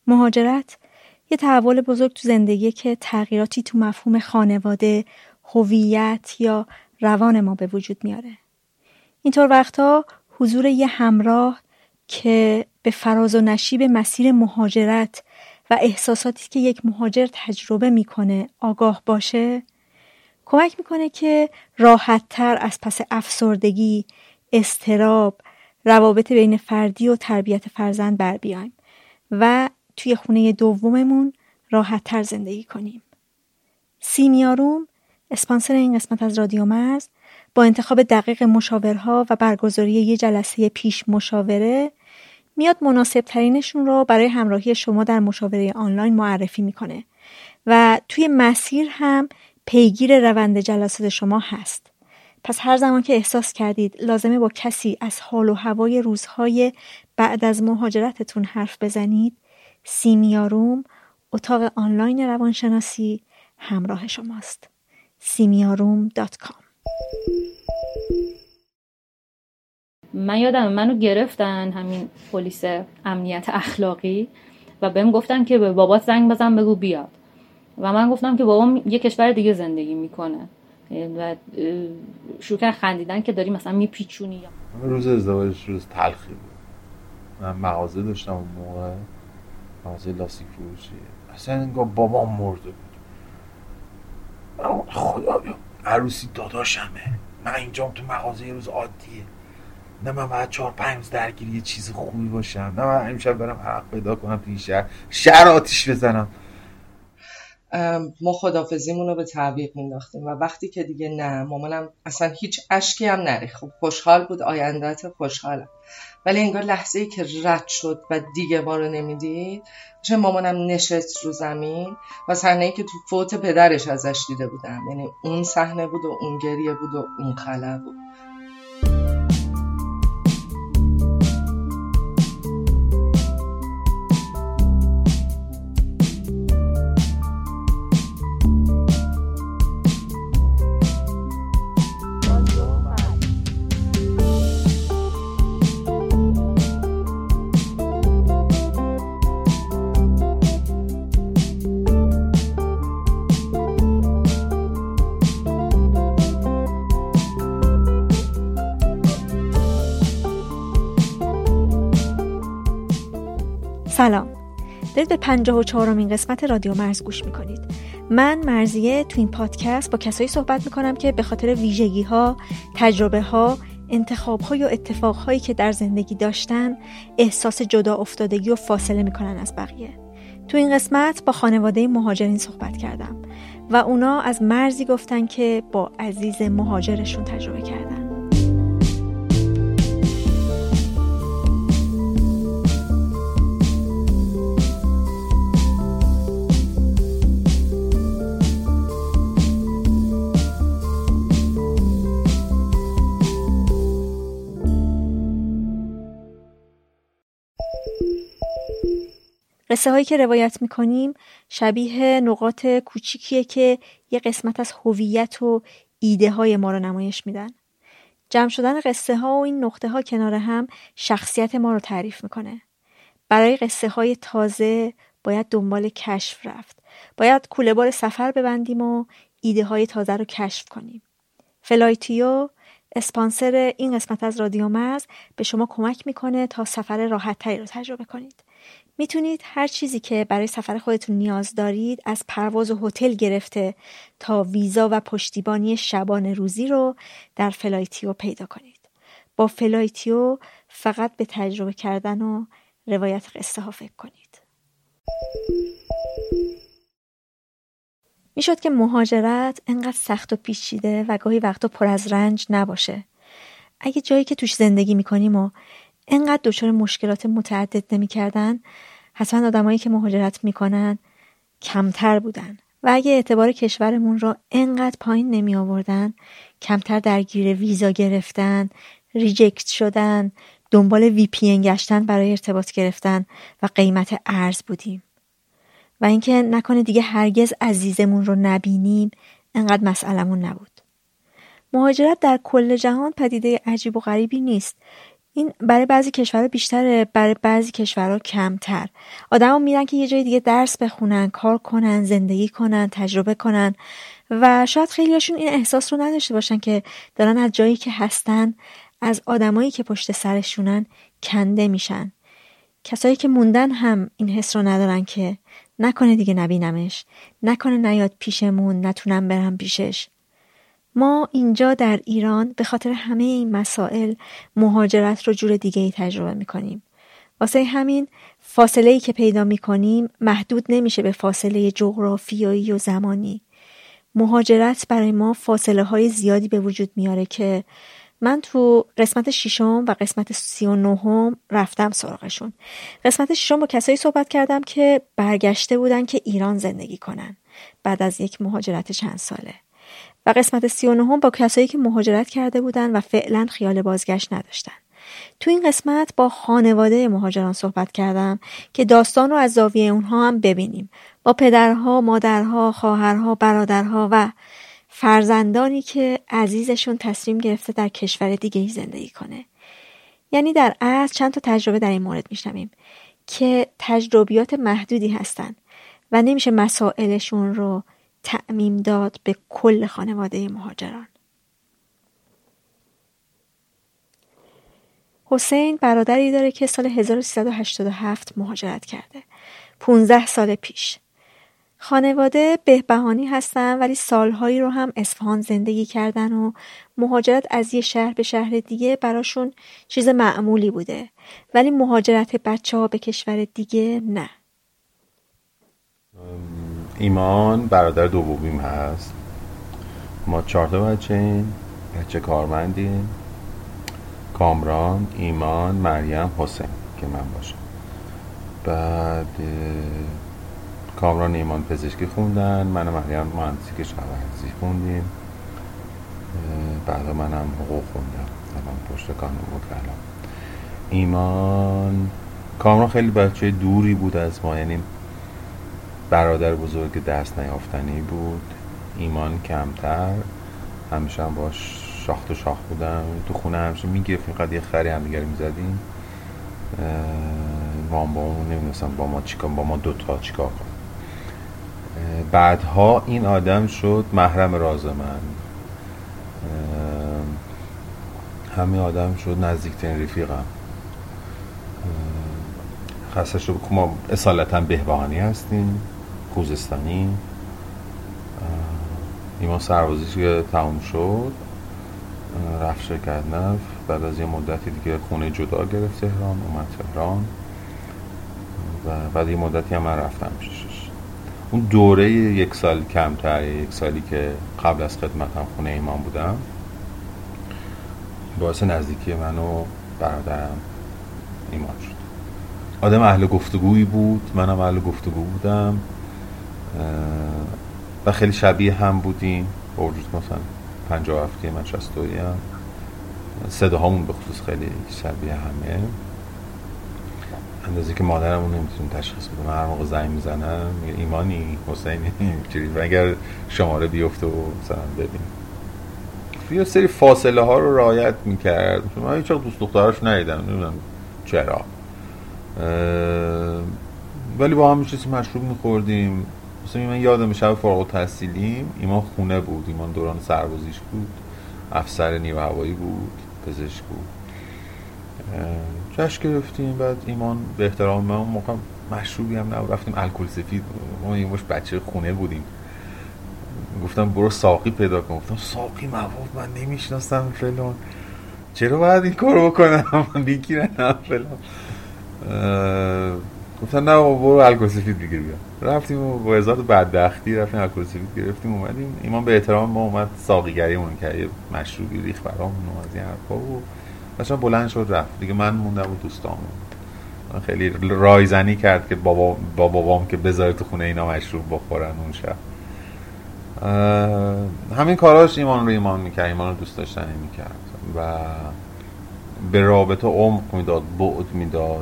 مهاجرت یه تحول بزرگ تو زندگی که تغییراتی تو مفهوم خانواده، هویت یا روان ما به وجود میاره. اینطور وقتا حضور یه همراه که به فراز و نشیب مسیر مهاجرت و احساساتی که یک مهاجر تجربه میکنه آگاه باشه، کمک میکنه که راحت‌تر از پس افسردگی، اضطراب، روابط بین فردی و تربیت فرزند بر بیایم و توی خونه دوممون راحت‌تر زندگی کنیم. سیمیاروم، اسپانسر این قسمت از رادیو مرز، با انتخاب دقیق مشاورها و برگزاری یه جلسه پیش مشاوره میاد مناسب ترینشون رو برای همراهی شما در مشاوره آنلاین معرفی میکنه و توی مسیر هم پیگیر روند جلسات شما هست. پس هر زمان که احساس کردید لازمه با کسی از حال و هوای روزهای بعد از مهاجرتتون حرف بزنید، سیمیاروم، اتاق آنلاین روانشناسی همراه شماست. simiaroom.com. من یادم منو گرفتن همین پلیس امنیت اخلاقی و بهم گفتن که به بابات زنگ بزن بگو بیاد و من گفتم که بابام یه کشور دیگه زندگی میکنه و شروع کردن خندیدن که داری مثلا میپیچونی. یا روز ازدواجش روز تلخی بود. من مغازه داشتم اون موقع، مغازه لاستیک فروشی. اصلا انگار بابام مرده بود. خدا عروسی داداشمه، من اینجام تو مغازه یه روز عادیه، نه من باید 4-5 روز درگیری یه چیز خوبی باشم، نه من امشب برم عرق پیدا کنم تو این شهر آتیش بزنم. ما خدافزیمون رو به تعویق مینداختیم و وقتی که دیگه نه، مامانم اصلا هیچ اشکی هم نریخت. خب خوشحال بود، آینده‌ات خوشحالم، ولی انگار لحظه‌ای که رد شد و دیگه ما رو نمیدید، چه مامانم نشست رو زمین و صحنه‌ای که تو فوت پدرش ازش دیده بودم، یعنی اون صحنه بود و اون گریه بود و اون خلأ بود. سلام، دارید به 54مین قسمت رادیو مرز گوش میکنید. من مرزیه تو این پادکست با کسایی صحبت میکنم که به خاطر ویژگی ها، تجربه ها، انتخاب ها یا اتفاق هایی که در زندگی داشتن احساس جدا افتادگی و فاصله میکنن از بقیه. تو این قسمت با خانواده مهاجرین صحبت کردم و اونا از مرزی گفتن که با عزیز مهاجرشون تجربه کردن. قصه هایی که روایت میکنیم شبیه نقاط کوچیکیه که یه قسمت از هویت و ایده های ما رو نمایش میدن. جمع شدن قصه ها و این نقطه ها کنار هم شخصیت ما رو تعریف میکنه. برای قصه های تازه باید دنبال کشف رفت. باید کوله بار سفر ببندیم و ایده های تازه رو کشف کنیم. فلایتیو، اسپانسر این قسمت از رادیو مرز، به شما کمک میکنه تا سفر راحت تری رو تجربه کنید. میتونید هر چیزی که برای سفر خودتون نیاز دارید، از پرواز و هتل گرفته تا ویزا و پشتیبانی شبانه روزی رو در فلایتیو پیدا کنید. با فلایتیو فقط به تجربه کردن و روایت قصه ها فکر کنید. میشد که مهاجرت انقدر سخت و پیچیده و گاهی وقتا پر از رنج نباشه. اگه جایی که توش زندگی میکنیم و انقدر دچار مشکلات متعدد نمی‌کردن، حتما آدمایی که مهاجرت میکنن کمتر بودن و اگه اعتبار کشورمون رو انقدر پایین نمی آوردن، کمتر درگیر ویزا گرفتن، ریجکت شدن، دنبال وی پی ان گشتن برای ارتباط گرفتن و قیمت ارز بودیم. و اینکه نکنه دیگه هرگز عزیزمون رو نبینیم انقدر مسئلمون نبود. مهاجرت در کل جهان پدیده عجیب و غریبی نیست. این برای بعضی کشورها بیشتره، برای بعضی کشورها کمتر. آدما میرن که یه جای دیگه درس بخونن، کار کنن، زندگی کنن، تجربه کنن و شاید خیلیاشون این احساس رو نداشته باشن که دارن از جایی که هستن، از آدمایی که پشت سرشونن کنده میشن. کسایی که موندن هم این حس رو ندارن که نکنه دیگه نبینمش، نکنه نیاد پیشمون، نتونم برم پیشش. ما اینجا در ایران به خاطر همه این مسائل مهاجرت رو جور دیگه ای تجربه میکنیم. واسه همین فاصله‌ای که پیدا میکنیم محدود نمیشه به فاصله جغرافیایی و زمانی. مهاجرت برای ما فاصله های زیادی به وجود میاره که من تو قسمت 6 و قسمت 39 رفتم سراغشون. قسمت 6 با کسایی صحبت کردم که برگشته بودن که ایران زندگی کنن بعد از یک مهاجرت چند ساله. و قسمت 39 با کسایی که مهاجرت کرده بودن و فعلا خیال بازگشت نداشتن. تو این قسمت با خانواده مهاجران صحبت کردم که داستان رو از زاویه اونها هم ببینیم. با پدرها، مادرها، خواهرها، برادرها و فرزندانی که عزیزشون تصمیم گرفته در کشور دیگه‌ای زندگی کنه. یعنی در اصل چند تا تجربه در این مورد میشنویم که تجربیات محدودی هستن و نمیشه مسائلشون رو تعمیم داد به کل خانواده مهاجران. حسین برادری داره که سال 1387 مهاجرت کرده. 15 سال پیش. خانواده بهبهانی هستن ولی سالهایی رو هم اصفهان زندگی کردن و مهاجرت از یه شهر به شهر دیگه براشون چیز معمولی بوده. ولی مهاجرت بچه‌ها به کشور دیگه نه. ایمان برادر دومیم هست. ما 4 تا بچه‌ایم. بچه کارمندیم. کامران، ایمان، مریم، حسین که من باشم. بعد کامران، ایمان پزشکی خوندن، من و مریم مهندسی کشاورزی خوندیم. بعد منم حقوق خوندم، الان پشت کانون وکلا. ایمان، کامران خیلی بچه دوری بود از ما، یعنی برادر بزرگ دست نیافتنی بود. ایمان کمتر، همیشه هم باش شاخت و شاخ بودم. تو خونه همیشه میگرفتیم، قد یه خری هم دیگر میزدیم. مام بابامون نمیدونستم با ما دوتا چیکار کنم. بعدها این آدم شد محرم راز من. همین آدم شد نزدیکترین رفیقم. خاصه شد که ما اصالتا بهبهانی هستیم، خوزستانی. ایمان سربازیش که تموم شد رفت شرکت نفت. بعد از یه مدتی دیگه خونه جدا گرفت تهران، اومد تهران و بعد یه مدتی هم من رفتم پیشش. اون دوره 1 سال کمتر، 1 سالی که قبل از خدمتم خونه ایمان بودم باعث نزدیکی من و برادرم ایمان شد. آدم اهل گفتگویی بود، منم اهل گفتگو بودم و خیلی شبیه هم بودیم. با وجود مثلا 57 من 62 هم صداهامون به خصوص خیلی شبیه همه، اندازه که مادرمون نمیتونه تشخیص بده. من هر موقع زنگ میزنم میگه ایمانی، حسینی، چیزی، و اگر شماره بیفته و مثلا ببین. یه سری فاصله ها رو رعایت میکرد. من هیچ وقت دوست دخترش ندیدم، نمیدونم چرا، ولی با هم چیزی مشروب میخوردیم. مثلا من یادم شب فارغ التحصیلیم ایمان خونه بود. ایمان دوران سربازیش بود، افسر نیروی هوایی بود، پزشک بود. جشن گرفتیم. بعد ایمان به احترام من، اون موقع مشروبی هم نبود، رفتیم الکل سفید. ما یه مش بچه خونه بودیم. گفتم برو ساقی پیدا کن. گفتم ساقی مواد من نمیشناسم فلان، چرا باید این کارو بکنم؟ بگیرن فلان. گفتن نه برو الکل سفید بگیر بیا. رفتیم و با هزار بدبختی رفتیم الکل سفید گرفتیم اومدیم. ایمان به احترام ما اومد ساقیگریمون کرد، یه مشروبی ریخ برامون و از این حرفا و مثلا بلند شد رفت دیگه. من موندم و دوستامون. خیلی رایزنی کرد که بابام که بذاره تو خونه اینا مشروب بخورن اون شب. همین کاراش ایمان میکرد، ایمان رو دوست داشتنی میکرد و به رابطه عمق میداد، بعد میداد.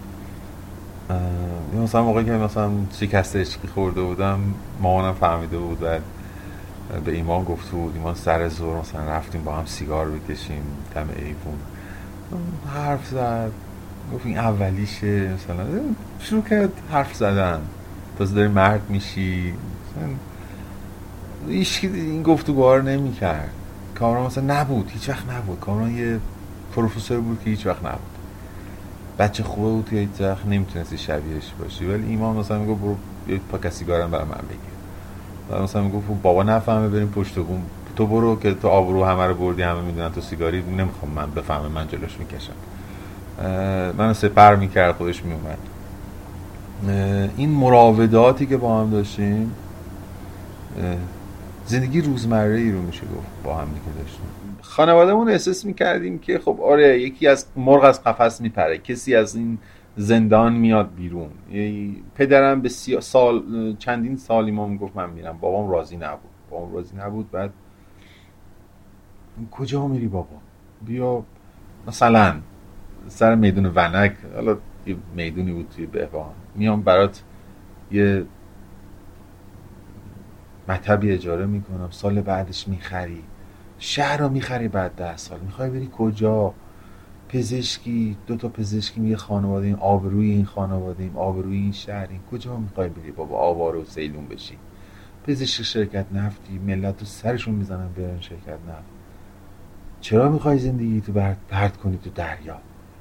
مثلا موقعی که مثلا شکست عشقی خورده بودم مامانم فهمیده بود و به ایمان گفته بود. ایمان سر زور مثلا رفتیم با هم سیگار بکشیم دم ایوون. حرف زد، گفت این اولیشه، مثلا شروع کرد حرف زدن، تازه داری مرد میشی، هیچ این گفتگوها رو نمی کرد. کامران مثلا نبود، هیچ وقت نبود. کامران یه پروفسور بود که هیچ وقت نبود، بچه خوبه بود که هیچ وقت نمیتونستی شبیهش باشی. ولی ایمان مثلا میگفت برو یه پاک سیگارم برای من بگیر، و مثلا میگفت بابا نفهمه بریم پشت بوم، تو برو که تو آبرو همه رو بردی، همه میدونن تو سیگاری، نمیخوام من بفهمه، من جلوش میکشم. منو سپر میکرد، خودش میومد. این مراوداتی که با هم داشتیم، زندگی روزمره ای رو میشه گفت با هم دیگه داشتیم. خانوادهمون احساس میکردیم که خب آره یکی از مرغ از قفس میپره، کسی از این زندان میاد بیرون. پدرم به چندین سال ایمان میگفت من میرم، بابام راضی نبود. بعد کجا میری بابا؟ بیا مثلا سر میدون ونک، حالا یه میدونی بود توی بهبهان، میام برات یه مطبی اجاره میکنم، سال بعدش میخری، شهر رو میخری، بعد 10 سال میخوای بری کجا؟ پزشکی، 2 تا پزشکی، یه خانواده، این آبروی این خانواده، این آبروی این شهر، این کجا میخوای بری بابا؟ آواره و سیلون بشی. پزشک شرکت نفتی، ملت رو سرشون میزنن برن شرکت نفت. چرا میخوای زندگی تو پرت کنی تو دریا؟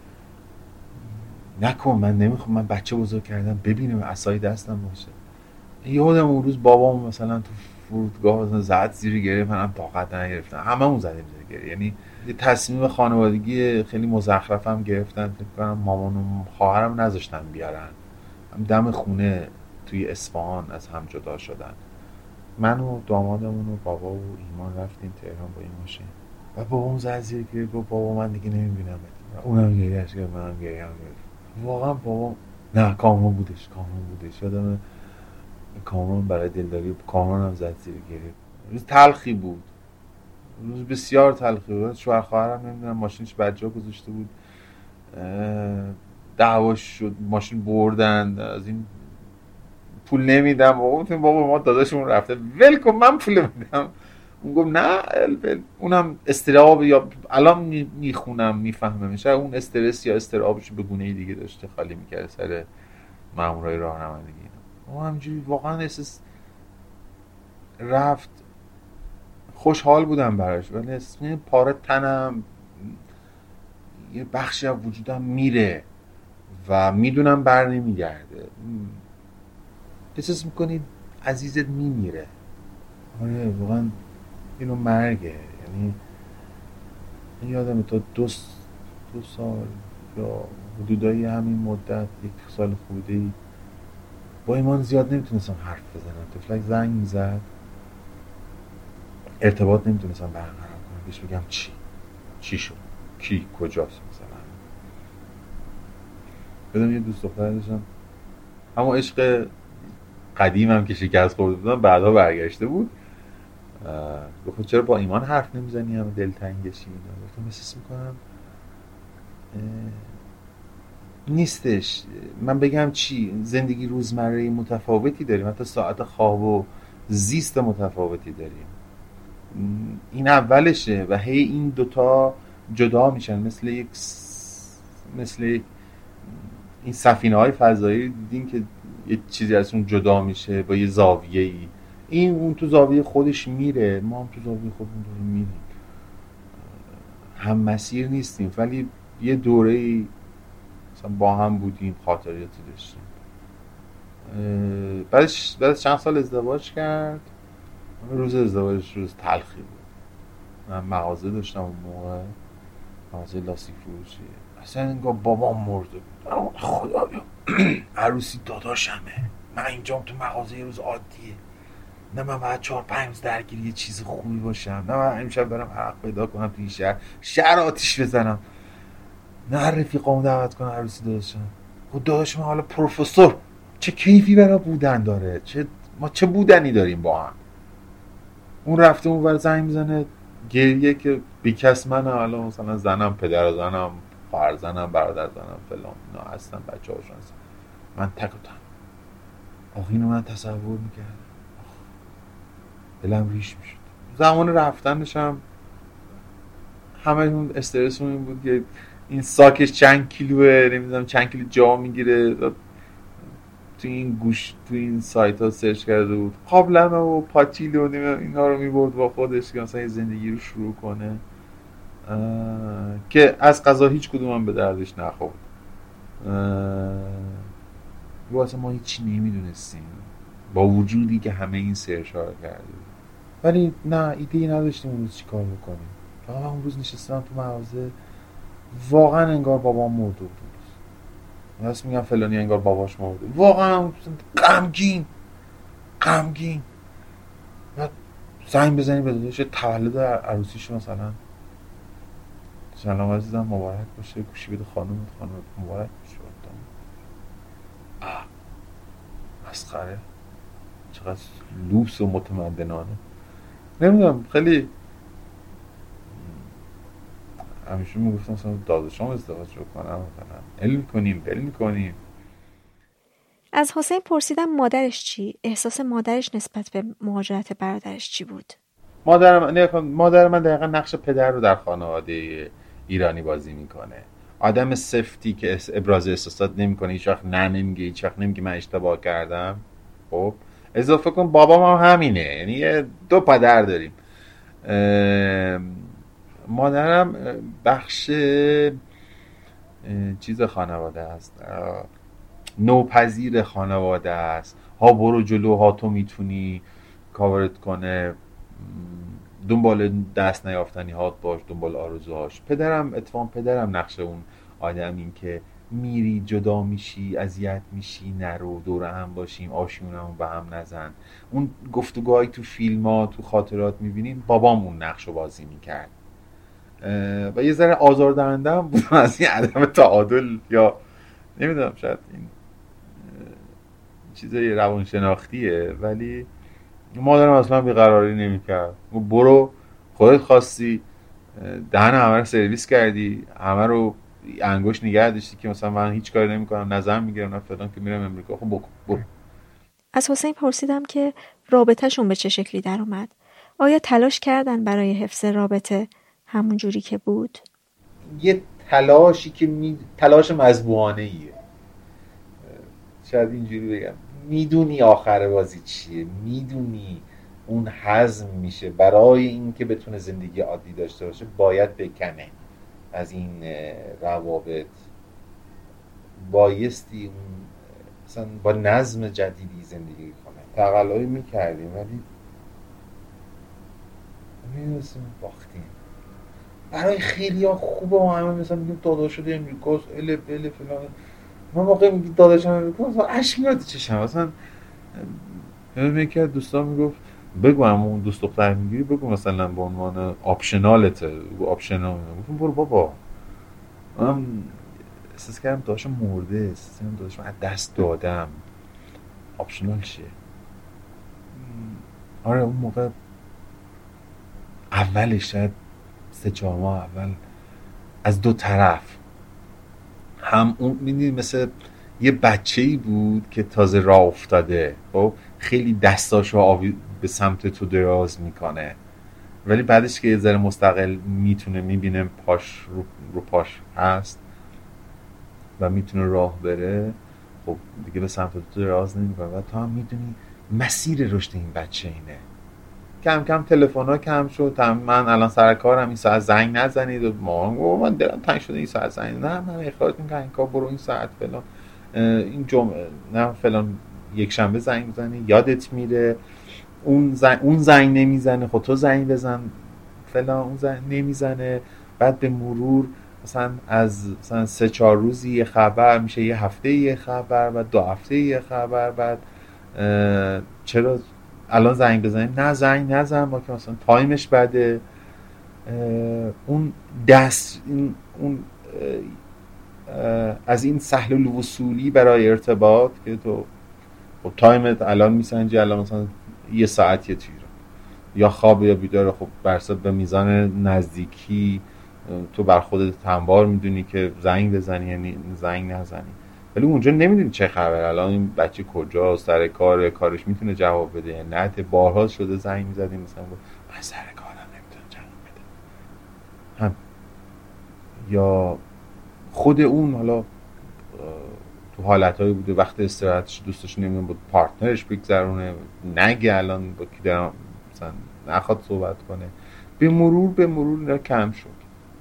نکن، من نمیخوام، من بچه بزرگ کردم ببینم عصای دستم باشه. یادم اون روز بابام مثلا تو فرودگاه زد زیر گریه، منم طاقت نگرفتم، هممون زدیم زیر گریه. یعنی یه تصمیم خانوادگی خیلی مزخرفم گرفتن، فکر کنم مامان و خواهرم نذاشتن بیارن، هم دم خونه توی اصفهان از هم جدا شدن. من و دامادمون و بابا و ایمان رفتیم تهران با این ماشین و بابام زد زیر گریه، گفت بابا من دیگه نمیبینم. اونم گریهش کرد، منم گریهم کرد. واقعا بابا نه، کامران بودش. یادم کامران برای دلداری کامران هم زد زیر گریه. روز تلخی بود، روز بسیار تلخی بود. شوهر خواهرم نمیدونم ماشینش بجا گذاشته بود، دعواش شد، ماشین بردن، از این پول نمیدم. بابا ما داداشمون رفته، ول کن من پول میدم. اون گفت نه، اونم استراب، یا الان میخونم میفهمم میشه اون استرس یا استرابش به گونه دیگه داشته خالی میکرد سر مامورای راهنمایی. ما همینجوری واقعا احساس رفت. خوشحال بودم براش، ولی اسم پاره تنم، یه بخشی از وجودم میره و میدونم بر نمیگرده. احساس میکنی عزیزت میمیره. آره واقعا اینو مرگه. یعنی یادم تا 2 سال یا حدودای همین مدت، 1 سال خورده‌ای، با ایمان زیاد نمیتونستم حرف بزنم. تفلک زنگ میزد، ارتباط نمیتونستم برقرار کنم، بهش بگم چی شد، کی کجاست مثلا. بدم یه دوست دختر داشتم، اما عشق قدیمم که شکست خورده بودم بعدا برگشته بود. گفت چرا با ایمان حرف نمیزنی، همه دلتنگشی؟ گفتم احساس میکنم نیستش. من بگم چی؟ زندگی روزمره متفاوتی داریم، حتی ساعت خواب و زیست متفاوتی داریم. این اولشه و هی این دوتا جدا میشن، مثل این سفینه های فضایی دیدین که یه چیزی از اون جدا میشه با یه زاویه ای. اون تو زاویه خودش میره، ما هم تو زاویه خودمون داریم میریم. هم مسیر نیستیم، ولی یه دوره‌ای مثلا با هم بودیم، خاطراتی داشتیم. بعد چند سال ازدواج کرد. روز ازدواجش روز تلخی بود. من مغازه داشتم اون موقع، مغازه لاستیک فروشی. اصلا انگار بابام مرده بود. خدایا عروسی داداشمه، من اینجام تو مغازه یه روز عادیه، نه من باید 4-5 درگیری یه چیز خوبی باشم، نه من امشب برم عرق پیدا کنم تو این شهر آتیش بزنم، نه رفیقامو دعوت کنم عروسی داداشم. خود داداشم حالا پروفسور، چه کیفی برای بودن داره، ما چه بودنی داریم با هم. اون رفته اون ور زنگ میزنه گریه که بیکس منه، حالا مثلا زنم، پدر زنم، خواهر زنم، برادر زنم، فلان اینا هستن، بچه هاشون هستن، من تک و تنها. آخه اینو من تصور میکردم، دلم ریش میشد. زمان رفتنشم همه اون استرسمون این بود که این ساکش چند کیلوه، نمیدونم چند کیلو جا میگیره. تو این گوش تو این سایت ها سرچ کرده بود قابلمه و پاتیل و اینا رو میبرد با خودش که مثلا زندگی رو شروع کنه، که از قضا هیچ کدوم هم به دردش نخورد. واسه ما هیچی نمیدونستیم با وجودی که همه این سرچ ها رو کردیم، ولی نه ایده‌ای نداشتیم اون روز چی کار بکنیم. فقط اون روز نشستم تو مغازه، واقعا انگار بابام مرده بود. راست میگم فلانی انگار باباش مرده، واقعا غمگین. بعد زنگ بزنی به داداش تولد عروسیش مثلا، سلام عزیزم مبارک باشه، گوشی بده خانم مبارک باشه. مسخره، چقدر لوس و متمدنانه. نمیدونم، خیلی همیشه میگفتم مثلا داداشام ازدواج رو کنم، مثلا علم کنیم. از حسین پرسیدم مادرش چی؟ احساس مادرش نسبت به مهاجرت برادرش چی بود؟ مادر من دقیقا نقش پدر رو در خانواده ایرانی بازی میکنه. آدم سفتی که ابراز احساسات نمیکنه، هیچ وقت نمیگه من اشتباه کردم. خب اضافه کن بابام هم همینه، یعنی دو پدر داریم. مادرم بخش چیز خانواده است، نوپذیر خانواده است. ها برو جلو، ها تو میتونی، کاورت کنه، دنبال دست نیافتنی هات باش، دنبال آرزوهاش. پدرم نقش اون آدم این که میری جدا میشی، اذیت میشی، نرو، دور هم باشیم، آشیونمون به هم نزن. اون گفتگوهایی تو فیلم ها تو خاطرات میبینیم، بابام اون نقش رو بازی میکرد و یه ذره آزاردهنده هم بود از این عدم تعادل، یا نمیدونم شاید این چیزای روانشناختیه، ولی مادرم اصلا بیقراری نمیکرد. برو خودت خواستی، دهن همه رو سرویس کردی، همه رو انگوش نگه داشتی که مثلا من هیچ کاری نمیکنم، نظر میگیرم، نه فلان، که میرم امریکا. خب برو. از حسین پرسیدم که رابطهشون به چه شکلی در اومد. آیا تلاش کردن برای حفظ رابطه همون جوری که بود؟ یه تلاشی که تلاش مذبوحانه ایه، شاید اینجوری بگم. میدونی آخر بازی چیه، میدونی اون هضم میشه. برای این که بتونه زندگی عادی داشته باشه باید بکنه از این روابط، بایستی اون مثلا با نظم جدیدی زندگی کنه. تقلایی میکردیم ولی میدونستیم باختیم. برای خیلی ها خوبه، ما همه مثلا میگیم داداش شده امریکاست، اله بله فلان. من موقع میگی داداشم امریکاست اصلا عشق میاد چشم. اصلا یکی از دوستان میگفت بگو اون دوست دختر میگیری بگو مثلا به عنوان آپشنالته، آپشنال. گفتم برو بابا. من احساس کردم داداشم مرده، احساس کردم داداشم از دست دادم، آپشنال چیه؟ آره اون موقع اولش شاید 3-4 ماه اول از دو طرف هم اون میدونی مثل یه بچه‌ای بود که تازه راه افتاده، خب خیلی دستاشو به سمت تو دراز میکنه، ولی بعدش که یه ذره مستقل میتونه، میبینه پاش رو پاش هست و میتونه راه بره، خب دیگه به سمت تو دراز نمیکنه و تو هم میدونی مسیر رشد این بچه اینه. کم کم تلفن‌ها کم شد. من الان سر کارم، این ساعت زنگ نزنید. و من دلم تنگ شده این ساعت زنگ، نه من اخراج میکنم این کار، برو این ساعت فلان، این جمعه نه فلان، یک شنبه زنگ میزنی یادت میره، اون زنگ نمیزنه، خب تو زنگ بزن فلان، اون زنگ نمیزنه. بعد به مرور مثلا از مثلا 3-4 روزی یه خبر میشه، یه هفته یه خبر، بعد 2 هفته یه خبر. بعد چرا الان زنگ بزنیم؟ نه زنگ نزن، ما که مثلا تایمش بده. اون دست اون از این سهل الوصولی برای ارتباط که تو خب تایمت الان میسنجی، الان مثلا یه ساعت یه تیره یا خواب یا بیداره، خب برسد به میزان نزدیکی تو بر خودت هموار میدونی که زنگ بزنی یعنی زنگ نزنی. ولی اونجا نمیدونی چه خبر، الان این بچه کجاست، سر کارش میتونه جواب بده یا نه. بارها شده زنگ میزدیم مثلا من سر کارم نمیتونم جواب بده هم، یا خود اون حالا تو حالتهایی بوده وقت استراحتش دوستش نمیدونه بود پارتنرش بگذرونه، نگه الان با کی دارم مثلا نخواد صحبت کنه. به مرور اینا کم شد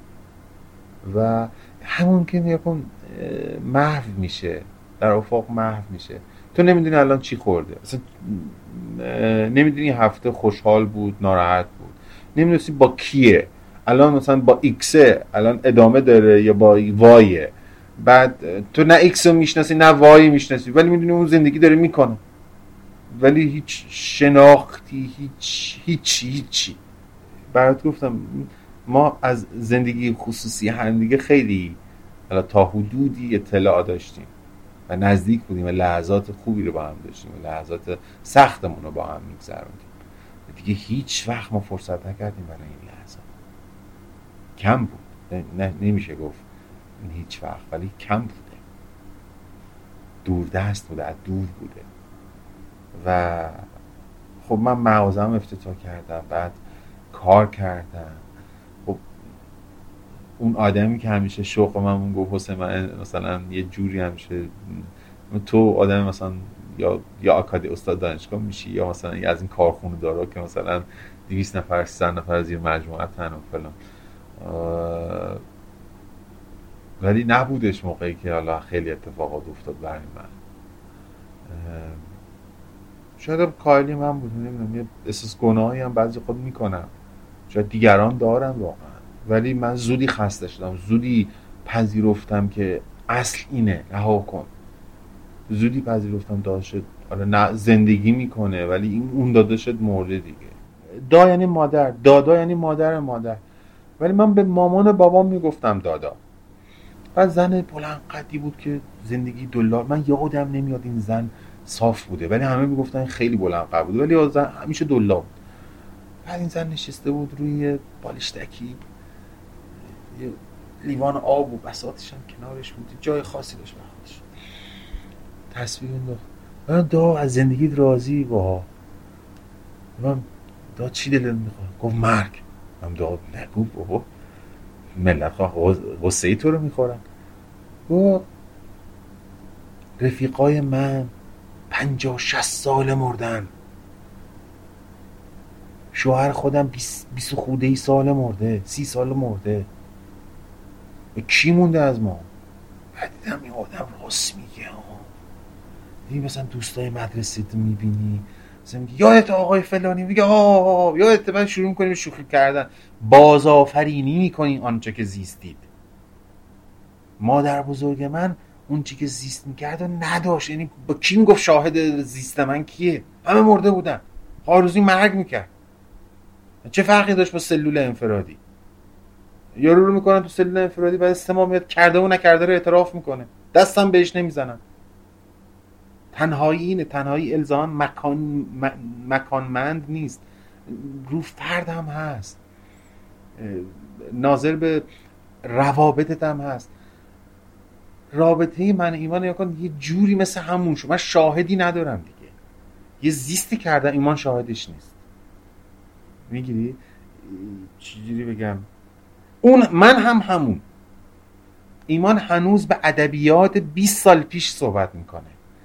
و همون که نیاکن محو میشه، در افاق محو میشه. تو نمیدونی الان چی خورده، اصلا نمیدونی هفته خوشحال بود ناراحت بود، نمیدونی با کیه، الان مثلا با ایکسه الان ادامه داره یا با وایه. بعد تو نه ایکس رو میشناسی نه وای میشناسی، ولی میدونی اون زندگی داره میکنه، ولی هیچ شناختی هیچی. برات گفتم ما از زندگی خصوصی همدیگه خیلی تا حدودی اطلاع داشتیم و نزدیک بودیم و لحظات خوبی رو با هم داشتیم و لحظات سختمون رو با هم میگذروندیم. دیگه هیچ وقت ما فرصت نکردیم برای این لحظات. کم بود، نمیشه گفت هیچ وقت، ولی کم بوده، دوردست بوده، از دور بوده. و خب من مغازه‌ام افتتاح کردم، بعد کار کردم. خب اون آدمی که همیشه شوق من گفت حسین من مثلا یه جوری همیشه تو آدم مثلا یا استاد دانشگاه میشی یا مثلا از این کارخونه دارا که مثلا 200 نفر 300 نفر زیر مجموعتن و فلان، ولی نبودش موقعی که حالا خیلی اتفاقات افتاد برای من. شاید کایلی من بود، نمیدونم، یه احساس گناهی هم بعضی خود میکنم، شاید دیگران دارن واقعا، ولی من زودی خسته شدم، زودی پذیرفتم که اصل اینه، رها کن. زودی پذیرفتم داداشت حالا نه زندگی میکنه ولی این اون داداشت مرده دیگه. دا یعنی مادر، دادا یعنی مادر، ولی من به مامان و بابام میگفتم دادا. بعد زن بلند قدی بود که زندگی دلار، من یادم نمیاد این زن صاف بوده ولی همه میگفتن خیلی بلند قد بود ولی زن همیشه دلار بود. بعد این زن نشسته بود روی بالشتکی، یه لیوان آب و بساطش هم کنارش بود، جای خاصی داشت برای خودش. تصویر انداخت، دا از زندگیت راضی؟ با من دا چی دلت میخواد؟ گفت مرگ. من دا نگو بابا، ملت غصه ای تو رو میخورن. گفت رفیقای من 50-60 سال مردن، شوهر خودم 20 خورده ای سال مرده، 30 سال مرده، به کی مونده از ما؟ بعد دیدم این آدم راست میگه. دیگه مثلا دوستای مدرسه تو میبینی مثلا میگه یادت آقای فلانی، میگه یادت، من شروع میکنیم شوخی کردن، بازآفرینی میکنین آنچه که زیستید. مادر بزرگ من اون چی که زیست میکرد نداشت، یعنی با کی میگفت شاهد زیست من کیه؟ همه مرده بودن، آرزوی مرگ میکرد. چه فرقی داشت با سلول انفرادی؟ یارو رو میکنن تو سلول انفرادی، بعد 3 ماه میاد کرده و نکرده رو اعتراف میکنه، دستم بهش نمیزنن. تنهایی اینه، تنهایی الزام مکانمند نیست، رو فرد هم هست، ناظر به روابطت هم هست. رابطه من ایمان یکان یه جوری مثل همون شد، من شاهدی ندارم دیگه، یه زیستی کردم، ایمان شاهدش نیست. میگیری چجوری بگم؟ اون من هم همون. ایمان هنوز به ادبیات 20 سال پیش صحبت میکنه،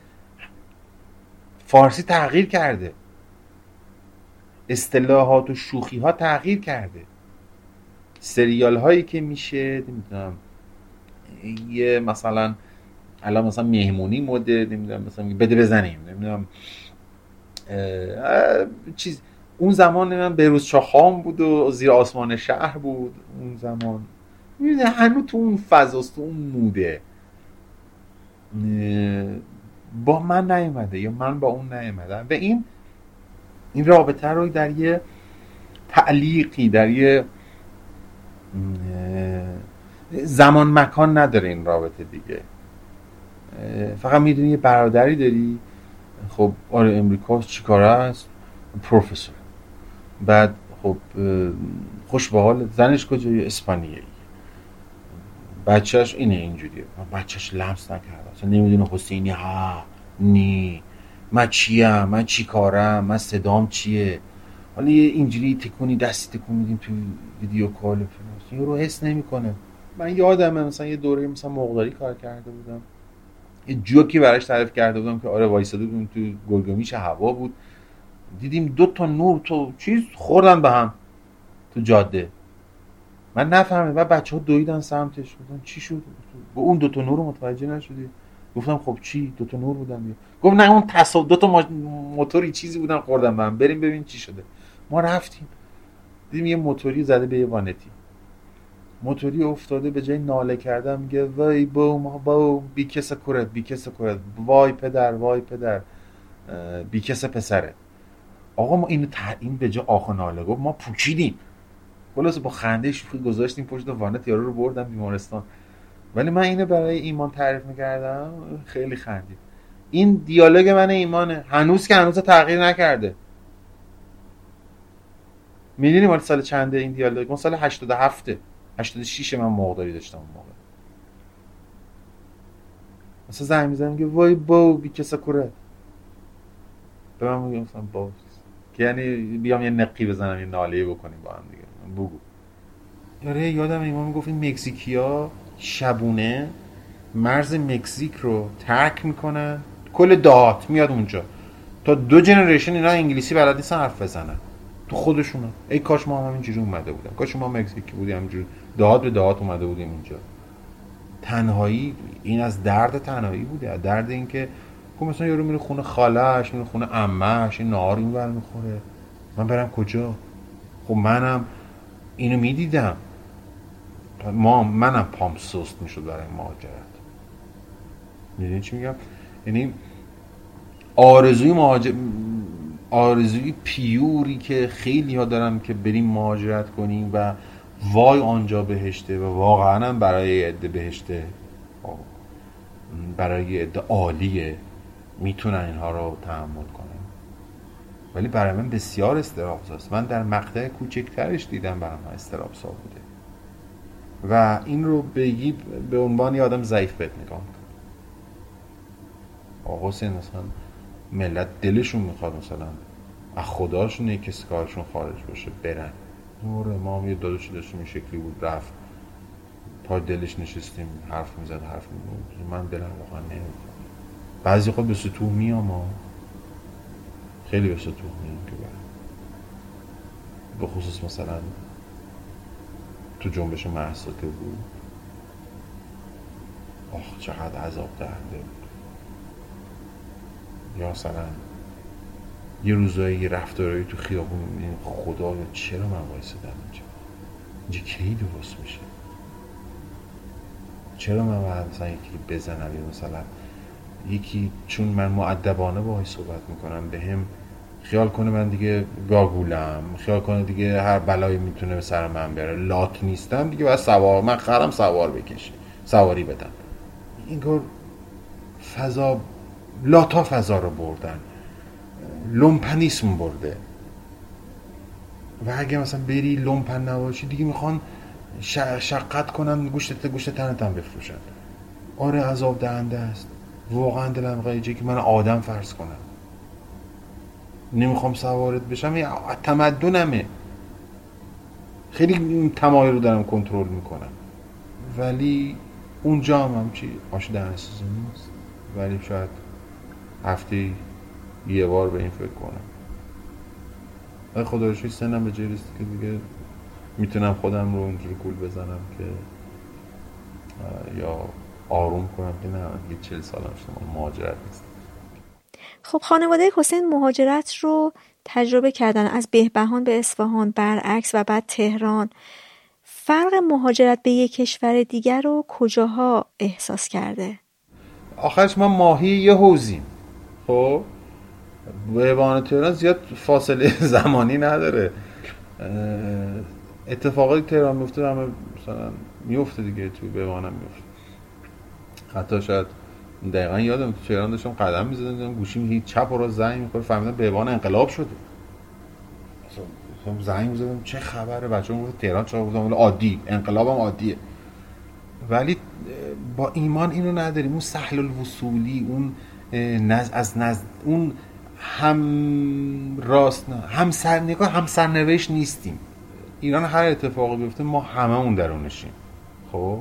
فارسی تغییر کرده، اصطلاحات و شوخی ها تغییر کرده، سریال هایی که میشه نمیدونم یه مثلا الان مثلا مهمونی مده، نمیدونم مثلا بده بزنیم، نمیدونم چیز. اون زمان نمیدونم بهروز شاخام بود و زیر آسمان شهر بود اون زمان، میدونم هنوز تو اون فضاست، تو اون موده. با من نیومده یا من با اون نیومدم و این رابطه رو در یه تعلیقی، در یه زمان مکان نداره این رابطه دیگه. فقط میدونی یه برادری داری، خب آره امریکاست، چیکاره است؟ پروفسور. بعد خب خوش به حال، زنش کجایی؟ اسپانیایی. بچهش اینه اینجوریه، بچهش لمس نکرده، اصلا نمیدونه حسینی ها نی من چیم، من چی کارم، من صدام چیه. حالا یه اینجوری تکونی دستی تکون میدیم تو ویدیو کال، یه رو حس نمیکنه، من یادمه مثلا یه دوره مثلا مقداری کار کرده بودم، یه جوکی براش تعریف کرده بودم که آره وایساده بودیم تو گلگمیش هوا بود، دیدیم 2 تا نور تو چیز خوردن به هم تو جاده. من نفهمیدم و بچه‌ها دویدن سمتش. گفتم چی شد؟ با اون 2 تا نور رو متوجه نشدی؟ گفتم خب چی؟ 2 تا نور بودن دیگه. گفت نه اون 2 تا موتوری چیزی بودن خوردن به هم، بریم ببین چی شده. ما رفتیم دیدیم یه موتوری زده به یه وانتی، موتوری افتاده، به جای ناله کردن میگه وای بوم بیکس کورت وای پدر بیکس پسره. آقا ما این به جای آخ ناله گفت ما پوکیدیم، خلاص با خنده شوخی گذاشتیم پشت وانت، یارو رو بردم بیمارستان. ولی من اینو برای ایمان تعریف میکردم خیلی خندید. این دیالوگ من ایمانه، هنوز تغییر نکرده. میدونی مال سال چنده این دیالوگ؟ من سال 87 86 من مقداری داشتم اون موقع. مثلا زنگ میزنم میگه وای بیکسا کوره، به من میگه مثلا با، یعنی بیام یه نقی بزنم یه ناله بکنیم با هم دیگه. بگو. یاره یادم ایمان میگفت این مکزیکیا شبونه مرز مکزیک رو ترک میکنن، کل دهات میاد اونجا، تا 2 جنریشن اینا انگلیسی بلد نیستن حرف بزنن تو خودشونه. ای کاش ما هم اینجوری اومده بودیم، کاش ما مکزیکی بودیم همینجوری دهات به دهات اومده بودیم اینجا. تنهایی، این از درد تنهایی بوده، از درد این که خب مثلا یارو میره خونه خاله‌اش، میره خونه عمه‌اش، این نهار اینور میخوره، من برم کجا؟ خب منم اینو میدیدم، منم پام سست میشد برای مهاجرت. میدونی چی میگم؟ یعنی آرزوی پیوری که خیلی ها دارن که بریم مهاجرت کنیم و وای آنجا بهشته، و واقعا هم برای عده بهشته، برای عده عالیه، میتونن اینها رو تحمل کنن. ولی برای من بسیار استراب‌زاست. من در مقطع کوچکترش دیدم برای من استراب‌زا بوده و این رو بگی به عنوان یه آدم ضعیف بهت نگاه میکنم. آقا حسین مثلا ملت دلشون میخواد مثلا از خداشون یه کسی کارشون خارج باشه برن. نوره ما هم یه داداشی داشتیم این شکلی بود، رفت پای دلش نشستیم حرف میزد من دلم واقعا نمیاد. بعضی خود به سطوح میام، خیلی به سطوح میام که به خصوص مثلا تو جنبش مهسا که بود، چقدر عذاب دهنده بود. یا مثلا یه روزایی یه رفتارهایی تو خیابون میبینیم خدایا چرا من وایسادم اینجا کی درست میشه؟ چرا من باید مثلا یکی بزنم یا مثلا یکی چون من مؤدبانه باهاش صحبت میکنم به هم خیال کنه من دیگه گاگولم، خیال کنه دیگه هر بلایی میتونه به سر من بیاره، لات نیستم دیگه، باید سوار من خرم سوار بکشه، سواری بدم. اینگار فضا لاتا فضا رو بردن، لومپنیسم برده. و اگه مثلا بری لومپن نباشی دیگه میخوان شقت کنن گوشت تنت هم بفروشن. آره عذاب دهنده است واقعا. دلم قایجه که من آدم فرض کنم، نمیخوام سوارت بشم، یه تمدنمه، خیلی تمایل رو دارم کنترل میکنم. ولی اونجا هم چی آش دهنسوزی نیست، ولی شاید هفته یه بار به این فکر کنم. ولی خدا رو شکر سنم به جای رسید که دیگه میتونم خودم رو اونجوری گول بزنم که یا آروم کنم که نه دیگه 40 سالم شده مهاجرت نیست. خب خانواده حسین مهاجرت رو تجربه کردن، از بهبهان به اصفهان برعکس و بعد تهران. فرق مهاجرت به یک کشور دیگر رو کجاها احساس کرده؟ آخرش ما ماهی یه حوزیم، خب بهبهان تهران زیاد فاصله زمانی نداره، اتفاقی تهران میفته همه مثلا میفته دیگه توی بهبهان هم میفته. حتی شاید دقیقا یادم تو تهران داشتم قدم میزدم گوشیم هیچ چپ و راست زنگ میخوره، فهمیدم بهبهان انقلاب شده. مثلا زنگ میزدم چه خبره، بچه‌ها میگفتن تهران چرا، گفتم ولی عادی، انقلابم عادیه. ولی با ایمان اینو نداریم، اون سهل الوصولی، اون اون هم راست نه هم سرنوشت نیستیم. ایران هر اتفاقی بیفته ما هممون درونشیم. خب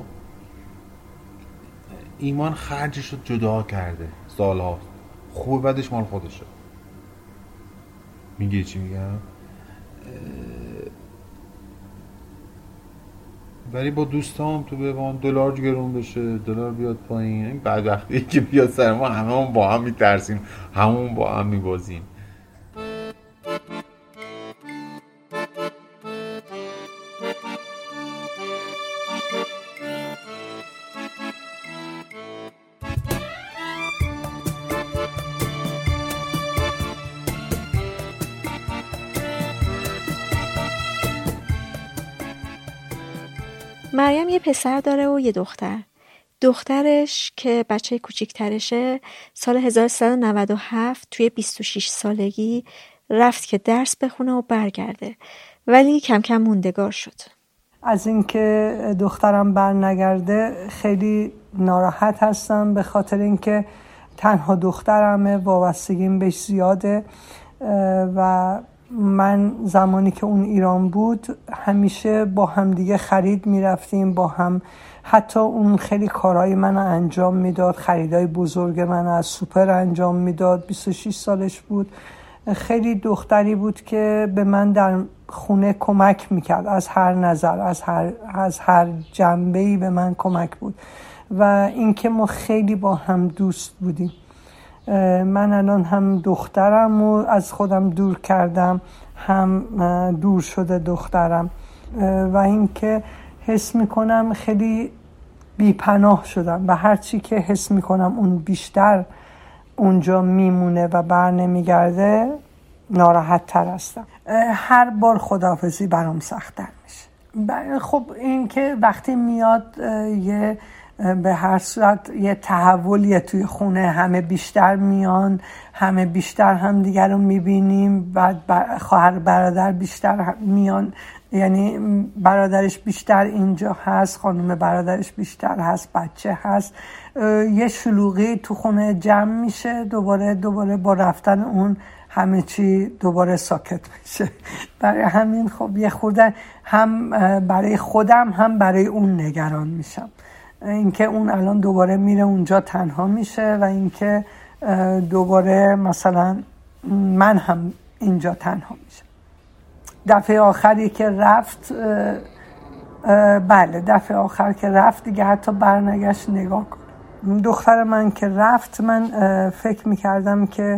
ایمان خرجش رو جدا کرده سالها، خوب بدش مال خودشه. میگه چی میگم؟ ولی با دوستام تو ببان دلار گرون بشه، دلار بیاد پایین، این بدبختی که بیاد سر ما هممون با هم میترسیم، هممون با هم میبازیم. مریم یه پسر داره و یه دختر. دخترش که بچه کوچیکترشه سال 1397 توی 26 سالگی رفت که درس بخونه و برگرده، ولی کم کم موندگار شد. از اینکه دخترم برنگرده خیلی ناراحت هستم، به خاطر اینکه تنها دخترمه، وابستگیم بهش زیاده و من زمانی که اون ایران بود همیشه با هم دیگه خرید میرفتیم با هم، حتی اون خیلی کارهای من انجام میداد، خریدای بزرگ من از سوپر انجام میداد. 26 سالش بود، خیلی دختری بود که به من در خونه کمک میکرد، از هر نظر، از هر جنبه‌ای به من کمک بود و اینکه ما خیلی با هم دوست بودیم. من الان هم دخترم رو از خودم دور کردم، هم دور شده دخترم و اینکه حس میکنم خیلی بیپناه شدم و هر چی که حس میکنم اون بیشتر اونجا میمونه و بر نمیگرده ناراحت تر هستم. هر بار خداحافظی برام سخت‌تر میشه. خب این که وقتی میاد یه به هر صورت یه تحولیه توی خونه، همه بیشتر میان، همه بیشتر هم دیگر رو میبینیم، بعد خواهر برادر بیشتر میان، یعنی برادرش بیشتر اینجا هست، خانم برادرش بیشتر هست، بچه هست، یه شلوغی تو خونه جمع میشه، دوباره با رفتن اون همه چی دوباره ساکت میشه. برای همین خب یه خورده هم برای خودم هم برای اون نگران میشم، اینکه اون الان دوباره میره اونجا تنها میشه و اینکه دوباره مثلا من هم اینجا تنها میشم. دفعه آخری که رفت دفعه آخر که رفت دیگه حتی برنگشت نگاه کن. دختر من که رفت من فکر میکردم که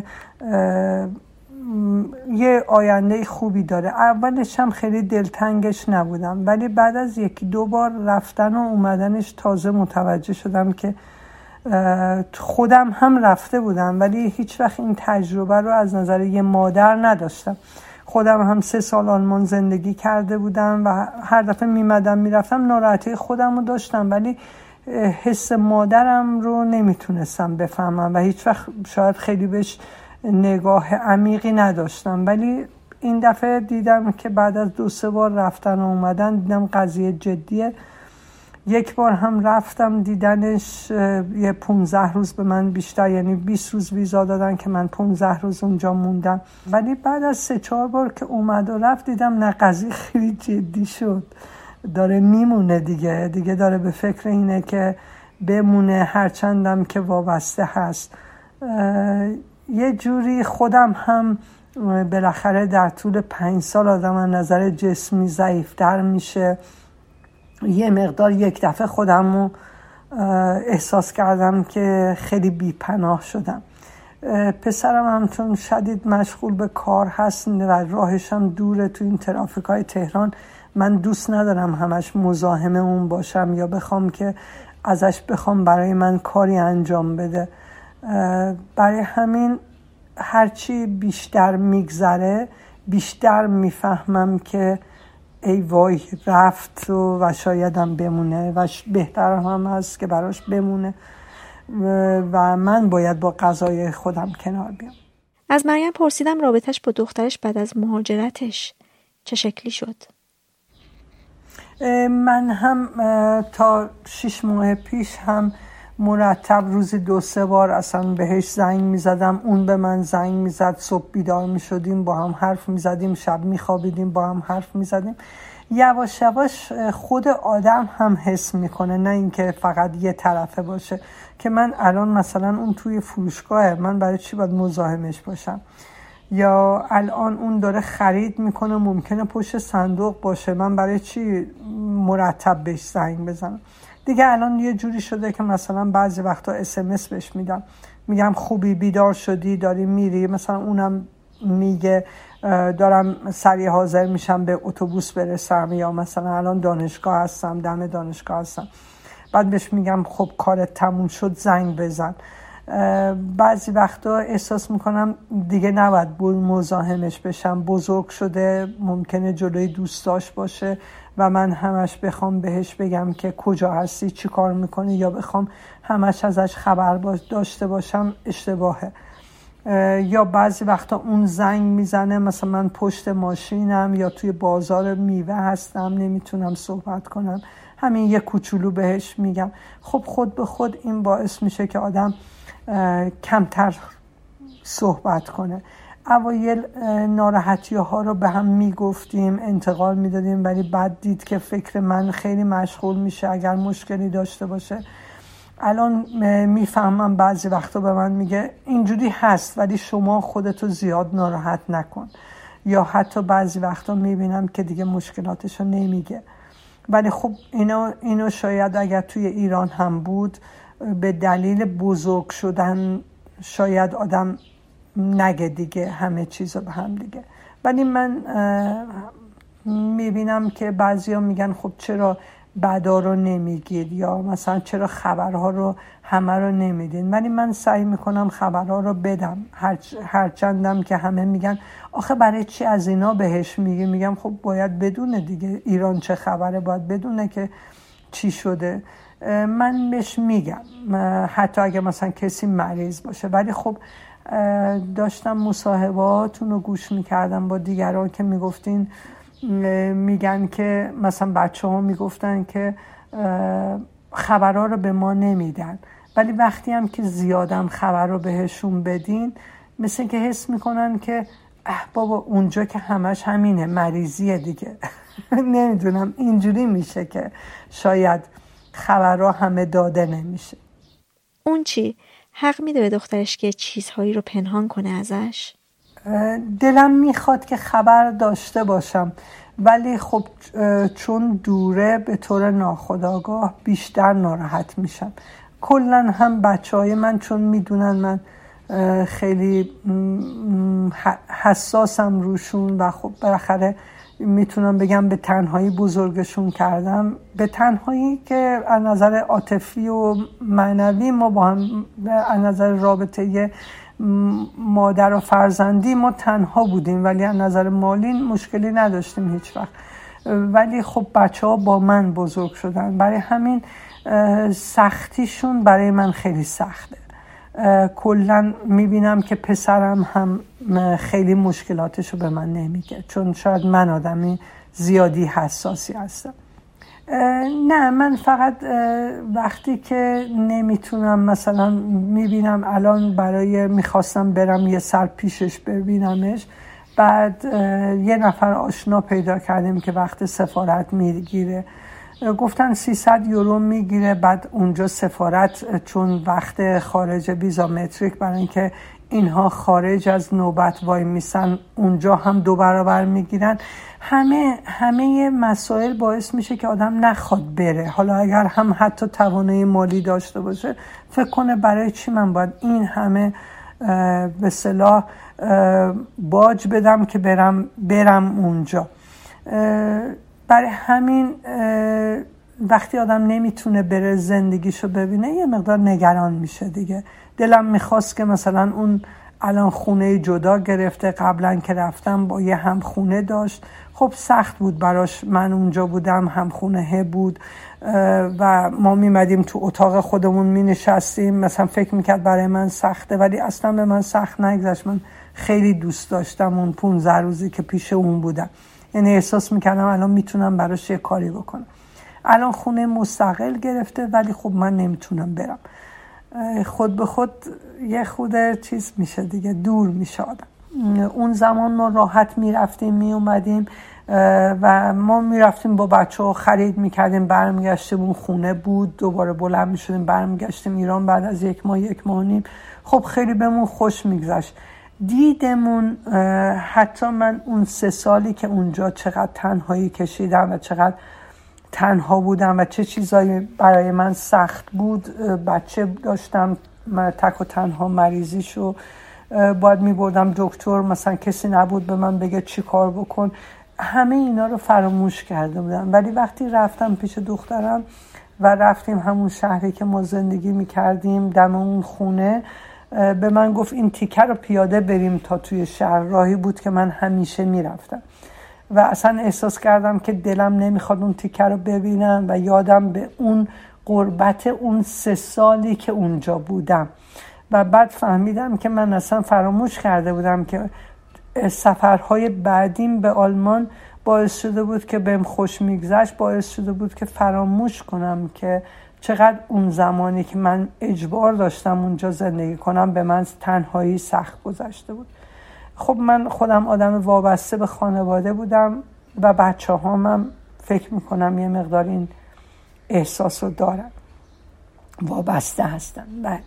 یه آینده خوبی داره. اولش هم خیلی دلتنگش نبودم، ولی بعد از 1-2 بار رفتن و اومدنش تازه متوجه شدم که خودم هم رفته بودم ولی هیچ وقت این تجربه رو از نظر یه مادر نداشتم. خودم هم 3 سال آلمان زندگی کرده بودم و هر دفعه میمدم میرفتم ناراحتی خودم رو داشتم، ولی حس مادرم رو نمیتونستم بفهمم و هیچ وقت شاید خیلی بهش نگاه عمیقی نداشتم. ولی این دفعه دیدم که بعد از 2-3 بار رفتن و اومدن دیدم قضیه جدیه. 1 بار هم رفتم دیدنش، یه 15 روز به من بیشتر، یعنی 20 روز ویزا دادن که من 15 روز اونجا موندم. ولی بعد از 3-4 بار که اومد و رفت دیدم نه، قضیه خیلی جدی شد، داره میمونه دیگه داره به فکر اینه که بمونه، هرچندم که وابسته هست. یه جوری خودم هم بالاخره در طول 5 سال آدم از نظر جسمی ضعیفتر میشه. یه مقدار یک دفعه خودم رو احساس کردم که خیلی بیپناه شدم. پسرم هم چون شدید مشغول به کار هست و راهش هم دوره تو این ترافیکای تهران، من دوست ندارم همش مزاحم اون باشم یا بخوام که ازش بخوام برای من کاری انجام بده. برای همین هرچی بیشتر میگذره بیشتر میفهمم که ای وای رفت و شایدم بمونه و بهتر هم هست که براش بمونه و من باید با قضای خودم کنار بیام. از مریم پرسیدم رابطش با دخترش بعد از مهاجرتش چه شکلی شد؟ من هم تا 6 ماه پیش هم مرتب روزی 2-3 بار اصلا بهش زنگ میزدم، اون به من زنگ میزد، صبح بیدار میشدیم با هم حرف میزدیم، شب میخوابیدیم با هم حرف میزدیم. یواش یواش خود آدم هم حس میکنه، نه اینکه فقط یه طرفه باشه که من الان مثلا اون توی فروشگاهه، من برای چی باید مزاحمش باشم، یا الان اون داره خرید میکنه ممکنه پشت صندوق باشه، من برای چی مرتب بهش زنگ بزنم. دیگه الان یه جوری شده که مثلا بعضی وقتا SMS بهش میگم خوبی، بیدار شدی، داری میری، مثلا اونم میگه دارم سریع حاضر میشم به اتوبوس برسم، یا مثلا الان دانشگاه هستم، دم دانشگاه هستم، بعد بهش میگم خب کارت تموم شد زنگ بزن. بعضی وقتا احساس میکنم دیگه نباید مزاحمش بشم، بزرگ شده، ممکنه جلوی دوستاش باشه و من همش بخوام بهش بگم که کجا هستی، چی کار میکنی، یا بخوام همش ازش خبر داشته باشم، اشتباهه. یا بعضی وقتا اون زنگ میزنه، مثلا من پشت ماشینم یا توی بازار میوه هستم نمیتونم صحبت کنم، همین یه کوچولو بهش میگم. خب خود به خود این باعث میشه که آدم کمتر صحبت کنه. اوایل ناراحتی ها رو به هم میگفتیم، انتقال میدادیم، ولی بعد دید که فکر من خیلی مشغول میشه اگر مشکلی داشته باشه. الان میفهمم بعضی وقتا به من میگه اینجوری هست ولی شما خودتو زیاد ناراحت نکن، یا حتی بعضی وقتا میبینم که دیگه مشکلاتشو نمیگه. ولی خب اینو شاید اگر توی ایران هم بود به دلیل بزرگ شدن شاید آدم نگه دیگه همه چیزو به هم دیگه. ولی من میبینم که بعضیا میگن خب چرا بعدا رو نمیگید، یا مثلا چرا خبرها رو همه رو نمیدین. ولی من سعی میکنم خبرها رو بدم، هرچندم که همه میگن آخه برای چی از اینا بهش میگی. میگم خب باید بدونه دیگه ایران چه خبره، باید بدونه که چی شده. من بهش میگم حتی اگه مثلا کسی مریض باشه. ولی خب داشتم مصاحبهاتون رو گوش میکردم با دیگران که میگفتین، میگن که مثلا بچه ها میگفتن که خبرها رو به ما نمیدن، ولی وقتی هم که زیادم خبر رو بهشون بدین مثل که حس میکنن که بابا اونجا که همش همینه، مریضیه دیگه. نمیدونم اینجوری میشه که شاید خبرها همه داده نمیشه. اون چی؟ حق میده به دخترش که چیزهایی رو پنهان کنه ازش؟ دلم میخواد که خبر داشته باشم، ولی خب چون دوره به طور ناخودآگاه بیشتر ناراحت میشم. کلن هم بچهای من چون میدونن من خیلی حساسم روشون و خب بالاخره میتونم بگم به تنهایی بزرگشون کردم، به تنهایی که از نظر عاطفی و معنوی ما با هم، از نظر رابطه مادر و فرزندی ما تنها بودیم، ولی از نظر مالی مشکلی نداشتیم هیچ وقت. ولی خب بچه ها با من بزرگ شدن، برای همین سختیشون برای من خیلی سخته. کلن میبینم که پسرم هم خیلی مشکلاتشو به من نمیگه، چون شاید من آدمی زیادی حساسی هستم. نه، من فقط وقتی که نمیتونم، مثلا میبینم الان میخواستم برم یه سر پیشش ببینمش، بعد یه نفر آشنا پیدا کردیم که وقت سفارت میگیره، گفتن 300 یورو میگیره. بعد اونجا سفارت چون وقت خارج ویزا متریک، برای اینکه اینها خارج از نوبت وای میسن، اونجا هم 2 برابر میگیرن. همه مسائل باعث میشه که آدم نخواد بره. حالا اگر هم حتی توانایی مالی داشته باشه، فکر کنه برای چی من باید این همه به اصطلاح باج بدم که برم اونجا. برای همین وقتی آدم نمیتونه بره زندگیشو ببینه یه مقدار نگران میشه دیگه. دلم میخواست که مثلا اون الان خونه جدا گرفته، قبلا که رفتم با یه همخونه داشت، خب سخت بود براش. من اونجا بودم، همخونه بود و ما میمدیم تو اتاق خودمون مینشستیم، مثلا فکر میکرد برای من سخته، ولی اصلا به من سخت نگذشت. من خیلی دوست داشتم اون 15 روزی که پیش اون بودم، یعنی احساس میکردم الان میتونم براش یه کاری بکنم. الان خونه مستقل گرفته ولی خب من نمیتونم برم. خود به خود یه خود چیز میشه دیگه، دور میشه آدم. اون زمان ما راحت میرفتیم میومدیم و ما میرفتیم با بچه ها خرید میکردیم، برمیگشتیم اون خونه بود، دوباره بلند میشدیم برمیگشتیم ایران بعد از 1 ماه 1 ماه و نیم. خب خیلی بهمون خوش میگذشت دیدمون. حتی من اون 3 سالی که اونجا چقدر تنهایی کشیدم و چقدر تنها بودم و چه چیزایی برای من سخت بود. بچه داشتم، من تک و تنها مریضیشو باید میبردم دکتر، مثلا کسی نبود به من بگه چی کار بکن. همه اینا رو فراموش کرده بودم. ولی وقتی رفتم پیش دخترم و رفتیم همون شهری که ما زندگی میکردیم دم اون خونه، به من گفت این تیکه رو پیاده بریم تا توی شهر. راهی بود که من همیشه میرفتم و اصلا احساس کردم که دلم نمیخواد اون تیکه رو ببینم و یادم به اون غربت اون 3 سالی که اونجا بودم. و بعد فهمیدم که من اصلا فراموش کرده بودم که سفرهای بعدیم به آلمان باعث شده بود که بهم خوش میگذشت، باعث شده بود که فراموش کنم که چقدر اون زمانی که من اجبار داشتم اونجا زندگی کنم به من تنهایی سخت گذشته بود. خب من خودم آدم وابسته به خانواده بودم و بچه هامم فکر میکنم یه مقدار این احساس رو دارن، وابسته هستن.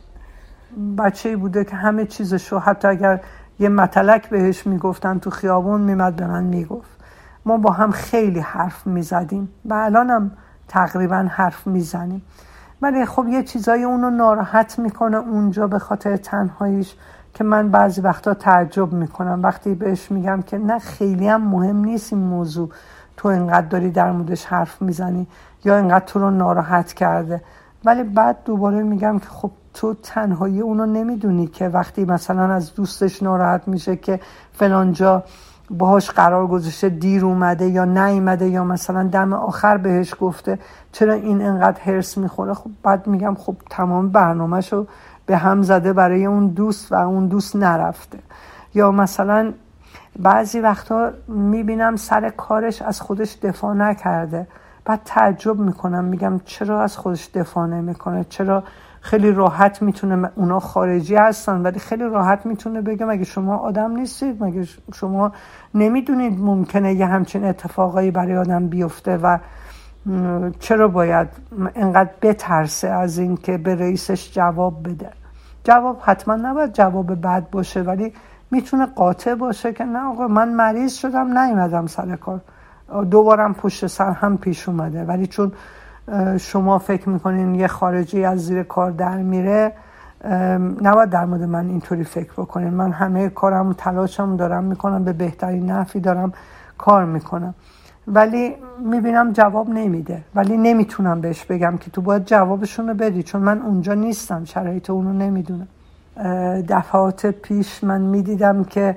بچه‌ای بوده که همه چیزشو حتی اگر یه متلک بهش میگفتن تو خیابون میمد به من میگفت. ما با هم خیلی حرف میزدیم و الانم تقریبا حرف میزنیم. ولی خب یه چیزایی اونو ناراحت میکنه اونجا به خاطر تنهاییش که من بعضی وقتا تعجب میکنم وقتی بهش میگم که نه خیلی هم مهم نیست این موضوع، تو اینقدر داری در موردش حرف میزنی یا اینقدر تو رو ناراحت کرده. ولی بعد دوباره میگم که خب تو تنهایی اونو نمیدونی که وقتی مثلا از دوستش ناراحت میشه که فلانجا باهاش قرار گذاشته دیر اومده یا نیومده یا مثلا دم آخر بهش گفته چرا این انقدر هرس میخوره. خب بعد میگم خب تمام برنامه‌شو به هم زده برای اون دوست و اون دوست نرفته. یا مثلا بعضی وقتا میبینم سر کارش از خودش دفاع نکرده، بعد تعجب میکنم میگم چرا از خودش دفاع نمیکنه، چرا خیلی راحت میتونه، اونا خارجی هستن ولی خیلی راحت میتونه بگه مگه شما آدم نیستید، مگه شما نمیدونید ممکنه یه همچین اتفاقایی برای آدم بیفته و چرا باید اینقدر بترسه از این که به رئیسش جواب بده. جواب حتما نباید جواب بد باشه ولی میتونه قاطع باشه که نه آقا من مریض شدم نیومدم سر کار، دوبارم پشت سر هم پیش اومده، ولی چون شما فکر میکنین یه خارجی از زیر کار در میره نباید در مورد من اینطوری فکر بکنین. من همه کارم و تلاشم دارم میکنم، به بهترین نحوی دارم کار میکنم، ولی میبینم جواب نمیده. ولی نمیتونم بهش بگم که تو باید جوابشونو بدی چون من اونجا نیستم، شرایط اونو نمیدونم. دفعات پیش من میدیدم که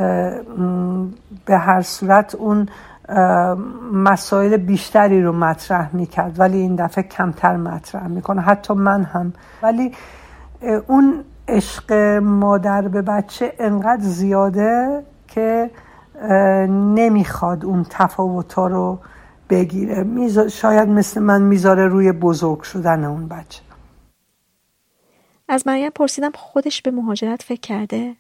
به هر صورت اون مسائل بیشتری رو مطرح میکرد ولی این دفعه کمتر مطرح میکنه، حتی من هم. ولی اون عشق مادر به بچه انقدر زیاده که نمیخواد اون تفاوت‌ها رو بگیره، شاید مثل من میذاره روی بزرگ شدن اون بچه. از مریم پرسیدم خودش به مهاجرت فکر کرده؟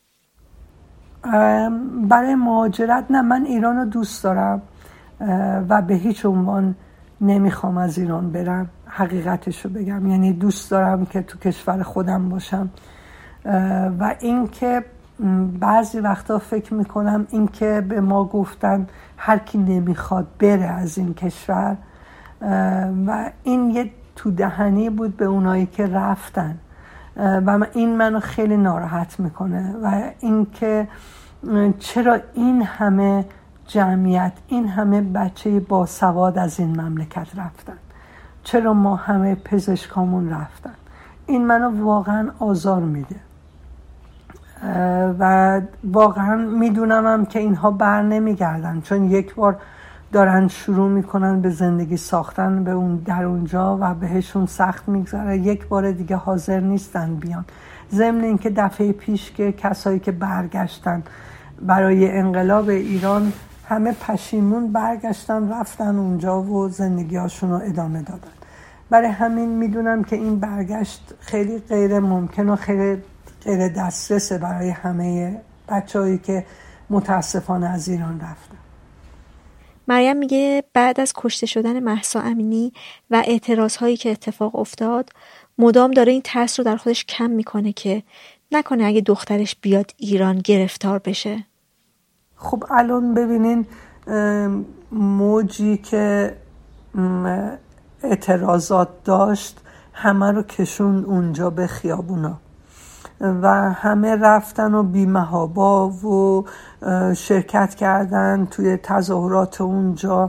برای مهاجرت نه، من ایران رو دوست دارم و به هیچ عنوان نمیخوام از ایران برم، حقیقتش رو بگم. یعنی دوست دارم که تو کشور خودم باشم و این که بعضی وقتا فکر میکنم این که به ما گفتن هر کی نمیخواد بره از این کشور و این یه تو دهنی بود به اونایی که رفتن و این منو خیلی ناراحت میکنه. و این که چرا این همه جمعیت، این همه بچه باسواد از این مملکت رفتن، چرا ما همه پزشکامون رفتن، این منو واقعا آزار میده و واقعا میدونمم که اینها بر نمیگردن چون یک بار دارن شروع میکنن به زندگی ساختن به اون در اونجا و بهشون سخت میگذره، یک بار دیگه حاضر نیستن بیان. ضمن این که دفعه پیش که کسایی که برگشتن برای انقلاب ایران همه پشیمون برگشتن رفتن اونجا و زندگیاشون رو ادامه دادن. برای همین میدونم که این برگشت خیلی غیر ممکن و خیلی غیر دسترسه برای همه بچه‌هایی که متاسفانه از ایران رفتن. مریم میگه بعد از کشته شدن مهسا امینی و اعتراضهایی که اتفاق افتاد مدام داره این ترس رو در خودش کم میکنه که نکنه اگه دخترش بیاد ایران گرفتار بشه. خب الان ببینین موجی که اعتراضات داشت همه رو کشون اونجا به خیابونا و همه رفتن و بی‌محابا و شرکت کردن توی تظاهرات اونجا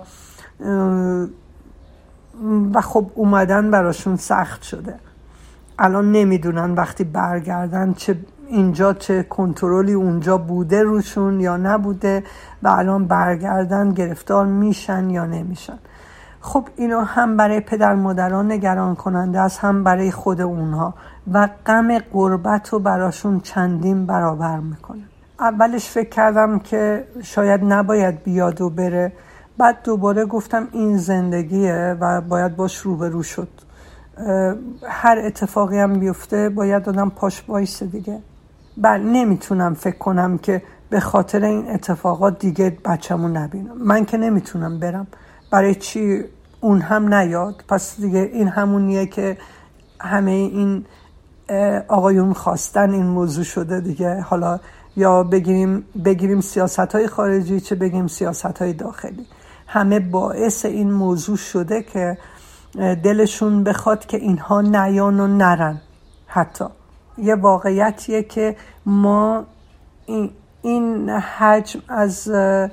و خب اومدن براشون سخت شده. الان نمیدونن وقتی برگردن چه کنترلی اونجا بوده روشون یا نبوده و الان برگردن گرفتار میشن یا نمیشن. خب اینا هم برای پدر مادران نگران کننده است، هم برای خود اونها و غم غربت رو براشون چندین برابر میکنه. اولش فکر کردم که شاید نباید بیاد و بره، بعد دوباره گفتم این زندگیه و باید باش روبرو شد. هر اتفاقی هم بیفته باید آدم پاش وایسه دیگه. نمیتونم فکر کنم که به خاطر این اتفاقات دیگه بچه‌مو نبینم. من که نمیتونم برم، برای چی اون هم نیاد؟ پس دیگه این همونیه که همه این آقایون خواستن این موضوع شده دیگه. حالا یا بگیریم سیاست‌های خارجی چه بگیریم سیاست‌های داخلی، همه باعث این موضوع شده که دلشون بخواد که اینها نیان و نرن. حتی یه واقعیتیه که ما این حجم از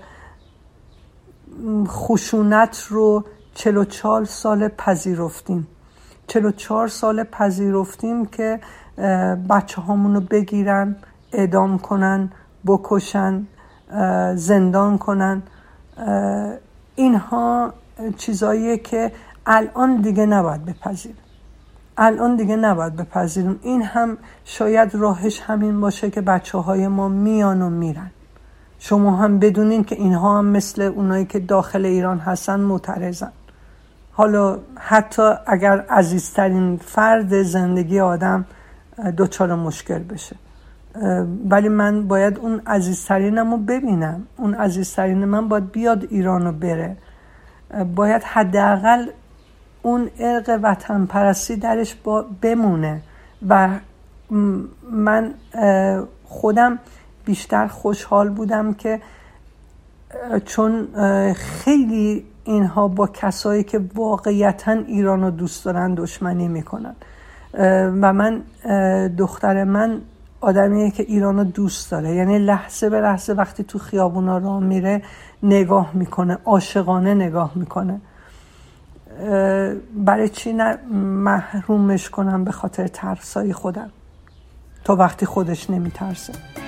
خشونت رو 44 سال پذیرفتیم. 44 سال پذیرفتیم که بچه هامونو بگیرن، اعدام کنن، بکشن، زندان کنن. اینها چیزاییه که الان دیگه نباید بپذیریم. این هم شاید راهش همین باشه که بچه های ما میان و میرن. شما هم بدونین که اینها هم مثل اونایی که داخل ایران هستن معترضن. حالا حتی اگر عزیزترین فرد زندگی آدم دچار مشکل بشه، ولی من باید اون عزیزترینمو ببینم. اون عزیزترین من باید بیاد ایرانو بره. باید حداقل اون ارق وطن پرستی درش بمونه و من خودم بیشتر خوشحال بودم که چون خیلی اینها با کسایی که واقعیتاً ایرانو دوست دارن دشمنی میکنن و دختر من آدمیه که ایرانو دوست داره. یعنی لحظه به لحظه وقتی تو خیابونا راه میره نگاه میکنه، عاشقانه نگاه میکنه. برای چی محرومش کنم به خاطر ترسای خودم تا وقتی خودش نمیترسه؟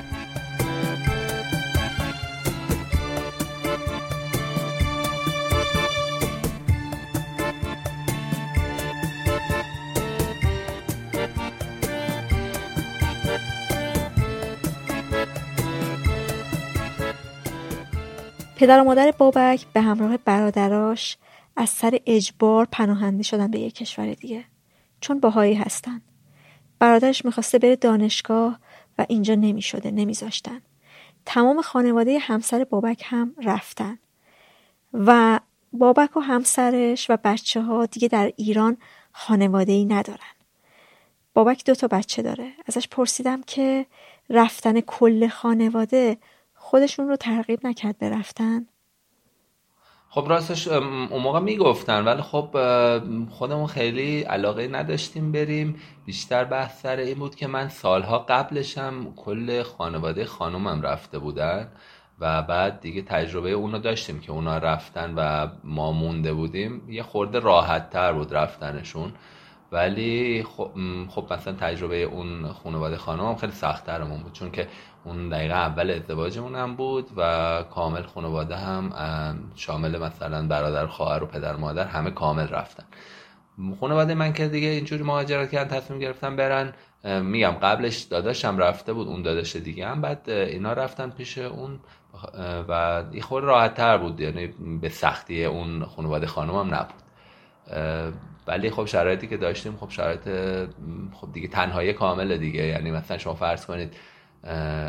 پدر و مادر بابک به همراه برادراش از سر اجبار پناهنده شدن به یک کشور دیگه، چون بهایی هستن. برادرش میخواسته بره دانشگاه و اینجا نمیذاشتن. تمام خانواده همسر بابک هم رفتن و بابک و همسرش و بچه ها دیگه در ایران خانواده‌ای ندارن. بابک 2 بچه داره. ازش پرسیدم که رفتن کل خانواده خودشون رو ترغیب نکرد به رفتن؟ خب راستش اون موقع میگفتن، ولی خب خودمون خیلی علاقه نداشتیم بریم. بیشتر بحث سر این بود که من سالها قبلشم کل خانواده خانومم رفته بودن و بعد دیگه تجربه اونو داشتیم که اونا رفتن و ما مونده بودیم. یه خورده راحت تر بود رفتنشون، ولی خب مثلا تجربه اون خانواده خانومم خیلی سخت ترمون بود، چون که اون دقیقه اول ازدواجمون هم بود و کامل خانواده هم شامل مثلا برادر، خواهر و پدر مادر همه کامل رفتن. خانواده من که دیگه اینجوری مهاجرت کردن، تصمیم گرفتن برن. میگم قبلش داداشم رفته بود، اون داداش دیگه هم، بعد اینا رفتن پیش اون و یه خورده راحت تر بود، یعنی به سختی اون خانواده خانومم نبود. ولی خب شرایطی که داشتیم خب شرایط خب دیگه تنهایی کامله دیگه. یعنی مثلا شما فرض کنید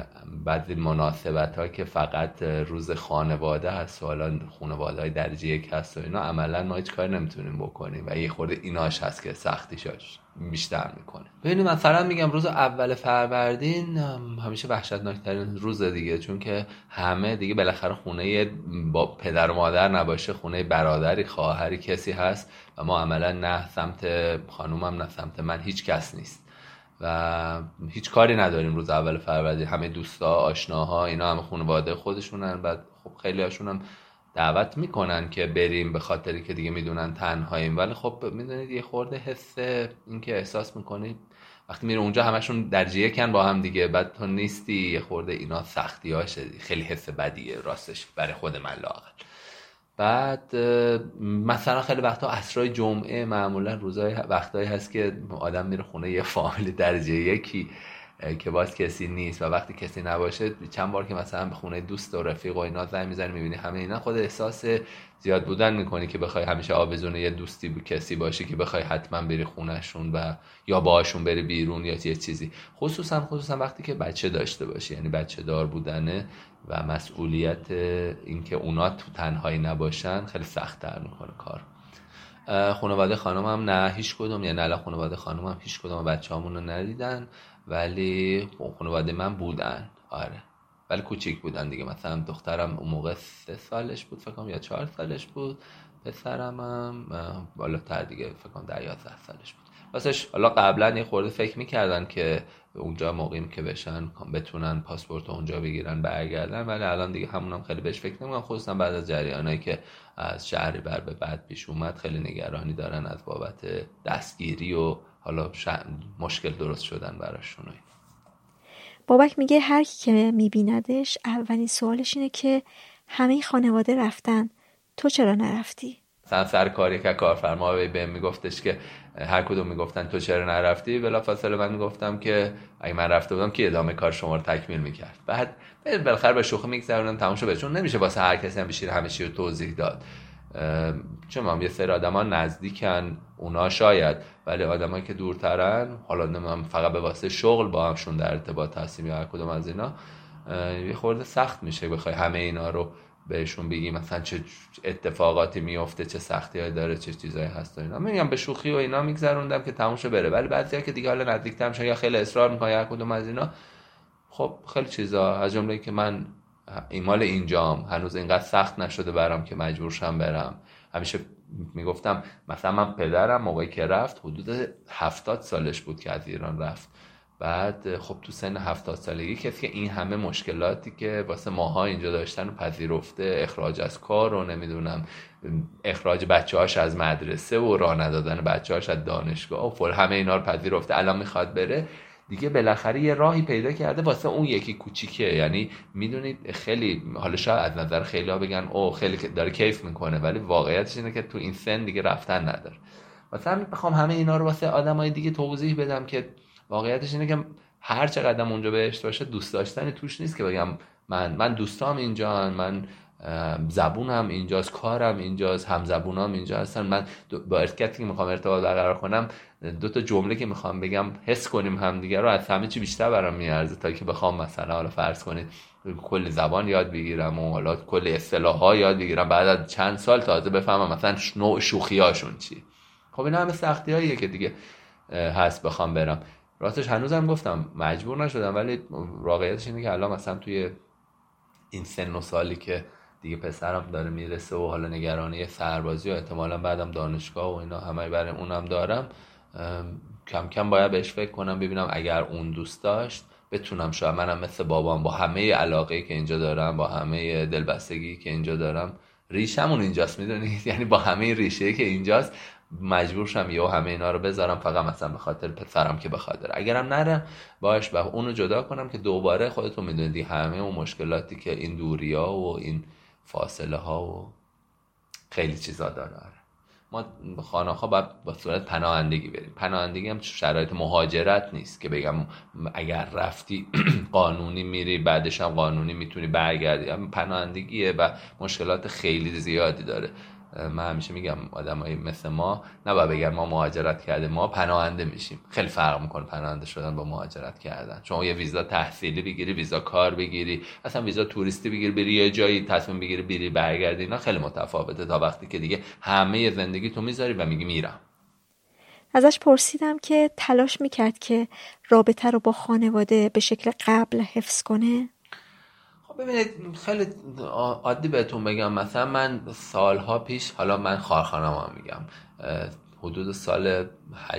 بعضی مناسبت ها که فقط روز خانواده هست و حالا خانواده های درجه یک هست و اینا، عملا ما هیچ کار نمیتونیم بکنیم و یه خورده ایناش هست که سختیشاش بیشتر میکنه. ببینید مثلا میگم روز اول فروردین همیشه وحشتناکترین روز دیگه، چون که همه دیگه بالاخره خونه با پدر و مادر نباشه، خونه برادری، خواهری، کسی هست و ما عملا نه سمت خانومم نه سمت من هیچ کس نیست و هیچ کاری نداریم روز اول فروردین. همه دوستا، آشناها، اینا همه خانواده خودشونن. بعد خب خیلی هاشون هم دعوت میکنن که بریم به خاطری که دیگه میدونن تنهاییم، ولی خب میدونید یه خورده حس این که احساس میکنید وقتی میره اونجا همشون درجه یکن با هم دیگه، بعد تو نیستی، یه خورده اینا سختی هاشه، خیلی حس بدیه راستش برای خود من لااقل. بعد مثلا خیلی وقتا عصرهای جمعه معمولا وقتایی هست که آدم میره خونه یه فامیل درجه یکی که باز کسی نیست و وقتی کسی نباشه چند بار که مثلا به خونه دوست و رفیق و اینا زنگ میزنی میبینی همه اینا، خود احساس زیاد بودن میکنی که بخوای همیشه آویزون یه دوستی کسی باشی که بخوای حتما بری خونهشون و یا باهاشون بری بیرون یا یه چیزی، خصوصا وقتی که بچه داشته باشی، یعنی بچه دار بودنه و مسئولیت این که اونا تو تنهایی نباشن خیلی سخت‌تر میکنه کار. خانواده خانومم نه هیچ کدوم، یعنی الان خانواده خانومم هیچ کدوم بچه‌هامون رو ندیدن، ولی خانواده من بودن. آره ولی کوچیک بودن دیگه. مثلا دخترم اون موقع 3 سالش بود فکر کنم یا 4 سالش بود، پسرم هم بالاتر دیگه فکر کنم 10-11 سالش بود. واسش حالا قبلا یه خورده فکر می‌کردن که اونجا مقیم که بشن بتونن پاسپورت اونجا بگیرن برگردن، ولی الان دیگه همونم خیلی بهش فکر نمی‌کنم، خصوصا بعد از جریانایی که از شهریور به بعد پیش اومد خیلی نگرانی دارن از بابت دستگیری و حالا مشکل درست شدن براشون. بابک میگه هر کی که میبیندش اولین سوالش اینه که همه خانواده رفتن، تو چرا نرفتی؟ سر کاری که کارفرما بهم میگفتش که هر کدوم میگفتن تو چرا نرفتی، بلافاصله من میگفتم که اگه من رفته بودم که ادامه کار شما رو تکمیل میکرد. بعد بالاخره به شوخی میگذرونم تموم شد، چون نمیشه واسه هر کسی هم بشینه همه چی رو توضیح داد. چون ما یه سری آدما نزدیکن اونا شاید، ولی آدمایی که دورترن حالا نمیدونم فقط به واسه شغل با همشون در ارتباط هستیم یا هر کدوم از اینا، یه خورده سخت میشه بخوای همه اینا رو بهشون بگی مثلا چه اتفاقاتی میفته، چه سختی‌هایی داره، چه چیزایی هست و اینا. میگم به شوخی و اینا میگذروندم که تموم شه بره، ولی بعضیا که دیگه حالا نزدیک‌تر میشن یا خیلی اصرار میکنن هر کدوم از اینا، خب خیلی چیزا از جمله که من ایمال اینجام هنوز اینقدر سخت نشده برام که مجبور شم برم. همیشه میگفتم مثلا من پدرم موقعی که رفت حدود 70 سالش بود که از ایران رفت. بعد خب تو سن 70 سالگی کسی که این همه مشکلاتی که واسه ماها اینجا داشتن و پذیرفته، اخراج از کار و نمیدونم اخراج بچه‌هاش از مدرسه و راه ندادن بچه‌هاش از دانشگاه و همه اینا رو پذیرفته، الان میخواد بره دیگه، بالاخره یه راهی پیدا کرده واسه اون یکی کوچیکه. یعنی میدونید خیلی حالا شاید از نظر خیلی ها بگن او خیلی داره کیف میکنه، ولی واقعیتش اینه که تو این سن دیگه رفتن نداره. مثلا بخوام همه اینا رو واسه آدمای دیگه توضیح بدم که واقعیتش اینه که هر چقدر اونجا بهشت باشه دوست داشتن توش نیست که بگم من دوستام اینجان، من زبونم اینجاست، کارم اینجاست، همزبونام اینجا هستن، من با ارتباطی که میخوام ارتباط برقرار کنم 2 جمله که میخوام بگم حس کنیم همدیگه رو، از همه چی بیشتر برام میارزه تا که بخوام مثلا حالا فرض کنید کل زبان یاد بگیرم و حالا کل اصطلاح‌ها یاد بگیرم بعد از چند سال تازه بفهمم مثلا نوع شوخی‌هاشون چی. خب اینا همه سختی‌هاییه که دیگه هست بخوام برم. راستش هنوزم گفتم مجبور نشدم، ولی واقعیتش اینه که الان مثلا توی این سن و سالی که دیگه پسرم داره میرسه و حالا نگرانی سربازی و احتمالاً بعدم دانشگاه و اینا همه برای اونم دارم، کم کم باید بهش فکر کنم ببینم اگر اون دوست داشت بتونم شاید منم مثل بابام با همه علاقه‌ای که اینجا دارم، با همه دلبستگی که اینجا دارم، ریشمون اینجاست میدونید، یعنی با همه ریشه‌ای که اینجاست مجبور شم یا همه اینا رو بذارم فقط مثلا به خاطر پسرم که بخاطر، اگرم نرم باش و اونو جدا کنم که دوباره خودتون میدونید همه اون مشکلاتی که این دوریا و این فاصله ها و خیلی چیزا داره. ما خانه‌ها باید با صورت پناهندگی بریم. پناهندگی هم شرایط مهاجرت نیست که بگم اگر رفتی قانونی میری بعدش هم قانونی میتونی برگردی. پناهندگیه و مشکلات خیلی زیادی داره. من همیشه میگم آدمایی مثل ما نباید بگن ما مهاجرت کردیم، ما پناهنده میشیم. خیلی فرق میکنه پناهنده شدن با مهاجرت کردن. چون یه ویزا تحصیلی بگیری، ویزا کار بگیری، اصلا ویزا توریستی بگیری بری یه جایی تصمیم بگیری بری برگردی، اینا خیلی متفاوته تا وقتی که دیگه همه زندگی تو میذاری و میگی میرم. ازش پرسیدم که تلاش میکرد که رابطه رو با خانواده به شکل قبل حفظ کنه. ببینید خیلی عادی بهتون بگم، مثلا من سالها پیش، حالا من خواهرخانه‌ام میگم، حدود سال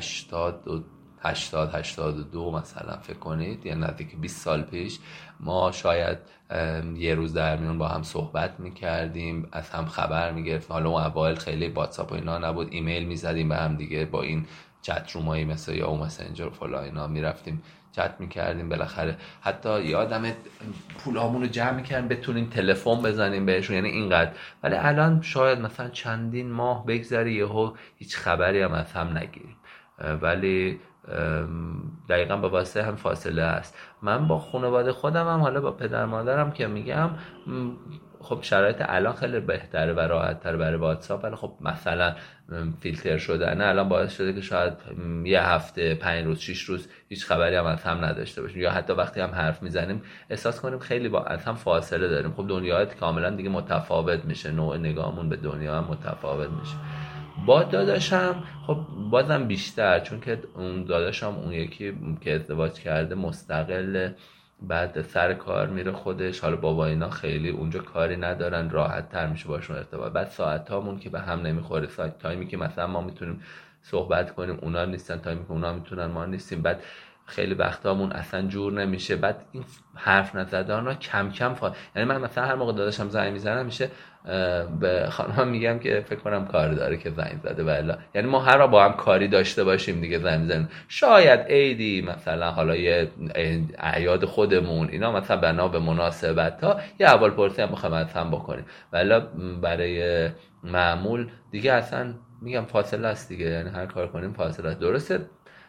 82 مثلا فکر کنید، یعنی نزدیک 20 سال پیش، ما شاید یه روز در میون با هم صحبت میکردیم، از هم خبر میگرفتیم. حالا اون اوایل خیلی واتساپ و اینا نبود، ایمیل میزدیم به هم دیگه، با این چت رومایی مثل یا او مسنجر و فلان اینا میرفتیم چت میکردیم. بالاخره حتی یادم پولامون رو جمع میکردیم بتونیم تلفن بزنیم بهشون، یعنی اینقدر. ولی الان شاید مثلا چندین ماه بگذره یهو هیچ خبری هم از هم نگیریم. ولی دقیقا به واسطه هم فاصله است. من با خانواده خودم هم، حالا با پدر مادرم که میگم، خب شرایط الان خیلی بهتره و راحت تر برای واتساپ، ولی خب مثلا فیلتر شدنه الان باعث شده که شاید یه هفته 5 روز 6 روز هیچ خبری هم از هم نداشته باشیم، یا حتی وقتی هم حرف میزنیم احساس کنیم خیلی با از هم فاصله داریم. خب دنیای کاملا دیگه متفاوت میشه، نوع نگاهمون به دنیا هم متفاوت میشه. با داداشم خب بازم بیشتر، چون که اون داداشم اون یکی که ازدواج کرده مستقل، بعد سر کار میره خودش، حالا بابا اینا خیلی اونجا کاری ندارن، راحت تر میشه باشون ارتباط. بعد ساعت هامون که به هم نمیخوره، تایمی که مثلا ما میتونیم صحبت کنیم اونا نیستن، تایمی که اونا میتونن ما نیستیم، بعد خیلی وقتامون اصلا جور نمیشه. بعد این حرف نزدن کم کم یعنی من مثلا هر موقع داداشم زنگ میزنم میشه به خانمم میگم که فکر کنم کار داره که زنگ زده، ولی یعنی ما هر وقت با هم کاری داشته باشیم دیگه زنگ میزنیم، شاید عیدی مثلا، حالا یه اعیاد خودمون اینا، مثلا بنا به مناسبت ها یه اول پرسی هم میخوایم از هم بکنیم، ولی برای معمول دیگه اصلا میگم فاصله است دیگه، یعنی هر کار کنیم فاصله است. درسته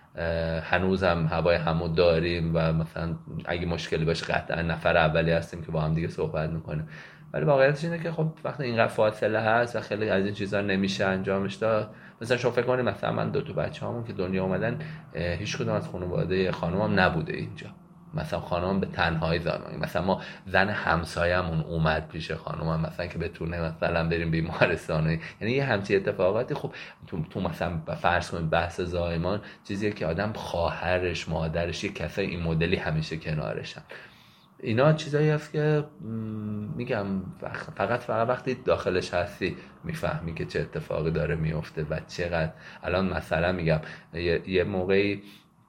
هنوزم هوای همو داریم و مثلا اگه مشکلی باشه قطعا نفر اولی هستیم که با هم دیگه صحبت میکنیم، ولی واقعیتش اینه که خب وقتی اینقدر فاصله هست و خیلی از این چیزا نمیشه انجامش داد. مثلا شما فکر کنید مثلا من 2 بچه‌هامون که دنیا اومدن هیچ کدوم از خانواده خانومم نبوده اینجا، مثلا خانم به تنهایی زانوی، مثلا ما زن همسایه‌مون اومد پیش خانومم مثلا که بتونه مثلا بریم بیمارستان، یعنی یه همچین اتفاقاتی. خب تو مثلا فرض کنید بحث زایمان چیزیه که آدم خواهرش، مادرش، یه کسای این مدلی همیشه کنارشن. اینا چیزایی هست که میگم فقط وقتی داخلش هستی میفهمی که چه اتفاقی داره میفته و چقدر. الان مثلا میگم یه موقعی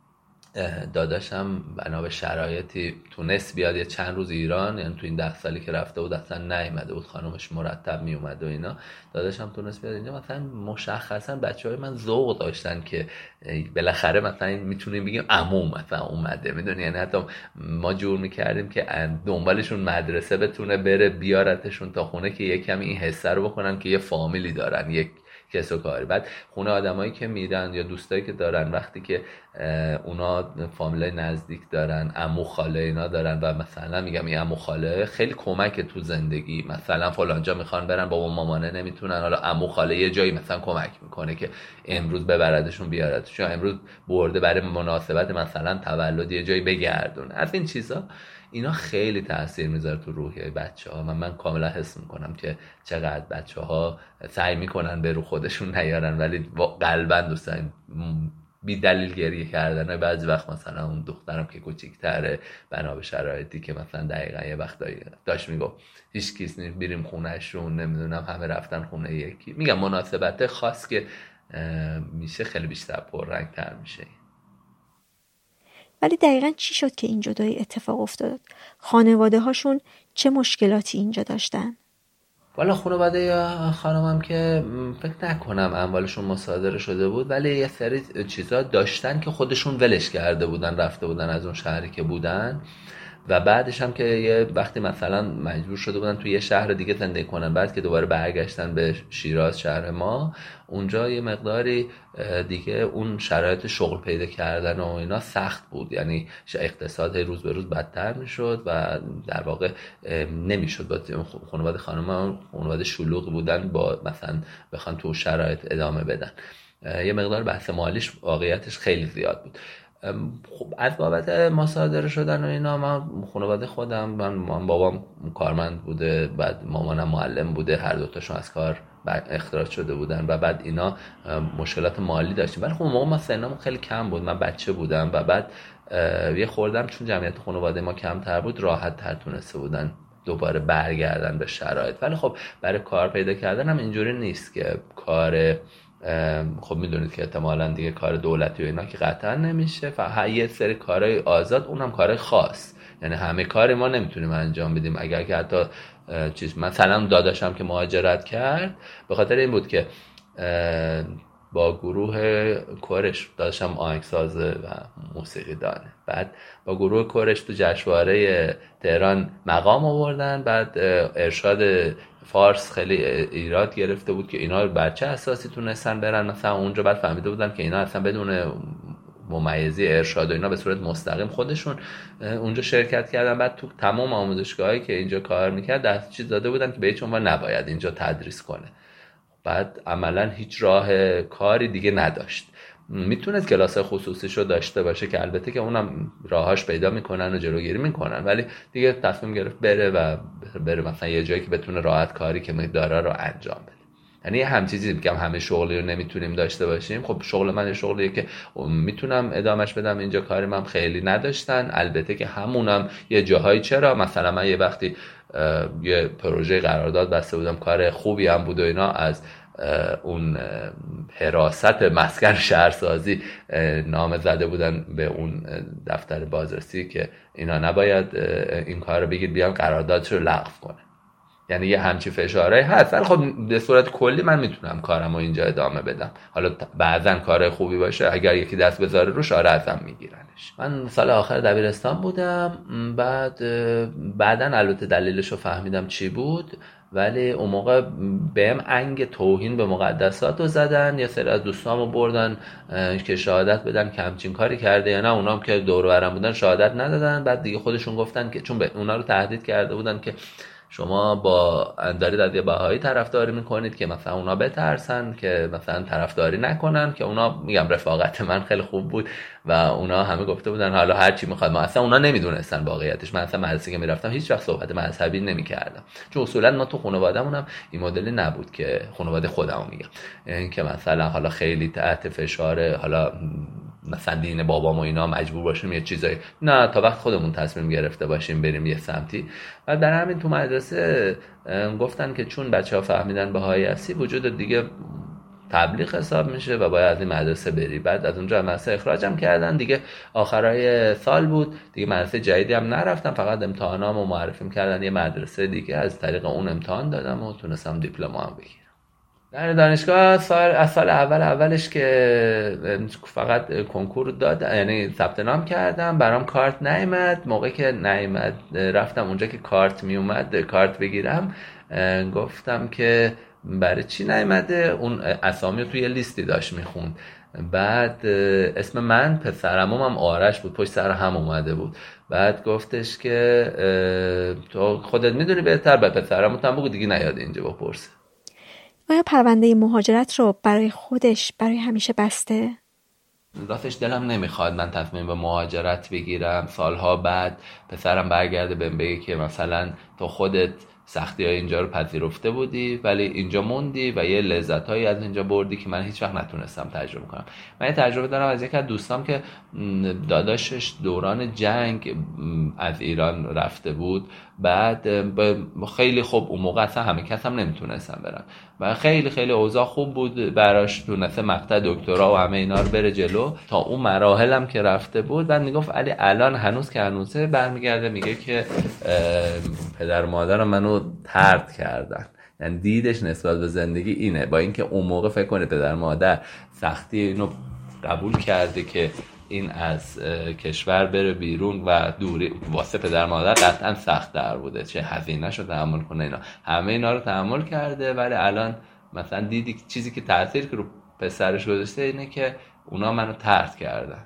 داداشم بنا به شرایطی تونست بیاد یه چند روز ایران، یعنی تو این 10 سالی که رفته بود اصلا نیومده بود، خانومش مرتب میومد و اینا، داداشم تونست بیاد اینجا. مثلا مشخصا بچهای من ذوق داشتن که بالاخره مثلا میتونیم بگیم عمو مثلا اومده، میدونی، یعنی حتی ما جور میکردیم که دنبالشون مدرسه بتونه بره بیارتشون تا خونه که یک کمی این حسه رو بکنن که یه فامیلی دارن، یک کس و کاری. بعد خونه آدمایی که میرن یا دوستایی که دارن وقتی که اونا فامیلای نزدیک دارن، عمو خاله اینا دارن و مثلا میگم این عمو خاله خیلی کمک تو زندگی، مثلا فلانجا میخوان برن بابا مامانه نمیتونن، حالا عمو خاله یه جایی مثلا کمک میکنه که امروز ببردشون بیاردشون، امروز برده برای مناسبت مثلا تولد یه جایی بگردونه. از این چیزا اینا خیلی تاثیر میذاره تو روحیه بچه‌ها. من کاملا حس میکنم که چقدر بچه‌ها سعی میکنن به رو خودشون نیارن ولی قلبا دوست دارن بی دلیل گریه کردن. بعضی وقت مثلا اون دخترم که کوچیک‌تره بنا به شرایطی که مثلا دقیقاً یه وقت داشت میگفت هیچ کس نیست بریم خونه‌شون، نمیدونم همه رفتن خونه یکی، میگم مناسبت خاص که میشه خیلی بیشتر پررنگ‌تر میشه. ولی دقیقاً چی شد که این جدایی اتفاق افتاد؟ خانواده هاشون چه مشکلاتی اینجا داشتن؟ والا خانواده خانمم که فکر نکنم اموالشون مصادره شده بود، ولی یه سری چیزا داشتن که خودشون ولش کرده بودن، رفته بودن از اون شهری که بودن و بعدش هم که یه وقتی مثلا مجبور شده بودن توی یه شهر دیگه زندگی کنن، بعد که دوباره برگشتن به شیراز شهر ما، اونجا یه مقداری دیگه اون شرایط شغل پیدا کردن و اینا سخت بود، یعنی اقتصاد روز به روز بدتر میشد و در واقع نمیشد با خانواده خانواده شلوغی بودن با مثلا بخوان تو شرایط ادامه بدن. یه مقدار بحث مالیش واقعیتش خیلی زیاد بود. خب از بابت مصادره شدن و اینا، من خانواده خودم، من بابام کارمند بوده، بعد مامانم معلم بوده، هر دوتاشون از کار اخراج شده بودن و بعد اینا مشکلات مالی داشتیم. ولی خب موقع ما سنم خیلی کم بود، من بچه بودم و بعد یه خوردم چون جمعیت خانواده ما کمتر بود، راحت تر تونسته بودن دوباره برگردن به شرایط. ولی خب برای کار پیدا کردن هم اینجوری نیست که کار، خب میدونید که احتمالاً دیگه کار دولتی و اینا که قطعا نمیشه، فقط یه سری کارهای آزاد، اونم کارهای خاص، یعنی همه کار ما نمیتونیم انجام بدیم. اگر که حتی مثلا داداشم که مهاجرت کرد به خاطر این بود که با گروه کورش، داداشم آهنگسازه و موسیقی دانه، بعد با گروه کورش تو جشنواره تهران مقام آوردن، بعد ارشاد فارس خیلی ایراد گرفته بود که اینا بر چه اساسی تونستن برن مثلا اونجا. بعد فهمیده بودن که اینا اصلا بدون ممیزی ارشاد و اینا به صورت مستقیم خودشون اونجا شرکت کردن. بعد تو تمام آموزشگاهایی که اینجا کار میکرد دستچیز داده بودن که به هیچ عنوان نباید اینجا تدریس کنه. بعد عملا هیچ راه کاری دیگه نداشت. میتونست کلاس خصوصیشو داشته باشه که البته که اونم راهاش پیدا میکنن و جلوگیری میکنن، ولی دیگه تصمیم گرفت بره مثلا یه جایی که بتونه راحت کاری که داره رو انجام بده. یعنی هم چیزی میگم همه شغلی رو نمیتونیم داشته باشیم. خب شغل من شغلیه که میتونم ادامش بدم، اینجا کاری من خیلی نداشتن. البته که همونم یه جاهایی چرا مثلا من یه وقتی یه پروژه قرارداد بسته بودم، کار خوبی هم بود و اینا، از اون حراست مسکن شهرسازی نامه زده بودن به اون دفتر بازرسی که اینا نباید این کار رو بگید بیان قراردادش رو لغو کنه. یعنی یه همچی فشارهایی هست. ولی خب به صورت کلی من میتونم کارم رو اینجا ادامه بدم. حالا بعضن کار خوبی باشه اگر یکی دست بذاره روش، آره ازم میگیرنش. من سال آخر دبیرستان بودم، بعدن البته دلیلش رو فهمیدم چی بود، ولی اون موقع بهم انگ توهین به مقدسات رو زدن. یه سری از دوستامو بردن که شهادت بدن که همچین کاری کرده یا نه. اونام که دور و برم بودن شهادت ندادن. بعد دیگه خودشون گفتن که چون به اونا رو تهدید کرده بودن که شما با دارید از یه بهایی طرفداری میکنید که مثلا اونا بترسن که مثلا طرفداری نکنن، که اونا میگم رفاقت من خیلی خوب بود و اونا همه گفته بودن حالا هر چی میخواد. ما اصلا اونا نمیدونستن واقعیتش. من اصلا مدرسه که میرفتم هیچ وقت صحبت مذهبی نمیکردم، چون اصولا ما تو خانواده‌مون هم این مدلی نبود که خانواده خودمون میگم این که مثلا حالا خیلی تحت فشار حالا مثلا دین بابام و اینا مجبور باشیم یه چیزایی، نه، تا وقت خودمون تصمیم گرفته باشیم بریم یه سمتی. و در همین تو مدرسه گفتن که چون بچه‌ها فهمیدن بهایی هستی وجود دیگه تبلیغ حساب میشه و باید از این مدرسه بری. بعد از اونجا مدرسه اخراجم کردن دیگه. آخرای سال بود دیگه، مدرسه جدیدی هم نرفتم، فقط امتحانامو معرفی کردن یه مدرسه دیگه، از طریق اون امتحان دادم و تونستم دیپلمام بگیرم. در دانشگاه از سال اولش که فقط کنکور دادم، یعنی ثبت نام کردم، برام کارت نیامد. موقعی که نیامد رفتم اونجا که کارت میومد کارت بگیرم، گفتم که برای چی نیامده. اون اسامی رو توی لیستی داشت میخوند. بعد اسم من پسرمم هم آرش بود، پشت سر هم اومده بود. بعد گفتش که تو خودت میدونی بهتر، به پسرمت هم بگو دیگه نیاد اینجا بپرسه. آیا پرونده مهاجرت رو برای خودش برای همیشه بسته؟ راستش دلم نمیخواد من تصمیم به مهاجرت بگیرم. سالها بعد پسرم برگرده بهم بگه که مثلا تو خودت سختی‌های اینجا رو پذیرفته بودی ولی اینجا موندی و یه لذت‌هایی از اینجا بردی که من هیچ وقت نتونستم تجربه کنم. من یه تجربه دارم از یک از دوستام که داداشش دوران جنگ از ایران رفته بود. بعد خیلی خوب اون موقع اصلا همه کس هم نمیتونستن برن و خیلی خیلی اوضاع خوب بود براش، تونسته مقطع دکترا و همه اینا رو بره جلو تا اون مراحل هم که رفته بود. بعد میگفت علی الان هنوز که هنوزه برمیگرده میگه که پدر و مادرم منو طرد کردن. یعنی دیدش نسبت به زندگی اینه، با اینکه اون موقع فکر کنه پدر مادر سختی اینو قبول کرده که این از کشور بره بیرون و دوری واسه پدر مادر قطعا سخت در بوده، چه هزینه‌اش رو تحمل کنه، اینا همه اینا رو تحمل کرده. ولی الان مثلا دیدی چیزی که تأثیر که رو پسرش گذاشته اینه که اونا منو طرد کردن،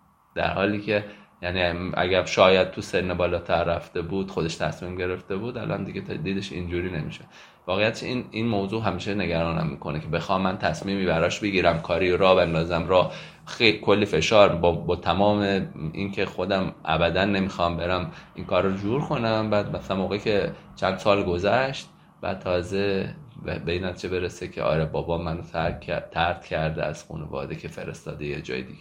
در حالی که یعنی اگر شاید تو سن بالاتر رفته بود خودش تصمیم گرفته بود، الان دیگه دیدش اینجوری نمیشه. واقعیت این موضوع همیشه نگرانم میکنه که بخوام من تصمیمی براش بگیرم، کاری را بندازم را، خیلی کلی فشار با تمام این که خودم ابدا نمیخوام برم این کار رو جور کنم، بعد مثلا موقعی که چند سال گذشت بعد تازه به این نتیجه برسه که آره بابا منو طرد کرده از خانواده که فرستاده یه جای دیگه.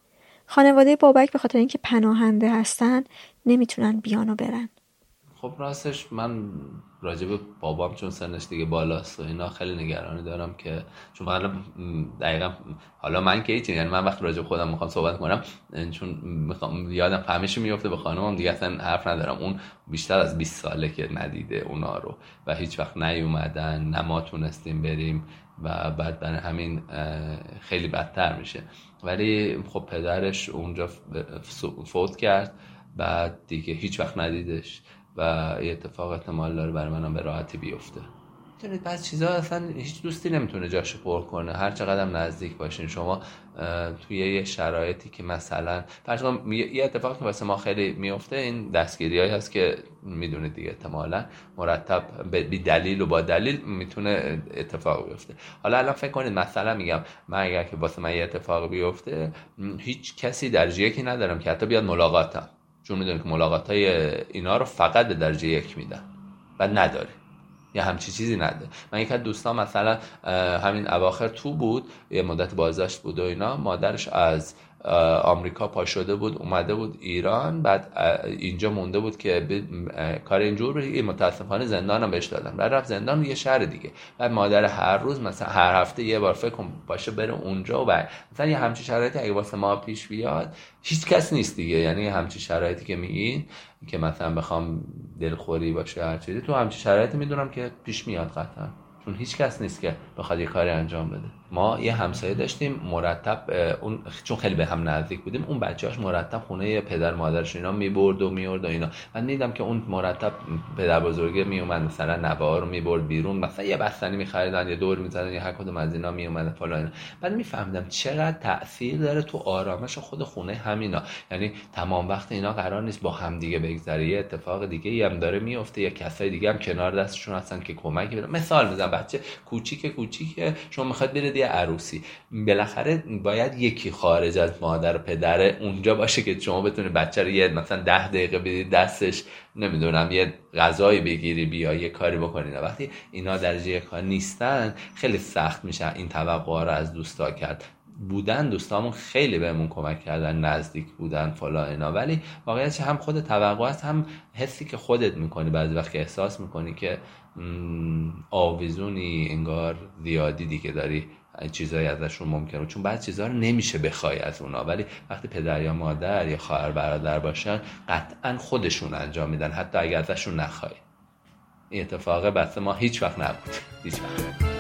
خانواده بابک به خاطر اینکه پناهنده هستن نمیتونن بیان و برن. خب راستش من راجع به بابام چون سنش دیگه بالاست و اینا خیلی نگرانی دارم که چون دقیقا حالا من که هیچی، یعنی من وقت راجع به خودم میخوام صحبت کنم چون میخوام یادم همیشه میفته به خانومم دیگه اصلا حرف ندارم، اون بیشتر از 20 ساله که ندیده اونا رو و هیچ وقت نیومدن، نه ما تونستیم بریم و بعد برای همین خیلی بدتر میشه. ولی خب پدرش اونجا فوت کرد، بعد دیگه هیچ وقت ندیدش و یه اتفاق احتمال داره برای منم به راحتی بیفته. میتونید بعض چیزا اصلا هیچ دوستی نمیتونه جاشو پر کنه هر چقدر هم نزدیک باشین شما. توی یه شرایطی که مثلا فرض کن یه اتفاقی که واسه ما خیلی میفته این دستگیریایی هست که میدونید دیگه احتمالاً مرتب بی دلیل و با دلیل میتونه اتفاق بیفته. حالا الان فکر کنید مثلا میگم من اگر که واسه من یه اتفاق بیفته هیچ کسی درجه یکی ندارم که حتی بیاد ملاقاتم، چون میدونید که ملاقاتای اینا رو فقط به درجه 1 میدن و نداره یا همچی چیزی نداره. من یک از دوستان مثلا همین اواخر تو بود، یه مدت بازداشت بود و اینا، مادرش از آمریکا پا شده بود اومده بود ایران، بعد اینجا مونده بود که کار اینجور بشه، متاسفانه زندان هم بهش دادن، بعد رفت زندان یه شهر دیگه، بعد مادر هر روز مثلا هر هفته یه بار فکر کنم باشه بره اونجا و بعد مثلا یه همچین شرایطی اگه واسه ما پیش بیاد هیچ کس نیست دیگه. یعنی همچین شرایطی که میگین که مثلا بخوام دلخوری باشه هر چیزی، تو همچین شرایطی میدونم که پیش میاد قطعا، چون هیچ کس نیست که بخواد یه کاری انجام بده. ما یه همسایه داشتیم مرتب اون چون خیلی به هم نزدیک بودیم، اون بچه‌اش مرتب خونه پدر مادرش اینا میبرد و میورد و اینا. من دیدم که اون مرتب پدر بزرگه میومد مثلا نوه‌ها رو میبرد بیرون، مثلا یه بستنی می‌خریدن، یه دور می‌زدن، یه هر کدوم از اینا میومد فلان. بعد میفهمیدم چقدر تأثیر داره تو آرامش خود خونه همینا. یعنی تمام وقت اینا قرار نیست با هم دیگه بگذره، یه اتفاق دیگه هم داره میفته، یا کسای دیگه هم کنار دستشون هستن که کمک بدن. مثال میزنم بچه کوچیکه شما میخواد بره یه عروسی، بالاخره باید یکی خارج از مادر و پدر اونجا باشه که شما بتونید بچه رو یه مثلا 10 دقیقه بدید دستش، نمیدونم یه غذایی بگیری بیا یه کاری بکنید. وقتی اینا درجه یک کار نیستن خیلی سخت میشه این توقع رو از دوستا کرد. بودن دوستامون خیلی بهمون کمک کردن، نزدیک بودن فلان اینا، ولی واقعیتش هم خود توقع است، هم حسی که خودت میکنی بعضی وقت که احساس میکنی که آویزونی انگار زیادی دیگه داری چیزایی ازشون ممکنه، چون بعضی چیزا رو نمیشه بخوای از اونا، ولی وقتی پدر یا مادر یا خواهر برادر باشن قطعا خودشون انجام میدن حتی اگر ازشون نخوای. این اتفاق بس ما هیچ وقت نبود، هیچ وقت.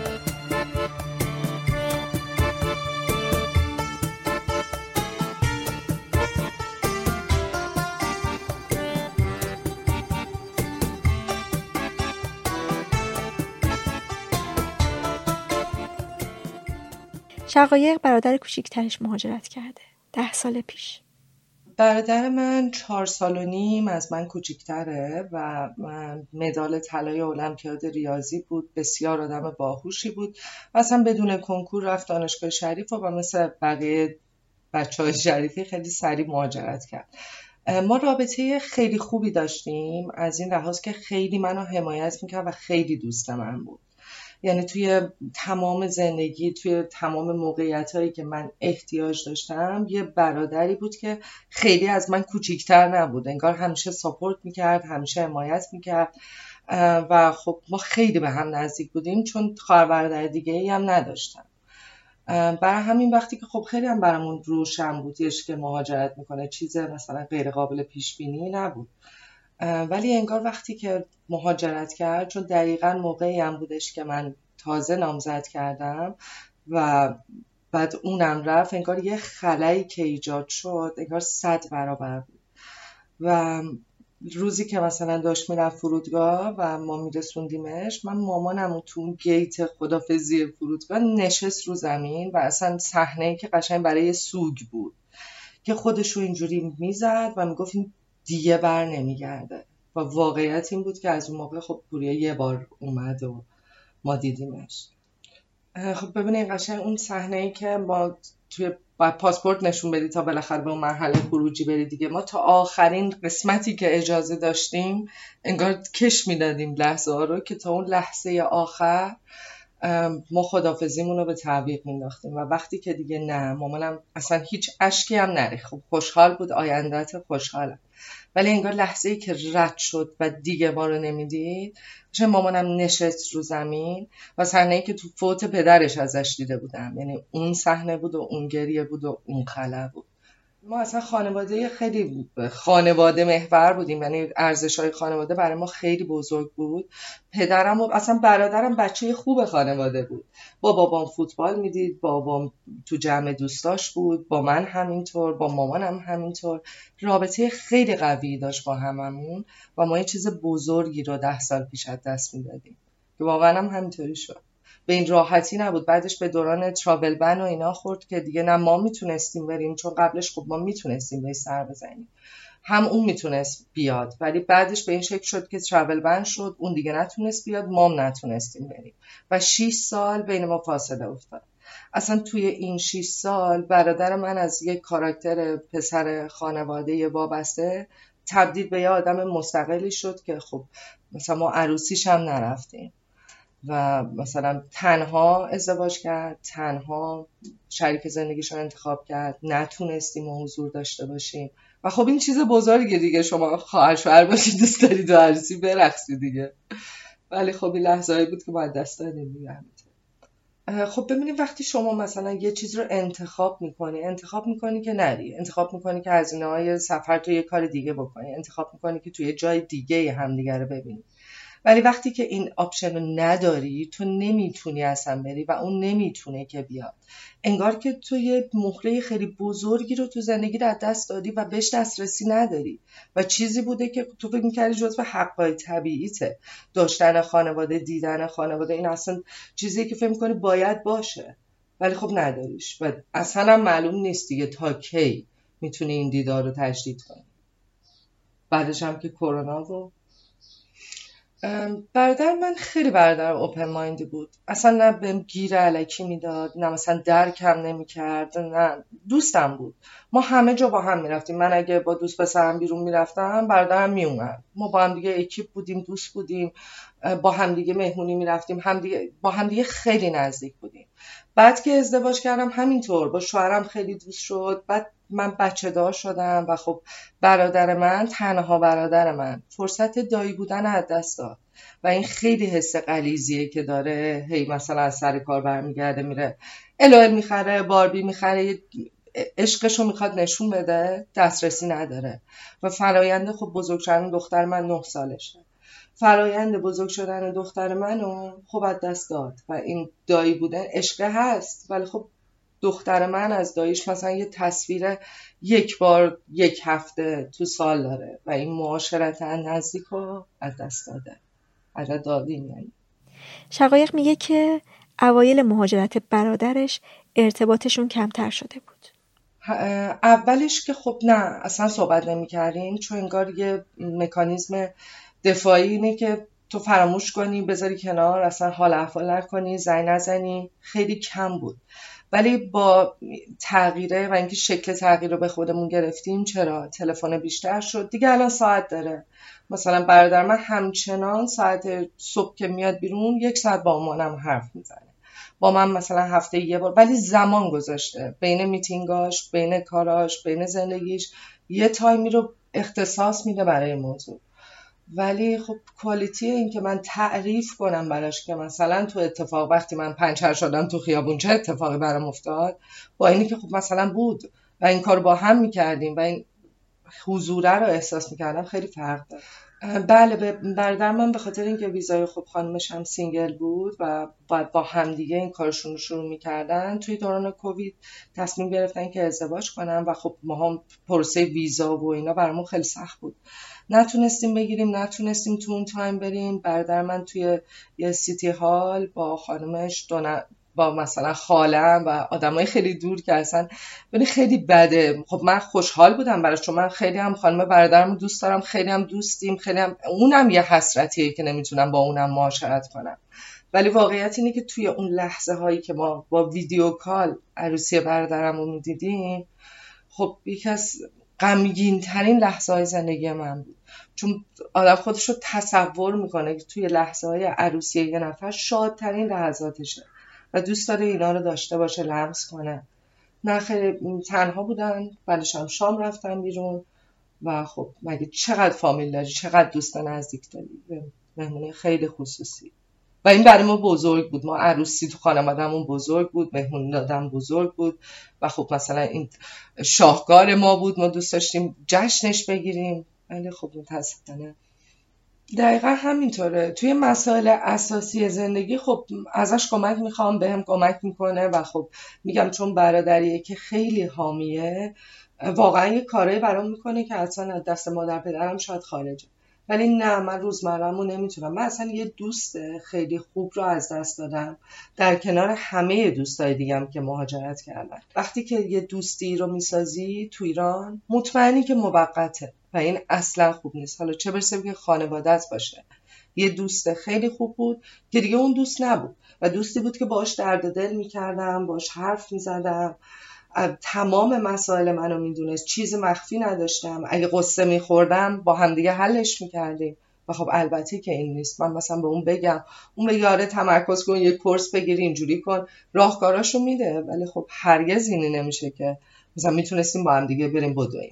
شقایق برادر کوچیکترش مهاجرت کرده 10 سال پیش. برادر من 4 سال و نیم از من کوچیکتره و مدال طلای المپیاد ریاضی بود، بسیار آدم باهوشی بود و اصلا بدون کنکور رفت دانشگاه شریف و مثل بقیه بچه‌های شریفی خیلی سریع مهاجرت کرد. ما رابطه خیلی خوبی داشتیم از این لحاظ که خیلی منو حمایت میکرد و خیلی دوست من بود. یعنی توی تمام زندگی، توی تمام موقعیتایی که من احتیاج داشتم یه برادری بود که خیلی از من کوچیکتر نبود، انگار همیشه ساپورت میکرد، همیشه حمایت میکرد و خب ما خیلی به هم نزدیک بودیم چون خواهر برادر دیگه ای هم نداشتم. برای همین وقتی که خب خیلی هم برامون روشن بودیش که مهاجرت میکنه، چیز مثلا غیر قابل پیش بینی نبود. ولی انگار وقتی که مهاجرت کرد، چون دقیقاً موقعی هم بودش که من تازه نامزد کردم و بعد اونم رفت، انگار یه خلایی که ایجاد شد انگار 100 برابر بود. و روزی که مثلا داشت میرفت فرودگاه و ما میرسوندیمش، من مامانم تو اون گیت خدافزی فرودگاه نشست رو زمین و اصلا صحنه‌ای که قشنگ برای سوگ بود که خودشو اینجوری میزد و میگفت این دیگه بر نمیگرده. و واقعیت این بود که از اون موقع خب پوریا یه بار اومد و ما دیدیمش. خب ببینید قشنگ اون صحنه‌ای که ما توی پاسپورت نشون بدی تا بالاخره به اون مرحله خروجی بری دیگه، ما تا آخرین قسمتی که اجازه داشتیم انگار کش میدادیم لحظه ها رو که تا اون لحظه آخر ما خداحافظیمون رو به تعویق مینداختیم. و وقتی که دیگه نه، مامانم اصلا هیچ اشکی هم نریخت. خب خوشحال بود، آینده‌ات خوشحاله، ولی انگار لحظه‌ای که رد شد و دیگه ما رو نمیدید، چه مامانم نشست رو زمین و صحنه‌ای که تو فوت پدرش ازش دیده بودم، یعنی اون صحنه بود و اون گریه بود و اون خلأ بود. ما اصلا خانواده خیلی خانواده محور بودیم، یعنی ارزش‌های خانواده برای ما خیلی بزرگ بود. پدرم و اصلا برادرم بچه خوب خانواده بود، با بابام فوتبال میدید، بابام تو جمع دوستاش بود، با من همینطور، با مامانم همینطور، رابطه خیلی قوی داشت با هممون و ما یه چیز بزرگی رو 10 سال پیش از دست میدادیم که واقعا هم همینطوری شد. به این راحتی نبود، بعدش به دوران تراول بن و اینا خورد که دیگه نه ما میتونستیم بریم، چون قبلش خب ما میتونستیم به سر بزنیم، هم اون میتونست بیاد، ولی بعدش به این شکل شد که تراول بن شد، اون دیگه نتونست بیاد، ما نتونستیم بریم و 6 سال بین ما فاصله افتاد. اصلا توی این 6 سال برادر من از یک کاراکتر پسر خانواده وابسته تبدیل به یه آدم مستقلی شد که خب مثلا ما عروسیش هم نرفتیم و مثلا تنها ازدواج کرد، تنها شریک زندگیش رو انتخاب کرد، نتونستیم حضور داشته باشیم. و خب این چیز بزرگه دیگه، شما خواهر شوهر باشید، دوست دارید و عروسی برقصی دیگه، ولی خب این لحظه‌ای بود که باید دست دادیم دیگه. خب ببینید وقتی شما مثلا یه چیز رو انتخاب میکنی که نری، انتخاب میکنی که هزینه‌های سفر تو یه کار دیگه بکنی، انتخاب میکنی که توی جای دیگه همدیگه رو ببینی، ولی وقتی که این آپشن رو نداری تو نمیتونی اصلا بری و اون نمیتونه که بیاد. انگار که تو یه مهره خیلی بزرگی رو تو زندگی از دست دادی و بهش دسترسی نداری و چیزی بوده که تو فکر می‌کردی جزو حقای طبیعیته، داشتن خانواده، دیدن خانواده، این اصلا چیزی که فکر می‌کنی باید باشه ولی خب نداریش و اصلا معلوم نیست دیگه تا کی میتونی این دیدار رو تجدید کنی. بعدش هم که کرونا و برادر من خیلی برادر اوپن مایندی بود، اصلا نه بهم گیر الکی میداد، نه مثلا درکم نمیکرد، نه دوستم بود. ما همه جا با هم میرفتیم، من اگه با دوست پسرم بیرون میرفتم برادرم میومد، ما با هم دیگه اکیپ بودیم، دوست بودیم، با هم دیگه مهمونی میرفتیم، با هم دیگه خیلی نزدیک بودیم. بعد که ازدواج کردم همینطور با شوهرم خیلی دوست شد، بعد من بچه دار شدم و خب برادر من، تنها برادر من، فرصت دایی بودن از دست داد و این خیلی حس غلیظیه که داره، هی مثلا از سر کار برمیگرده میره الوئل میخره، باربی میخره، عشقشو میخواد نشون بده، دسترسی نداره و فرایند خب بزرگ شدن دختر من 9 سالشه، فرایند بزرگ شدن دختر منو خب از دست داد و این دایی بودن عشق هست ولی خب دختر من از داییش مثلا یه تصویر یک بار یک هفته تو سال داره و این معاشرت نزدیک رو از دست داده، از دادیم. یعنی شقایق میگه که اوایل مهاجرت برادرش ارتباطشون کمتر شده بود. اولش که خب نه اصلا صحبت نمی کردیم، چون انگار یه مکانیزم دفاعی اینه که تو فراموش کنی، بذاری کنار، اصلا حال احوال نکنی، زنگ نزنی، خیلی کم بود. ولی با تغییره و اینکه شکل تغییر رو به خودمون گرفتیم، چرا تلفن بیشتر شد دیگه، الان ساعت داره، مثلا برادر من همچنان ساعت صبح که میاد بیرون 1 ساعت با مامانم حرف میزنه، با من مثلا هفته یه بار، ولی زمان گذاشته بین میتینگاش، بین کاراش، بین زندگیش یه تایمی رو اختصاص میده برای موضوع. ولی خب کوالیتی این که من تعریف کنم براش که مثلا تو اتفاق وقتی من پنچر شدم تو خیابون چه اتفاقی برام افتاد، با اینی که خب مثلا بود و این کار با هم میکردیم و این حضوره رو احساس میکردم، خیلی فرق داره. بله، برادر من به خاطر اینکه ویزای خب خانمش هم سینگل بود و باید با همدیگه این کارشون رو شروع میکردن، توی دوران کووید تصمیم گرفتن که ازدواج کنن و خب ما هم پروسه ویزا و اینا برامون خیلی سخت بود، نتونستیم بگیریم، نتونستیم تو اون تایم بریم. برادر من توی یه سیتی هال با خانمش با مثلا خالم و آدمای خیلی دور که اصلا ولی خیلی بده. خب من خوشحال بودم براش، چون من خیلی هم خانم برادرمو دوست دارم، خیلی هم دوستیم، خیلی هم اونم یه حسرتیه که نمیتونم با اونم معاشرت کنم. ولی واقعیت اینه که توی اون لحظه هایی که ما با ویدیو کال عروسی برادرمو میدیدیم، خب یکی از غمگین ترین لحظه های زندگی من بود، چون آدم خودش رو تصور میکنه که توی لحظه های عروسی یه نفر شادترین لحظاتشه و دوست داره اینا رو داشته باشه، لمس کنه. نه خیلی تنها بودن، بعدش هم شام رفتن بیرون و خب مگه چقدر فامیل داری، چقدر دوست نزدیک داری، مهمونی خیلی خصوصی و این برای ما بزرگ بود. ما عروسی تو خانواده‌مون بزرگ بود، مهمون دادن بزرگ بود و خب مثلا این شاهکار ما بود، ما دوست داشتیم جشنش بگیریم. ولی خب متاسفانه دقیقا همینطوره توی مسائل اساسی زندگی. خب ازش کمک میخوام، بهم کمک میکنه و خب میگم چون برادریه که خیلی حامیه، واقعا یه کارایی برام میکنه که اصلا از دست مادر پدرم شاید خارجه. ولی نه، من روزمره‌مو نمیتونم. من اصلا یه دوست خیلی خوب رو از دست دادم در کنار همه دوستای دیگم که مهاجرت کردن. وقتی که یه دوستی رو میسازی تو ایران مطمئنی که موقته و این اصلا خوب نیست، حالا چه برسه که خانواده‌ات باشه. یه دوست خیلی خوب بود که دیگه اون دوست نبود و دوستی بود که باهاش درد دل میکردم، باهاش حرف میزدم، تمام مسائل منو میدونست، چیز مخفی نداشتم، اگه قصه میخوردم با همدیگه حلش میکردیم. و خب البته که این نیست من مثلا به اون بگم، اون بگه آره تمرکز کن، یه کورس بگیری، اینجوری کن، راهکاراشو میده، ولی خب هرگز اینی نمیشه که مثلا میتونستیم با همدیگه بریم بدویم.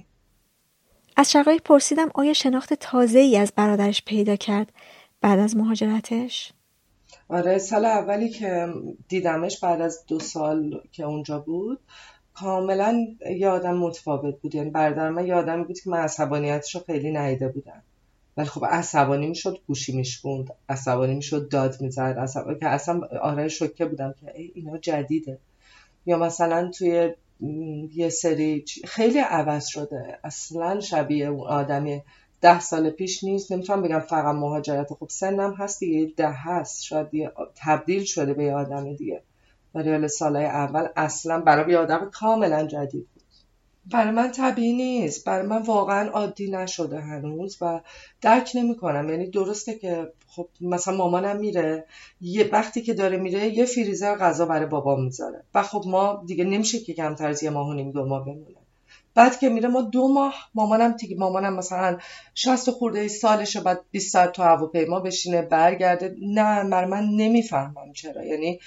از شقایق پرسیدم آیا شناخت تازه‌ای از برادرش پیدا کرد بعد از مهاجرتش؟ آره، سال اولی که دیدمش بعد از 2 سال که اونجا بود کاملا یه آدم متفاوت بود. یعنی برادر من یه آدمی بود که من عصبانیتش رو خیلی ندیده بودم، ولی خب عصبانی میشد گوشی میشکوند، عصبانی میشد داد میزد، که اصلا آره شوکه بودم که اینا جدیده. یا مثلا توی یه سری خیلی عوض شده، اصلا شبیه اون آدمی 10 سال پیش نیست. نمیتونم بگم فقط مهاجرت، خب سنم هست دیگه، 10 هست، شاید تبدیل شده به یه آدم دیگه، ولی حالا سالهای اول اصلا برای یه آدم کاملا جدید بود. برای من طبیعی نیست، برای من واقعا عادی نشده هنوز و درک نمی‌کنم. یعنی درسته که خب مثلا مامانم میره، یه وقتی که داره میره یه فریزر غذا برای بابام میذاره و خب ما دیگه نمیشه که کمتر از 1.5 ماه 2 ماه بمونه. بعد که میره ما 2 ماه، مامانم مثلا 60 خورده سالشه، بعد 20 ساعت تو هواپیما بشینه برگرده. نه من نمیفهمم چرا. یعنی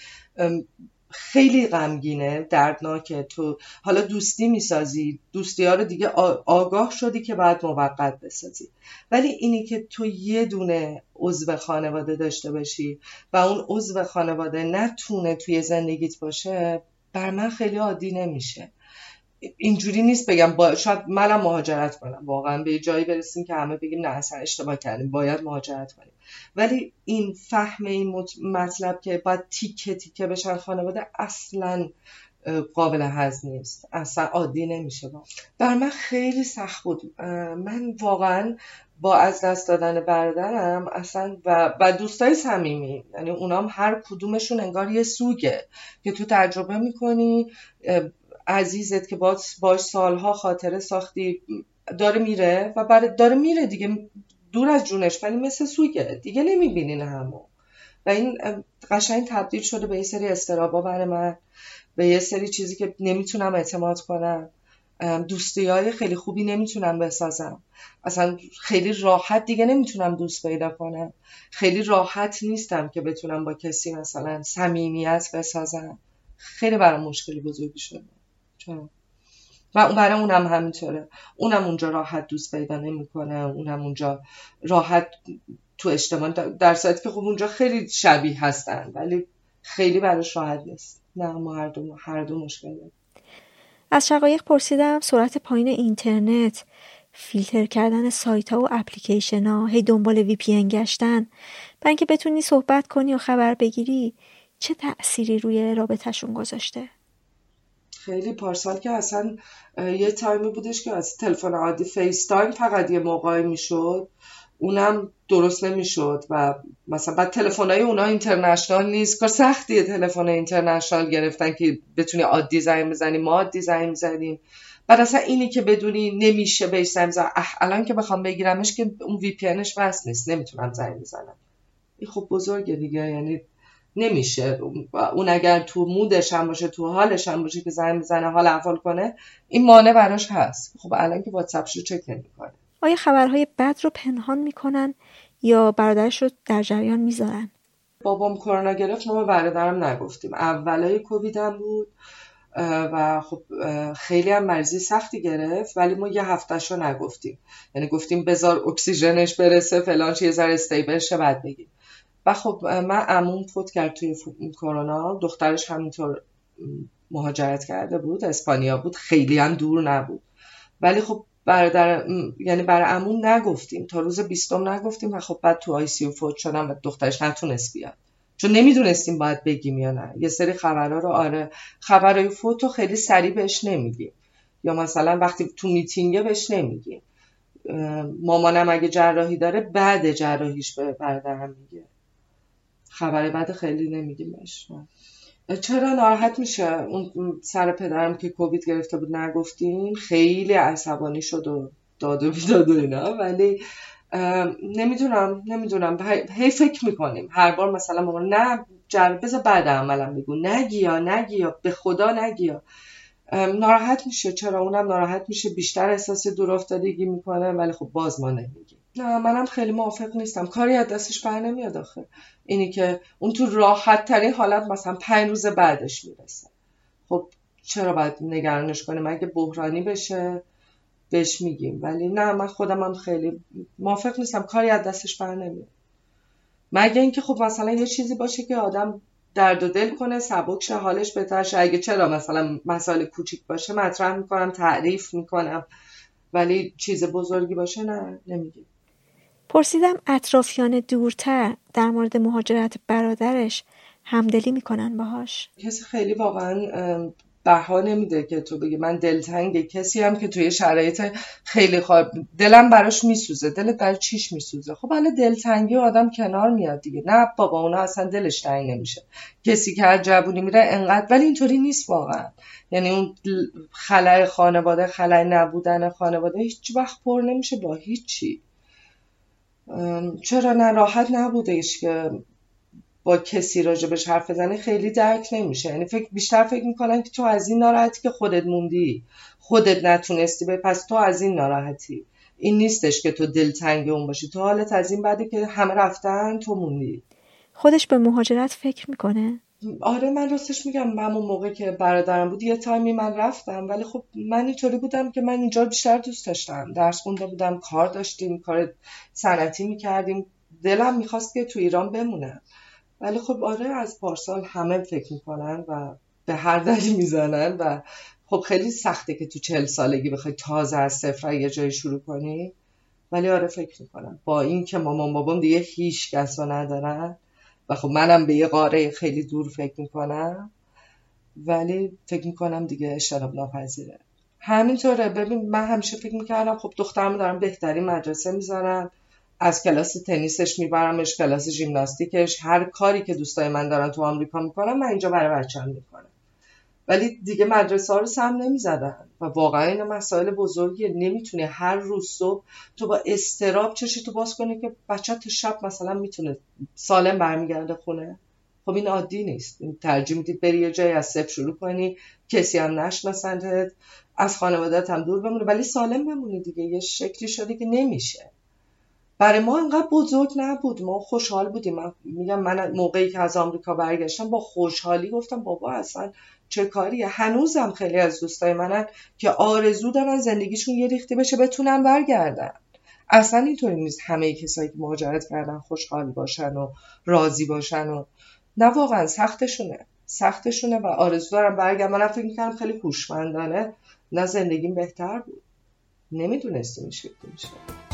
خیلی غمگینه، دردناکه. تو حالا دوستی میسازی، دوستی ها رو دیگه آگاه شدی که باید موقت بسازی، ولی اینی که تو یه دونه عضو خانواده داشته باشی و اون عضو خانواده نتونه توی زندگیت باشه، بر من خیلی عادی نمیشه. اینجوری نیست بگم شاید منم مهاجرت کنم، واقعا به جایی برسیم که همه بگیم نه اصلا اشتباه کردیم باید مهاجرت کنیم، ولی این فهم این مطلب که باید تیکه تیکه بشن خانواده اصلا قابل هضم نیست، اصلا عادی نمیشه. بر من خیلی سخت بود. من واقعا با از دست دادن برادرم اصلا و دوستای صمیمی، یعنی اونام هر کدومشون انگار یه سوگه که تو تجربه میکنی. عزیزت که باش سالها خاطره ساختی داره میره و داره میره دیگه دور از جونش، ولی مثل سوگه دیگه نمیبینین همو. و این قشنگ تبدیل شده به یه سری استرابا برای من، به یه سری چیزی که نمیتونم اعتماد کنم، دوستی‌های خیلی خوبی نمیتونم بسازم، اصلا خیلی راحت دیگه نمیتونم دوست پیدا کنم، خیلی راحت نیستم که بتونم با کسی مثلا صمیمیت بسازم. خیلی برام مشکلی بزرگی شده و برای اونم همینطوره. اونم اونجا راحت دوست پیدا نمیکنه، اونم اونجا راحت تو اجتماع، در صورتی که خب اونجا خیلی شبیه هستن ولی خیلی براش راحت نیست. نه، ما هر دو مشکل داریم. از شقایق پرسیدم سرعت پایین اینترنت فیلتر کردن سایت ها و اپلیکیشن ها، هی دنبال وی پی ان گشتن، برای اینکه بتونی صحبت کنی و خبر بگیری، چه تأثیری روی رابطه‌شون گذاشته؟ خیلی پارسال که اصلا یه تایمی بودش که از تلفن عادی فیس تایم فقط یه موقعی میشد، اونم درست نمیشد و مثلا بعد تلفن‌های اونا اینترنشنال نیست، کار سختیه تلفن اینترنشنال گرفتن که بتونی عادی زنگ بزنی. ما عادی زنگ می‌زدیم، بعد اصلا اینی که بدونی نمیشه بهش زنگ بزنم، الان که بخوام بگیرمش که اون وی پی انش وصل نیست، نمیتونم زنگ بزنم. این خب بزرگه دیگه، یعنی نمیشه. اون اگر تو مودش هم باشه، تو حالش هم باشه که زنگ بزنه حال احوال کنه، این مانع براش هست. خب الان که واتساپش رو چک نمی‌کنه. آیا خبرهای بد رو پنهان میکنن یا برادرش رو در جریان میذارن؟ بابام کرونا گرفت، ما به برادرم نگفتیم. اولای کووید هم بود و خب خیلی هم مریضی سختی گرفت، ولی ما یه هفتهشو نگفتیم. یعنی گفتیم بذار اکسیژنش برسه فلان چه، یه ذره استیبل شه بعد بگیم. و خب من عموم فوت کرد توی کرونا، دخترش همینطور مهاجرت کرده بود، اسپانیا بود، خیلی هم دور نبود. ولی خب یعنی برای عموم نگفتیم تا روز 20 نگفتیم و خب بعد تو آی سی یو فوت شدم و دخترش نتونست بیاد، چون نمیدونستیم باید بگیم یا نه. یه سری خبرها رو خبرهای فوتو خیلی سریع بهش نمیگیم، یا مثلا وقتی تو میتینگه بهش نمیگیم. مامانم اگه جراحی داره بعد جراحیش به برادرم میگه، خبر بعد خیلی نمیگیم بهش. چرا ناراحت میشه؟ اون سر پدرم که کووید گرفته بود نگفتیم، خیلی عصبانی شد و داد و بیداد و اینا، ولی نمیدونم هی فکر میکنیم هر بار مثلا مامان نه بذار بعد عملم بگو، نگیا به خدا نگیا. ناراحت میشه. چرا؟ اونم ناراحت میشه، بیشتر احساس دورافتادگی میکنه، ولی خب باز ما نمیگیم. نه منم خیلی موافق نیستم، کاری از دستش بر نمیاد آخه. اینی که اون تو راحت ترین حالت مثلا 5 روز بعدش میرسه، خب چرا باید نگرانش کنیم؟ اگه بحرانی بشه بهش میگیم، ولی نه من خودم هم خیلی موافق نیستم، کاری از دستش بر نمیاد. مگه اینکه خب مثلا یه چیزی باشه که آدم درد و دل کنه، سبک شه، حالش بهتر شه. اگه چرا مثلا مسائل کوچیک باشه مطرح میکنم، تعریف میکنم، ولی چیز بزرگی باشه نه نمیگیم. پرسیدم اطرافیان دورتر در مورد مهاجرت برادرش همدلی میکنن باهاش؟ کسی خیلی واقعا بها نمیده که تو بگی من دلتنگه. کسی هم که توی شرایط خیلی دلم براش میسوزه. دلت برای چیش میسوزه؟ خب حالا دلتنگی آدم کنار میاد دیگه. نه بابا اونا اصلا دلش تنگ نمیشه. کسی که هر جوونی میره انقدر، ولی اینطوری نیست واقعا. یعنی اون خلای خانواده، خلای نبودن خانواده هیچ وقت پر نمیشه با هیچی. چرا نه راحت نبودش که با کسی راجبش حرف بزنه، خیلی درک نمیشه. یعنی بیشتر فکر میکنن که تو از این ناراحتی که خودت موندی، خودت نتونستی پس تو از این ناراحتی. این نیستش که تو دلتنگ اون باشی، تو حالت از این بده که همه رفتن تو موندی. خودش به مهاجرت فکر میکنه؟ آره من راستش میگم، من اون موقع که برادرم بود یه تایمی من رفتم، ولی خب من اینطوری بودم که من اینجا بیشتر دوست داشتم. درس خونده بودم، کار داشتیم، کار صنعتی میکردیم، دلم میخواست که تو ایران بمونم. ولی خب آره از پارسال همه فکر میکنن و به هر دری میزنن و خب خیلی سخته که تو 40 سالگی بخوای تازه از صفر یه جایی شروع کنی. ولی آره فکر میکنم با این که مامان بابام دیگه هیچ کسا ندارن و خب منم به یه قاره خیلی دور فکر میکنم، ولی فکر میکنم دیگه اجتناب ناپذیره. همینطوره. ببین من همیشه فکر میکردم خب دخترمو دارم بهترین مدرسه میذارم، از کلاس تنیسش میبرمش، کلاس ژیمناستیکش، هر کاری که دوستای من دارن تو آمریکا میکنم من اینجا برای بچه‌م میکنم. ولی دیگه مدرسه ها رو سم نمیزدن و واقعا این مسائل بزرگیه. نمیتونه هر روز صبح تو با استراب چشتو باز کنی که بچه تا شب مثلا میتونه سالم برمیگرده خونه. خب این عادی نیست. این ترجیح میدی بری یه جایی از صفر شروع کنی، کسی هم نشناسنت، از خانواده‌ات هم دور بمونی، ولی سالم بمونی دیگه. یه شکلی شده که نمیشه. برای ما اینقدر بزرگ نبود، ما خوشحال بودیم. من میگم من موقعی که از آمریکا برگشتم با خوشحالی گفتم بابا اصلا چه کاریه. هنوزم خیلی از دوستای منن که آرزو دارن زندگیشون یه ریختی بشه بتونن برگردن. اصلا اینطوری نیست همه کسایی که مهاجرت کردن خوشحال باشن و راضی باشن و نه، واقعا سختشونه و آرزو دارن برگردن. من فکر می‌کردم خیلی هوشمندانه، نه زندگیم بهتر بود. نمیدونستیم این شکلی میشه.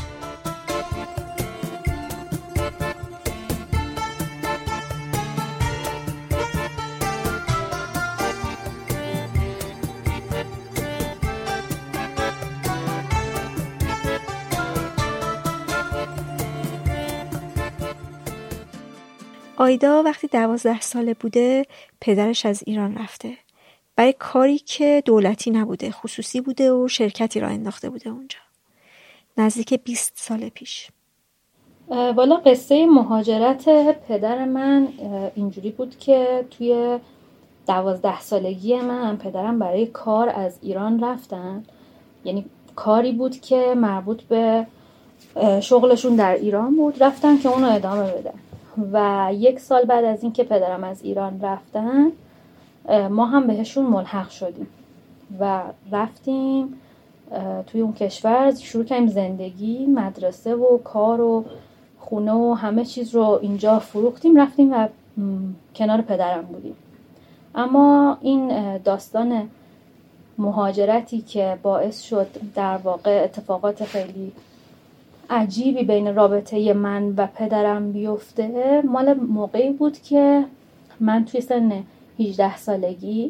آیدا وقتی 12 ساله بوده پدرش از ایران رفته برای کاری که دولتی نبوده، خصوصی بوده و شرکتی را انداخته بوده اونجا نزدیک 20 سال پیش. والا قصه مهاجرت پدر من اینجوری بود که توی 12 سالگی من پدرم برای کار از ایران رفتن، یعنی کاری بود که مربوط به شغلشون در ایران بود، رفتن که اونو ادامه بدن و 1 سال بعد از این که پدرم از ایران رفتن ما هم بهشون ملحق شدیم و رفتیم توی اون کشور، شروع کردیم زندگی، مدرسه و کار و خونه و همه چیز رو اینجا فروختیم، رفتیم و کنار پدرم بودیم. اما این داستان مهاجرتی که باعث شد در واقع اتفاقات خیلی عجیبی بین رابطه من و پدرم بیفته مال موقعی بود که من توی سن 18 سالگی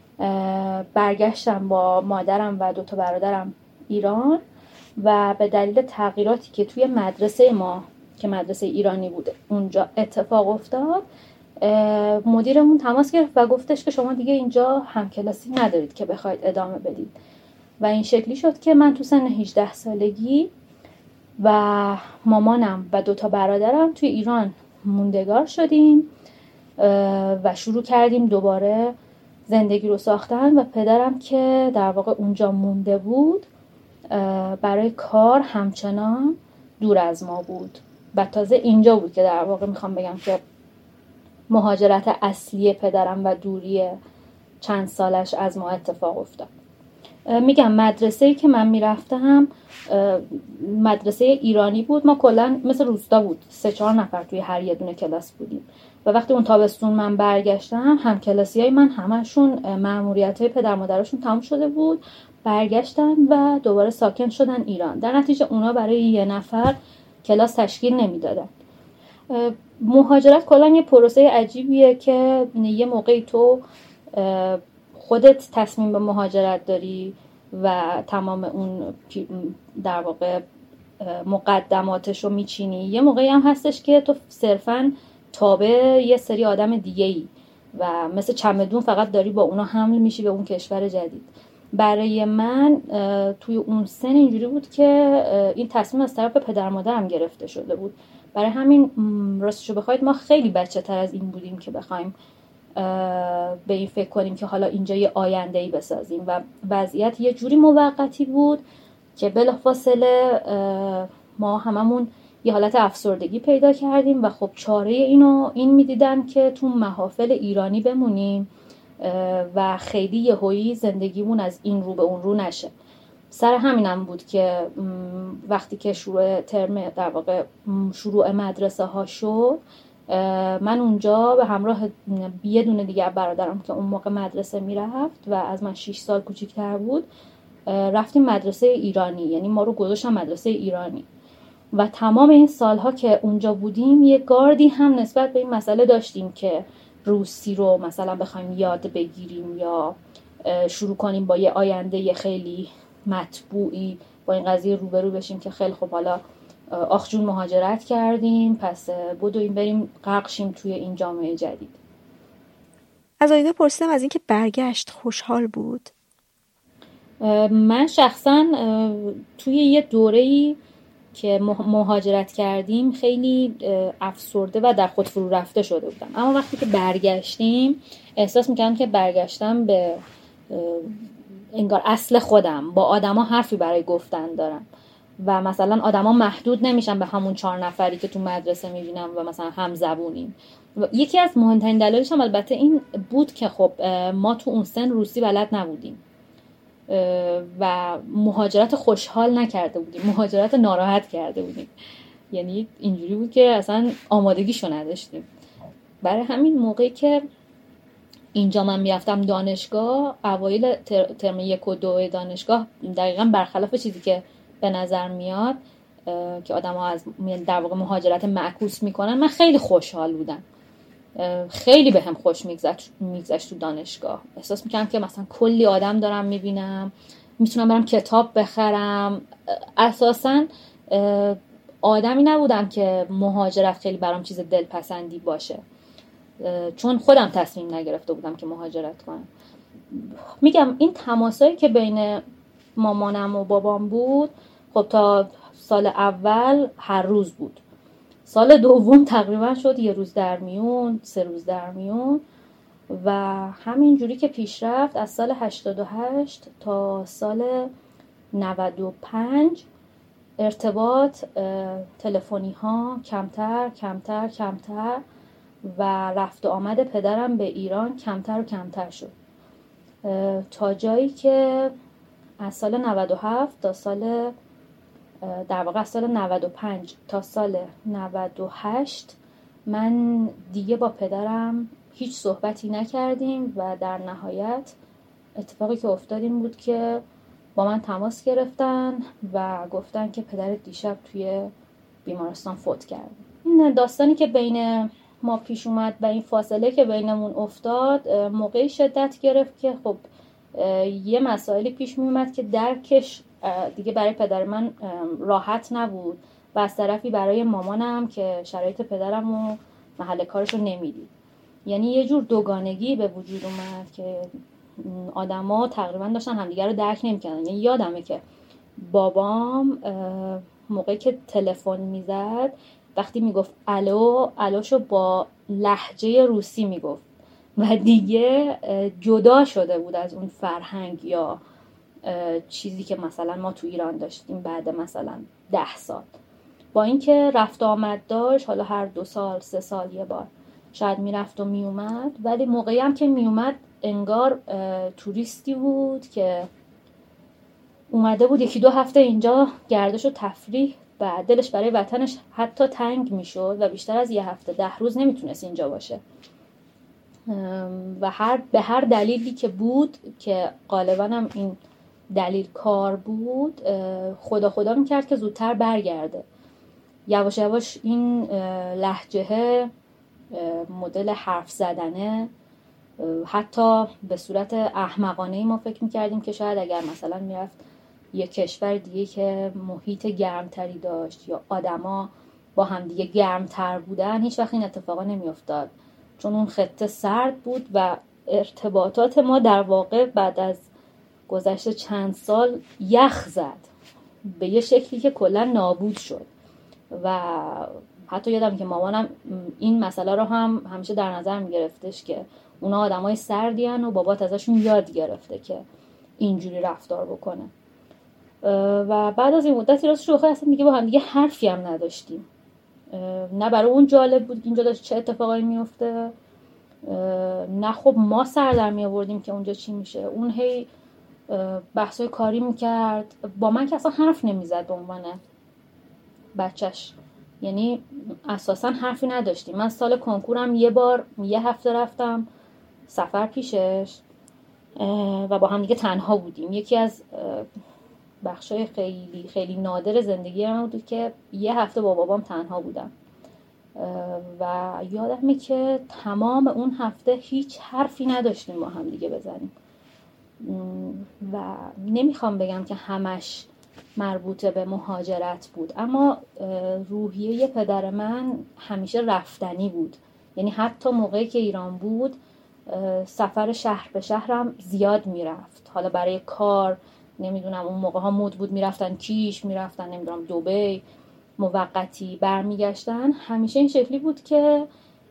برگشتم با مادرم و 2 برادرم ایران و به دلیل تغییراتی که توی مدرسه ما که مدرسه ایرانی بوده اونجا اتفاق افتاد، مدیرمون تماس گرفت و گفتش که شما دیگه اینجا همکلاسی ندارید که بخواید ادامه بدید و این شکلی شد که من تو سن 18 سالگی و مامانم و 2 برادرم توی ایران موندگار شدیم و شروع کردیم دوباره زندگی رو ساختن و پدرم که در واقع اونجا مونده بود برای کار همچنان دور از ما بود و تازه اینجا بود که در واقع میخوام بگم که مهاجرت اصلی پدرم و دوری چند سالش از ما اتفاق افتاد. میگم مدرسه‌ای که من میرفتم مدرسه ایرانی بود، ما کلا مثل روستا بود، 3-4 نفر توی هر یه دونه کلاس بودیم و وقتی اون تابستون من برگشتم هم کلاسیای من همشون مأموریت‌های پدر مادرشون تموم شده بود، برگشتن و دوباره ساکن شدن ایران. در نتیجه اونا برای 1 نفر کلاس تشکیل نمیدادن. مهاجرت کلا یه پروسه عجیبیه که یه موقعی تو خودت تصمیم به مهاجرت داری و تمام اون در واقع مقدماتش رو میچینی، یه موقعی هم هستش که تو صرفاً تابع یه سری آدم دیگه‌ای و مثل چمدون فقط داری با اونا حمل میشی به اون کشور جدید. برای من توی اون سن اینجوری بود که این تصمیم از طرف پدر مادرم گرفته شده بود، برای همین راستشو بخواید ما خیلی بچه تر از این بودیم که بخوایم به این فکر کنیم که حالا اینجا یه آینده‌ای بسازیم و وضعیت یه جوری موقتی بود که بلافاصله ما هممون یه حالت افسردگی پیدا کردیم و خب چاره این میدیدن که تو محافل ایرانی بمونیم و خیلی یهویی زندگیمون از این رو به اون رو نشه. سر همینم بود که وقتی که شروع ترم در واقع شروع مدرسه ها شد، من اونجا به همراه یه دونه دیگه برادرم که اون موقع مدرسه میرفت و از من 6 سال کوچیک‌تر بود رفتیم مدرسه ایرانی، یعنی ما رو گذاشتن مدرسه ایرانی و تمام این سالها که اونجا بودیم یه گاردی هم نسبت به این مسئله داشتیم که روسی رو مثلا بخوایم یاد بگیریم یا شروع کنیم با یه آینده خیلی مطبوعی با این قضیه روبرو بشیم که خیلی خب حالا آخ جون مهاجرت کردیم پس بدویم بریم غرق شیم توی این جامعه جدید. از آیدا پرسیدم از اینکه برگشت خوشحال بود. من شخصا توی یه دوره‌ای که مهاجرت کردیم خیلی افسرده و در خود فرو رفته شده بودم، اما وقتی که برگشتیم احساس می‌کردم که برگشتم به انگار اصل خودم، با آدما حرفی برای گفتن دارم و مثلا آدما محدود نمیشن به همون 4 نفری که تو مدرسه میبینم و مثلا هم زبونیم. و یکی از مهمترین دلایلش هم البته این بود که خب ما تو اون سن روسی بلد نبودیم و مهاجرت خوشحال نکرده بودیم، مهاجرت ناراحت کرده بودیم، یعنی اینجوری بود که اصلا آمادگیشو نداشتیم. برای همین موقعی که اینجا من میرفتم دانشگاه، اوایل ترم 1 و 2 دانشگاه دقیقاً برخلاف چیزی که به نظر میاد که آدم ها از در واقع مهاجرت معکوس میکنن، من خیلی خوشحال بودم، خیلی به هم خوش میگذشت تو دانشگاه. احساس میکنم که مثلا کلی آدم دارم میبینم، میتونم برم کتاب بخرم. اساساً آدمی نبودم که مهاجرت خیلی برام چیز دلپسندی باشه، چون خودم تصمیم نگرفته بودم که مهاجرت کنم. میگم این تماسایی که بین مامانم و بابام بود، خب تا سال اول هر روز بود، سال دوم تقریبا شد 1 روز در میون، 3 روز در میون، و همین جوری که پیش رفت از سال 88 تا سال 95 ارتباط تلفنی ها کمتر و رفت و آمد پدرم به ایران کمتر و کمتر شد، تا جایی که از سال 97 تا سال در واقع از سال 95 تا سال 98 من دیگه با پدرم هیچ صحبتی نکردیم و در نهایت اتفاقی که افتاد این بود که با من تماس گرفتن و گفتن که پدرت دیشب توی بیمارستان فوت کرد. این داستانی که بین ما پیش اومد و این فاصله که بینمون افتاد موقعی شدت گرفت که خب یه مسائلی پیش می اومد که درکش دیگه برای پدر من راحت نبود و از طرفی برای مامانم که شرایط پدرم و محل کارش رو نمیدید. یعنی یه جور دوگانگی به وجود اومد که آدما تقریبا داشتن همدیگه رو درک نمی‌کردن. یعنی یادمه که بابام موقعی که تلفن میزد وقتی میگفت الو، الوشو با لهجه روسی میگفت و دیگه جدا شده بود از اون فرهنگ یا چیزی که مثلا ما تو ایران داشتیم بعد مثلا 10 سال. با اینکه رفت و آمد داشت، حالا هر 2 سال 3 سال یه بار شاید میرفت و میومد، ولی موقعی هم که میومد انگار توریستی بود که اومده بود 1-2 هفته اینجا گردش و تفریح و دلش برای وطنش حتی تنگ میشد و بیشتر از 1 هفته 10 روز نمیتونست اینجا باشه و به هر دلیلی که بود که غالبا هم این دلیل کار بود، خدا میکرد که زودتر برگرده. یواش یواش این لهجه، مدل حرف زدنه، حتی به صورت احمقانه‌ای ما فکر میکردیم که شاید اگر مثلا میرفت یه کشور دیگه که محیط گرمتری داشت یا آدما با هم دیگه گرمتر بودن، هیچ وقت این اتفاقا نمیافتاد، چون اون خطه سرد بود و ارتباطات ما در واقع بعد از گذشت چند سال یخ زد به یه شکلی که کلا نابود شد. و حتی یادم که مامانم این مسئله رو هم همیشه در نظر میگرفتش که اونا آدمای سردی هن و بابات ازشون یاد گرفته که اینجوری رفتار بکنه. و بعد از این مدتی راستش رو اصلا دیگه با هم دیگه حرفی هم نداشتیم، نه برای اون جالب بود که اینجا داشت چه اتفاقایی میفته، نه خب ما سر در می آوردیم که اونجا چی میشه. اون هی بحثای کاری میکرد با من که اصلا حرف نمیزد به عنوان بچهش، یعنی اساسا حرفی نداشتیم. من سال کنکورم یه بار 1 هفته رفتم سفر پیشش و با هم دیگه تنها بودیم. یکی از بخشای خیلی خیلی نادر زندگی من بود که 1 هفته با بابام تنها بودم و یادمه که تمام اون هفته هیچ حرفی نداشتیم با هم دیگه بزنیم و نمیخوام بگم که همش مربوط به مهاجرت بود، اما روحیه پدر من همیشه رفتنی بود. یعنی حتی موقعی که ایران بود سفر شهر به شهرم زیاد میرفت، حالا برای کار، نمیدونم اون موقع ها مود بود میرفتن کیش، میرفتن نمیدونم دبی موقتی، برمیگشتن. همیشه این شکلی بود که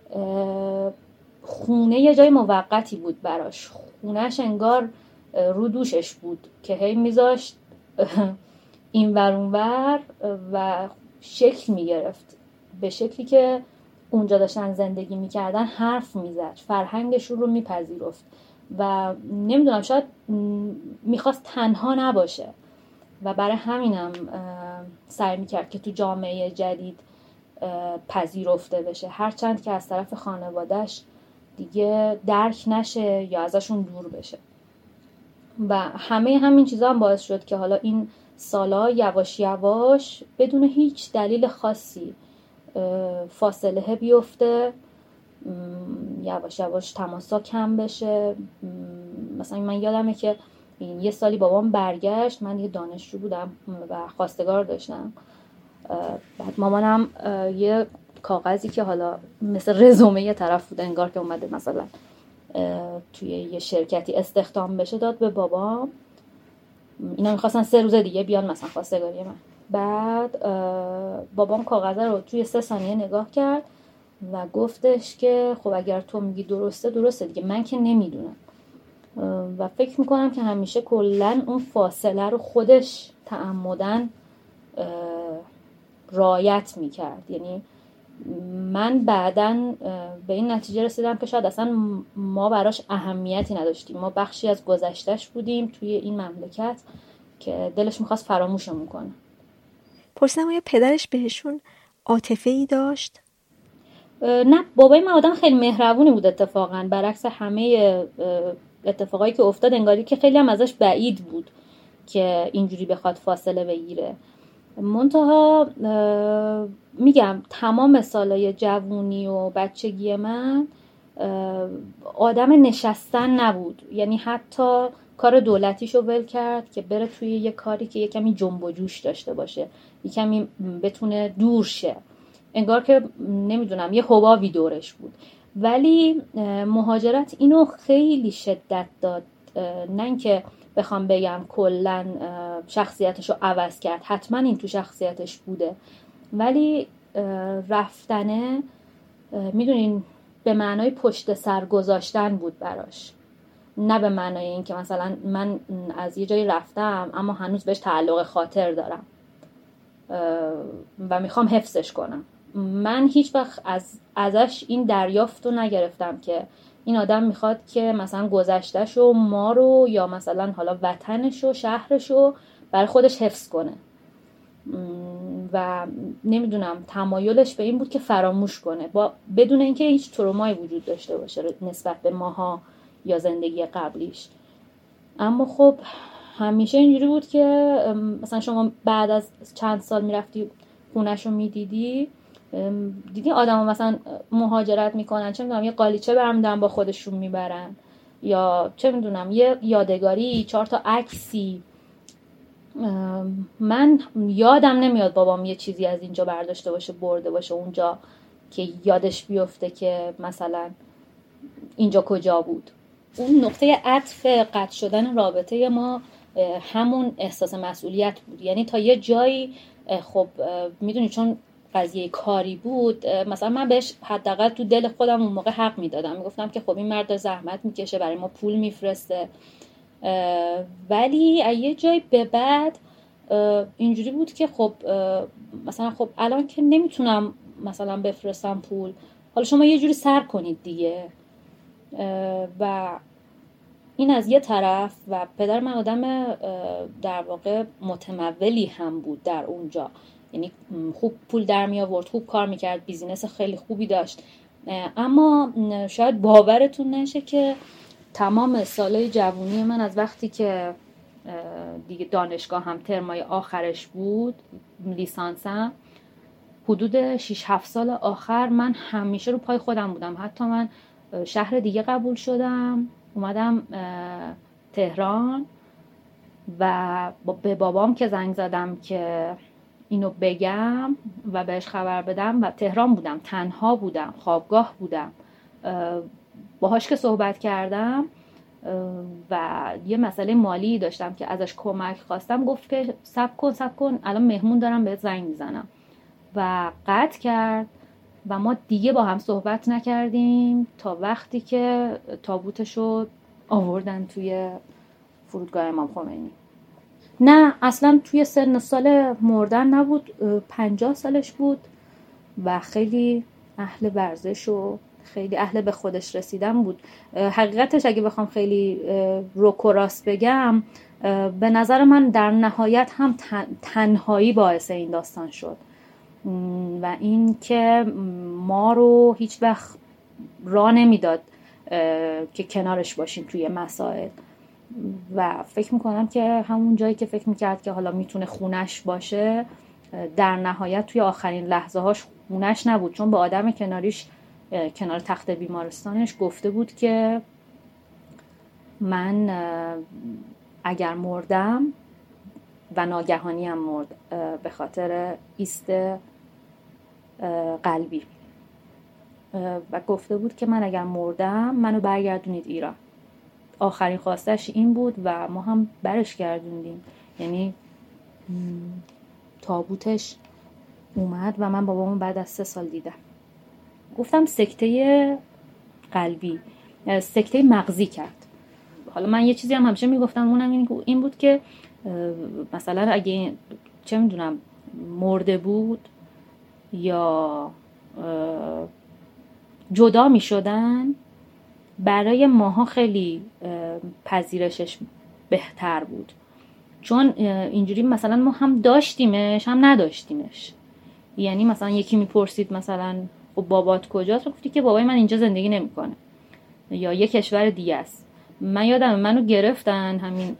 خونه یه جای موقتی بود براش، خونهش انگار رو دوشش بود که هی میذاشت این ور اون ور و شکل میگرفت به شکلی که اونجا داشتن زندگی میکردن حرف میزد، فرهنگشون رو میپذیرفت و نمیدونم شاید میخواست تنها نباشه و برای همینم سعی میکرد که تو جامعه جدید پذیرفته بشه، هرچند که از طرف خانوادهش دیگه درک نشه یا ازشون دور بشه. و همه همین چیزا هم باعث شد که حالا این سالا یواش یواش بدون هیچ دلیل خاصی فاصله بیفته، یواش یواش تماسا کم بشه. مثلا من یادمه که یه سالی بابام برگشت، من دیگه دانشجو بودم و خواستگار داشتم. بعد مامانم یه کاغذی که حالا مثل رزومه یه طرف بود، انگار که اومده مثلا توی یه شرکتی استخدام بشه، داد به بابام. اینا میخواستن 3 روز دیگه بیان مثلا خواستگاری من. بعد بابام کاغذ رو توی 3 ثانیه نگاه کرد و گفتش که خب اگر تو میگی درسته دیگه، من که نمیدونم. و فکر میکنم که همیشه کلن اون فاصله رو خودش تعمدن رعایت میکرد. یعنی من بعدن به این نتیجه رسیدم که شاید اصلا ما براش اهمیتی نداشتیم، ما بخشی از گذشتهش بودیم توی این مملکت که دلش میخواست فراموشمون کنه. پرسیدم آیا پدرش بهشون عاطفه‌ای داشت؟ نه، بابای من آدم خیلی مهربونی بود اتفاقا، برعکس همه اتفاقایی که افتاد انگاری که خیلی هم ازش بعید بود که اینجوری بخواد فاصله بگیره. منتها میگم تمام سالای جوونی و بچگی من آدم نشستن نبود. یعنی حتی کار دولتیشو ول کرد که بره توی یه کاری که یه کمی جنب و جوش داشته باشه، یه کمی بتونه دور شه، انگار که نمیدونم یه حبابی دورش بود. ولی مهاجرت اینو خیلی شدت داد، نه اینکه بخوام بگم کلن شخصیتشو عوض کرد، حتما این تو شخصیتش بوده، ولی رفتنه میدونین به معنای پشت سر گذاشتن بود براش، نه به معنای این که مثلا من از یه جایی رفتم اما هنوز بهش تعلق خاطر دارم و میخوام حفظش کنم. من هیچ وقت ازش این دریافتو نگرفتم که این آدم میخواد که مثلا گذشتهشو، ما رو، یا مثلا حالا وطنشو، شهرشو برای خودش حفظ کنه و نمیدونم تمایلش به این بود که فراموش کنه بدون اینکه هیچ ترومایی وجود داشته باشه نسبت به ماها یا زندگی قبلیش. اما خب همیشه اینجوری بود که مثلا شما بعد از چند سال میرفتی خونه‌شو میدیدی، دیدی آدم مثلا مهاجرت میکنن، چه میدونم یه قالیچه برمیدارن با خودشون میبرن، یا چه میدونم یه یادگاری 4 تا عکسی. من یادم نمیاد بابام یه چیزی از اینجا برداشته باشه برده باشه اونجا که یادش بیفته که مثلا اینجا کجا بود. اون نقطه عطف قطع شدن رابطه ما همون احساس مسئولیت بود. یعنی تا یه جایی خب میدونی چون قضیه کاری بود، مثلا من بهش حداقل تو دل خودم اون موقع حق میدادم، میگفتم که خب این مرد زحمت میکشه برای ما پول میفرسته. ولی یه جایی به بعد اینجوری بود که خب مثلا خب الان که نمیتونم مثلا بفرستم پول، حالا شما یه جوری سر کنید دیگه. و این از یه طرف. و پدر من آدم در واقع متمولی هم بود در اونجا، یعنی خوب پول در می آورد، خوب کار میکرد، بیزینس خیلی خوبی داشت. اما شاید باورتون نشه که تمام سالهای جوانی من از وقتی که دیگه دانشگاه هم ترمای آخرش بود، لیسانسم، حدود 6-7 سال آخر من همیشه رو پای خودم بودم. حتی من شهر دیگه قبول شدم، اومدم تهران و به بابام که زنگ زدم که اینو بگم و بهش خبر بدم و تهران بودم، تنها بودم، خوابگاه بودم، باهاش که صحبت کردم و یه مسئله مالی داشتم که ازش کمک خواستم، گفت که صبر کن الان مهمون دارم بهت زنگ میزنم و قطع کرد و ما دیگه با هم صحبت نکردیم تا وقتی که تابوتشو آوردن توی فرودگاه امام خمینی. نه اصلا توی سن سال مردن نبود، 50 سالش بود و خیلی اهل ورزش و خیلی اهل به خودش رسیدن بود. حقیقتش اگه بخوام خیلی روک و راست بگم، به نظر من در نهایت هم تنهایی باعث این داستان شد و این که ما رو هیچ وقت راه نمیداد که کنارش باشیم توی مسائل. و فکر میکنم که همون جایی که فکر میکرد که حالا میتونه خونش باشه، در نهایت توی آخرین لحظه هاش خونش نبود، چون با آدم کناریش کنار تخت بیمارستانش گفته بود که من اگر مردم و ناگهانی هم مرد به خاطر ایست قلبی، و گفته بود که من اگر مردم منو برگردونید ایران. آخرین خواستش این بود و ما هم برش گردوندیم. یعنی تابوتش اومد و من بابامو بعد از 3 سال دیدم. گفتم سکته قلبی، سکته مغزی کرد. حالا من یه چیزی هم همیشه میگفتم، اونم این بود که مثلا اگه چه میدونم مرده بود یا جدا میشدن، برای ماها خیلی پذیرشش بهتر بود، چون اینجوری مثلا ما هم داشتیمش هم نداشتیمش. یعنی مثلا یکی میپرسید مثلا خب بابات کجاست، گفتی که بابای من اینجا زندگی نمیکنه یا یه کشور دیگه است. من یادم منو گرفتن همین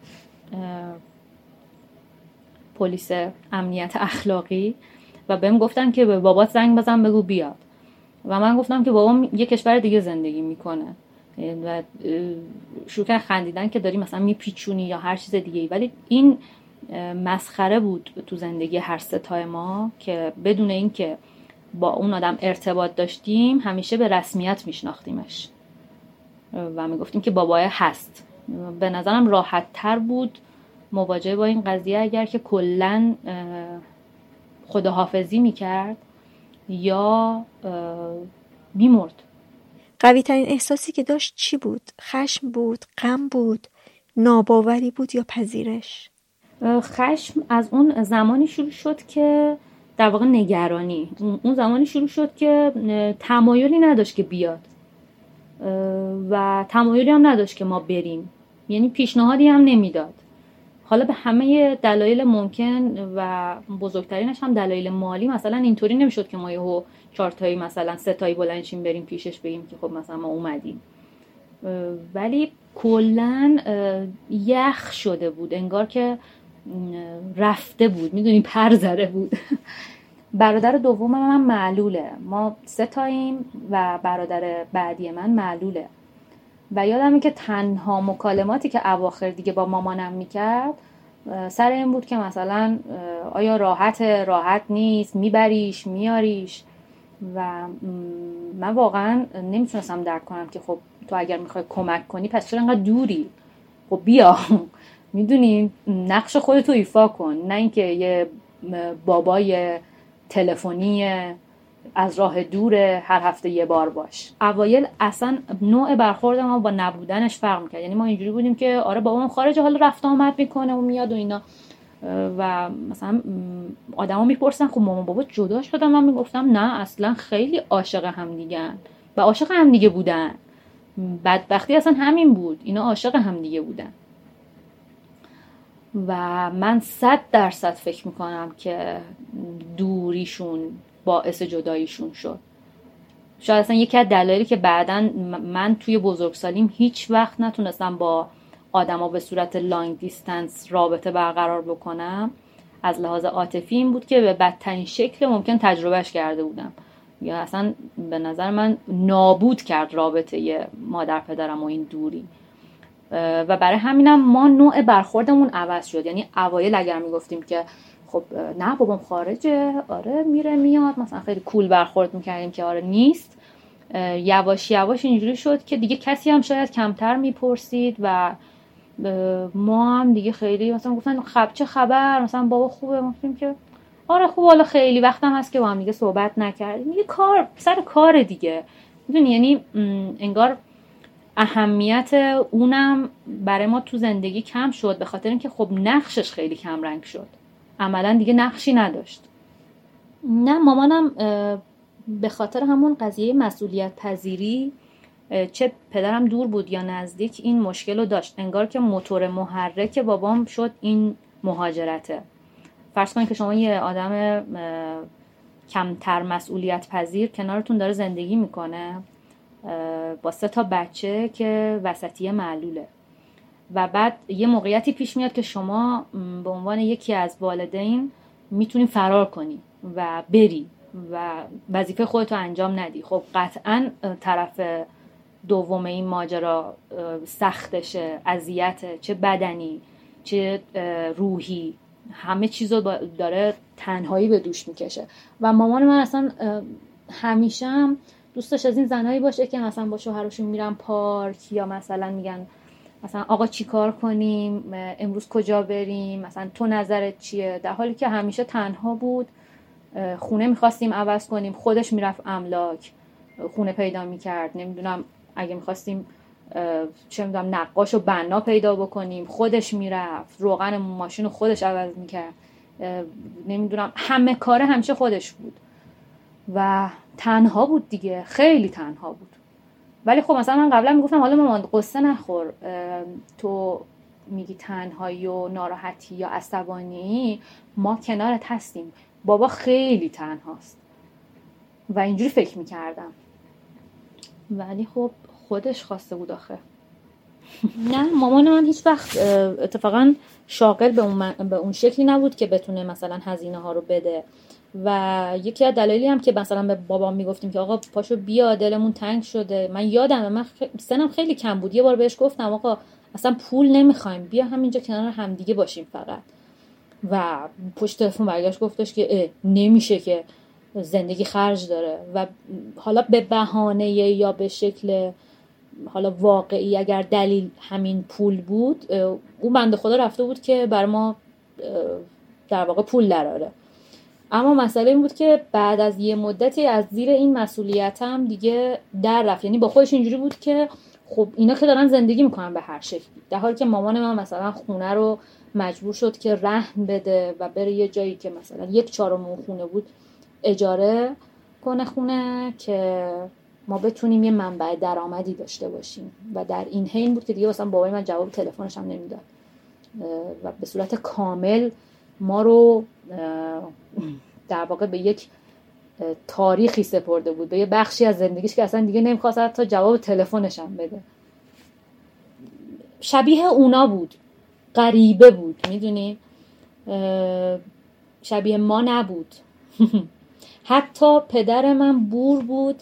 پلیس امنیت اخلاقی و بهم گفتن که به بابات زنگ بزن بگو بیاد، و من گفتم که بابام یه کشور دیگه زندگی میکنه و شروع کردن خندیدن که داری مثلا میپیچونی یا هر چیز دیگه‌ای. ولی این مسخره بود تو زندگی هر ستای ما که بدون این که با اون آدم ارتباط داشتیم همیشه به رسمیت میشناختیمش و میگفتیم که بابای هست. به نظرم راحت تر بود مواجهه با این قضیه اگر که کلن خداحافظی میکرد یا میمرد. قوی ترین احساسی که داشت چی بود؟ خشم بود؟ غم بود؟ ناباوری بود یا پذیرش؟ خشم از اون زمانی شروع شد که در واقع نگرانی، اون زمانی شروع شد که تمایلی نداشت که بیاد و تمایلی هم نداشت که ما بریم، یعنی پیشنهادی هم نمیداد. حالا به همه دلایل ممکن و بزرگترینش هم دلایل مالی، مثلا اینطوری نمیشد که ما یهو 4 تایی مثلا 3 تایی بلندشیم بریم پیشش بگیم که خب مثلا ما اومدیم. ولی کلن یخ شده بود، انگار که رفته بود، میدونی پر زده بود. برادر دوم من معلوله، ما 3 تاییم و برادر بعدی من معلوله و یادمه که تنها مکالماتی که اواخر دیگه با مامانم میکرد سر این بود که مثلا آیا راحت نیست، میبریش میاریش. و من واقعا نمیتونستم درک کنم که خب تو اگر میخوای کمک کنی پس چرا انقدر دوری؟ خب بیا میدونی نقش خودتو ایفا کن، نه اینکه یه بابای تلفنی از راه دوره هر هفته یه بار باش. اوایل اصلا نوع برخورد ما با نبودنش فرق میکرد. یعنی ما اینجوری بودیم که آره بابام خارج، حالا رفت آمد میکنه و میاد و اینا، و مثلا آدما میپرسن خب مامان بابا جدا شدن، من میگفتم نه اصلا خیلی عاشق هم دیگن و عاشق هم دیگه بودن. بدبختی اصلا همین بود، اینا عاشق هم دیگه بودن. و من 100% فکر میکنم که دوریشون باعث جداییشون شد. شاید اصلا یکی از دلایلی که بعداً من توی بزرگسالیم هیچ وقت نتونستم با آدما به صورت لانگ دیستنس رابطه برقرار بکنم از لحاظ عاطفی این بود که به بدترین شکل ممکن تجربهش کرده بودم، یا اصلا به نظر من نابود کرد رابطه مادر پدرم و این دوری. و برای همینم ما نوع برخوردمون عوض شد. یعنی اوایل اگر میگفتیم که خب نه بابام خارجه، آره میره میاد، مثلا خیلی کول برخورد میکردیم که آره نیست، یواش یواش اینجوری شد که دیگه کسی هم شاید کمتر میپرسید و ما هم دیگه خیلی مثلا گفتن چه خبر، مثلا بابا خوبه، گفتیم که آره خوب، حالا خیلی وقتم هست که با هم دیگه صحبت نکردیم، دیگه کار سر کار دیگه، میدونی. یعنی انگار اهمیت اونم برای ما تو زندگی کم شد به خاطر اینکه خب نقشش خیلی کم رنگ شد، عملا دیگه نقشی نداشت. نه مامانم به خاطر همون قضیه مسئولیت پذیری، چه پدرم دور بود یا نزدیک، این مشکل رو داشت. انگار که موتور محرک بابام شد این مهاجرته. فرض کنید که شما یه آدم کمتر مسئولیت پذیر کنارتون داره زندگی میکنه با 3 تا بچه که وسطیه معلوله و بعد یه موقعیتی پیش میاد که شما به عنوان یکی از والدین میتونی فرار کنی و بری و وظیفه خودتو انجام ندی. خب قطعاً طرف دوم این ماجرا سختشه، اذیته، چه بدنی چه روحی، همه چیزو داره تنهایی به دوش میکشه. و مامان من اصلا همیشه هم دوست داشت از این زنایی باشه که مثلا با شوهرشون میرن پارک یا مثلا میگن مثلا آقا چی کار کنیم، امروز کجا بریم، مثلا تو نظرت چیه، در حالی که همیشه تنها بود. خونه میخواستیم عوض کنیم خودش میرفت املاک خونه پیدا میکرد، نمیدونم اگه میخواستیم چه میدونم نقاش و بنا پیدا بکنیم خودش میرفت، روغن ماشین رو خودش عوض میکرد، نمیدونم همه کاره همیشه خودش بود و تنها بود دیگه، خیلی تنها بود. ولی خب مثلا من قبلا میگفتم حالا مامان قصه نخور، تو میگی تنهایی و ناراحتی یا عصبانی، ما کنارت هستیم، بابا خیلی تنهاست. و اینجوری فکر میکردم، ولی خب خودش خواسته بود آخه. نه مامان من هیچ وقت اتفاقا شاغل به اون شکلی نبود که بتونه مثلا هزینه ها رو بده. و یکی از دلایلی هم که مثلا به بابام میگفتیم که آقا پاشو بیا دلمون تنگ شده، من یادمه من سنم خیلی کم بود، یه بار بهش گفتم آقا اصلا پول نمیخوایم، بیا همینجا کنار همدیگه باشیم فقط. و پشت تلفن برگشت گفتش که نمیشه که زندگی خرج داره. و حالا به بهانه یا به شکل حالا واقعی اگر دلیل همین پول بود، اون بنده خدا رفته بود که بر ما در واقع پول دراره. اما مسئله این بود که بعد از یه مدتی از زیر این مسئولیتم دیگه در رفت. یعنی با خودش اینجوری بود که خب اینا که دارن زندگی میکنن به هر شکلی، در حالی که مامان من مثلا خونه رو مجبور شد که رهن بده و بره یه جایی که مثلا 1/4 اون خونه بود اجاره کنه خونه که ما بتونیم یه منبع درآمدی داشته باشیم. و در این حین بود که دیگه مثلا بابای من جواب تلفنش هم نمیداد و به صورت کامل ما رو در واقع به یک تاریخی سپرده بود، به یه بخشی از زندگیش که اصلا دیگه نمیخواست حتی جواب تلفنش هم بده. شبیه اونا بود، غریبه بود، میدونی، شبیه ما نبود. حتی پدر من بور بود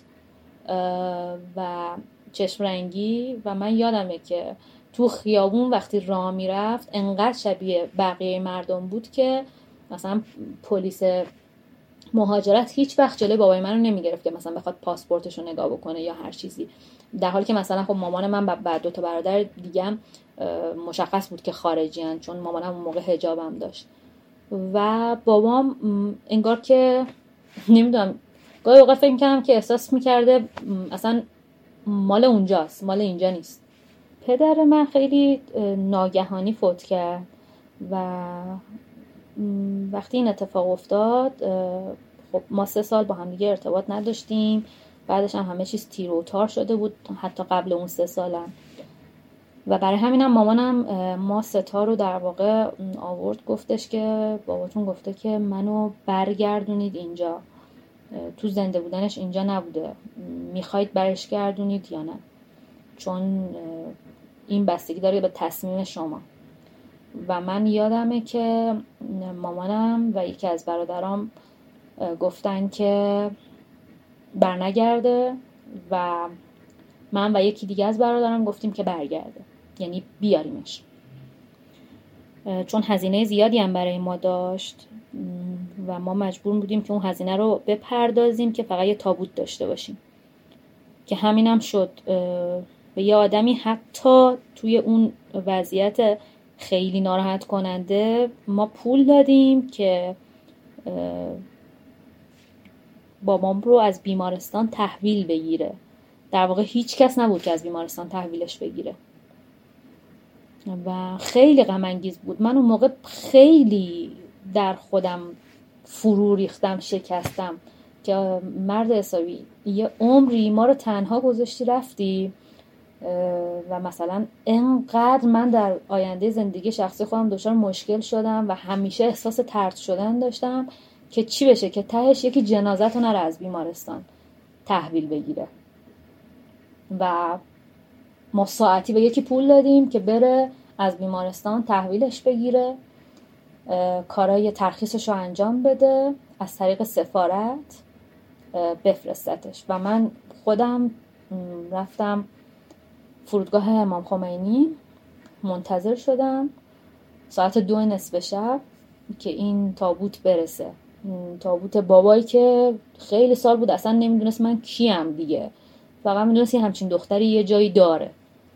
و چشم رنگی و من یادمه که تو خیابون وقتی راه میرفت انقدر شبیه بقیه مردم بود که مثلا پلیس مهاجرت هیچ وقت جلوی بابای منو نمیگرفت که مثلا بخواد پاسپورتشو نگاه بکنه یا هر چیزی، در حالی که مثلا خب مامان من بعد 2 تا برادر دیگه هم مشخص بود که خارجی ان، چون مامانم اون موقع حجابم داشت. و بابام انگار که نمیدونم گاهی اوقات فکر می‌کردم که احساس می‌کرده اصلا مال اونجاست، مال اینجا نیست. پدر من خیلی ناگهانی فوت کرد و وقتی این اتفاق افتاد خب ما 3 سال با هم دیگه ارتباط نداشتیم. بعدش هم همه چیز تیر و تار شده بود حتی قبل اون 3 سالم. و برای همینم مامانم ما 3 تا رو در واقع آورد، گفتش که باباتون گفته که منو برگردونید اینجا، تو زنده بودنش اینجا نبوده، میخواید برش گردونید یا نه، چون این بستگی داره به تصمیم شما. و من یادمه که مامانم و یکی از برادرام گفتن که برنگرده و من و یکی دیگه از برادرام گفتیم که برگرده، یعنی بیاریمش، چون هزینه زیادی هم برای ما داشت و ما مجبور بودیم که اون هزینه رو بپردازیم که فقط یه تابوت داشته باشیم، که همینم شد. به یه آدمی حتی توی اون وضعیت خیلی ناراحت کننده ما پول دادیم که بابام رو از بیمارستان تحویل بگیره. در واقع هیچ کس نبود که از بیمارستان تحویلش بگیره و خیلی غم انگیز بود. من اون موقع خیلی در خودم فرو ریختم، شکستم که مرد حسابی یه عمری ما رو تنها گذاشتی رفتی و مثلا انقدر من در آینده زندگی شخصی خودم دچار مشکل شدم و همیشه احساس طرد شدن داشتم که چی بشه که تهش یکی جنازت رو نره از بیمارستان تحویل بگیره. و ما ساعتی به یکی پول دادیم که بره از بیمارستان تحویلش بگیره، کارای ترخیصش رو انجام بده، از طریق سفارت بفرستتش. و من خودم رفتم فرودگاه امام خمینی، منتظر شدم ساعت 2:30 شب که این تابوت برسه. تابوت بابایی که خیلی سال بود اصلا نمیدونست من کیم دیگه، فقط میدونست یه همچین دختری یه جایی داره.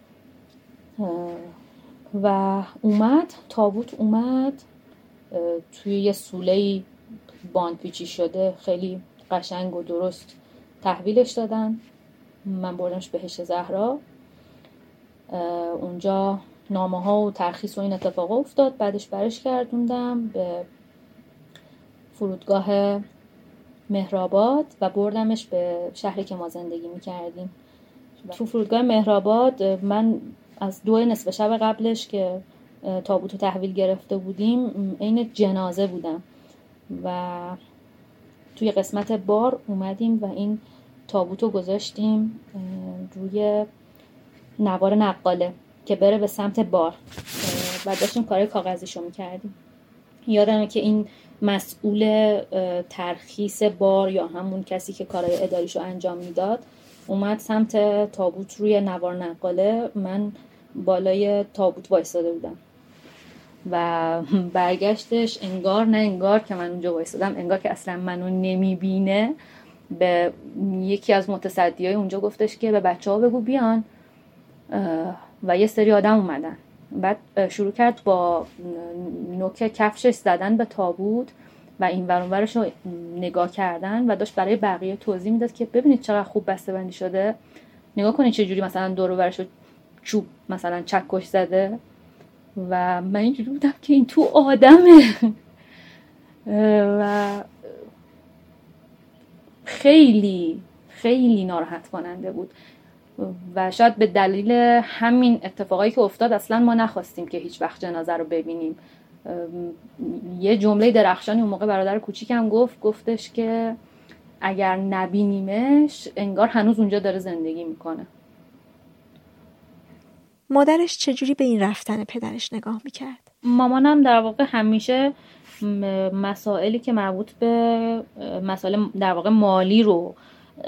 و تابوت اومد توی یه سوله‌ای باندپیچی شده، خیلی قشنگ و درست تحویلش دادن. من بردمش بهشت زهرا، اونجا نامه ها و ترخیص و این اتفاق افتاد. بعدش برش کردوندم به فرودگاه مهرآباد و بردمش به شهری که ما زندگی میکردیم. تو فرودگاه مهرآباد من از 2:30 شب قبلش که تابوتو تحویل گرفته بودیم عین جنازه بودم و توی قسمت بار اومدیم و این تابوتو گذاشتیم روی نوار نقاله که بره به سمت بار و داشتیم کارهای کاغذیشو میکردیم. یادمه که این مسئول ترخیص بار یا همون کسی که کارهای اداریشو انجام میداد اومد سمت تابوت روی نوار نقاله، من بالای تابوت وایساده بودم و برگشتش انگار نه انگار که من اونجا وایسادم، انگار که اصلا منو نمیبینه. به یکی از متصدیای اونجا گفتش که به بچه‌ها بگو بیان و یه سری آدم اومدن. بعد شروع کرد با نوک کفشش زدن به تابوت و این ور اون ورش رو نگاه کردن و داشت برای بقیه توضیح میداد که ببینید چقدر خوب بسته‌بندی شده، نگاه کنید چه جوری مثلا دور و برش رو چوب مثلا چکش زده. و من اینجوری بودم که این تو آدمه و خیلی خیلی ناراحت کننده بود و شاید به دلیل همین اتفاقایی که افتاد اصلا ما نخواستیم که هیچ وقت جنازه رو ببینیم. یه جمله درخشانی اون موقع برادر کوچیکم گفتش که اگر نبینیمش انگار هنوز اونجا داره زندگی میکنه. مادرش چجوری به این رفتن پدرش نگاه میکرد؟ مامانم در واقع همیشه مسائلی که مربوط به مسائل در واقع مالی رو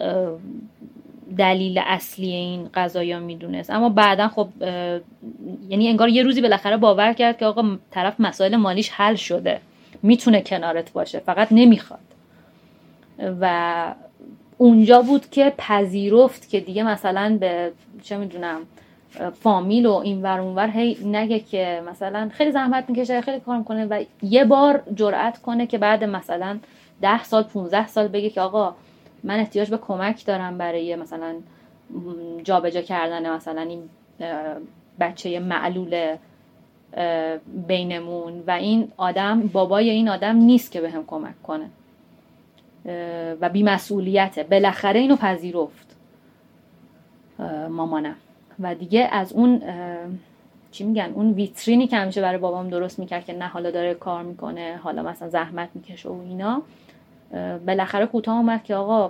دلیل اصلی این قضایا میدونست، اما بعدن خب یعنی انگار یه روزی بالاخره باور کرد که آقا طرف مسائل مالیش حل شده، میتونه کنارت باشه، فقط نمیخواد. و اونجا بود که پذیرفت که دیگه مثلا به چه میدونم فامیل و این ور اون ور هی نگه که مثلا خیلی زحمت میکشه، خیلی کار میکنه و یه بار جرأت کنه که بعد مثلا 10 سال 15 سال بگه که آقا من احتیاج به کمک دارم برای مثلا جابجا کردن مثلا این بچه معلول بینمون و این آدم بابای این آدم نیست که بهم کمک کنه و بی‌مسئولیته. بالاخره اینو پذیرفت مامانم و دیگه از اون چی میگن اون ویترینی که همیشه برای بابام درست میکرد که نه حالا داره کار میکنه، حالا مثلا زحمت میکشه و اینا، بالاخره کوتاه اومد که آقا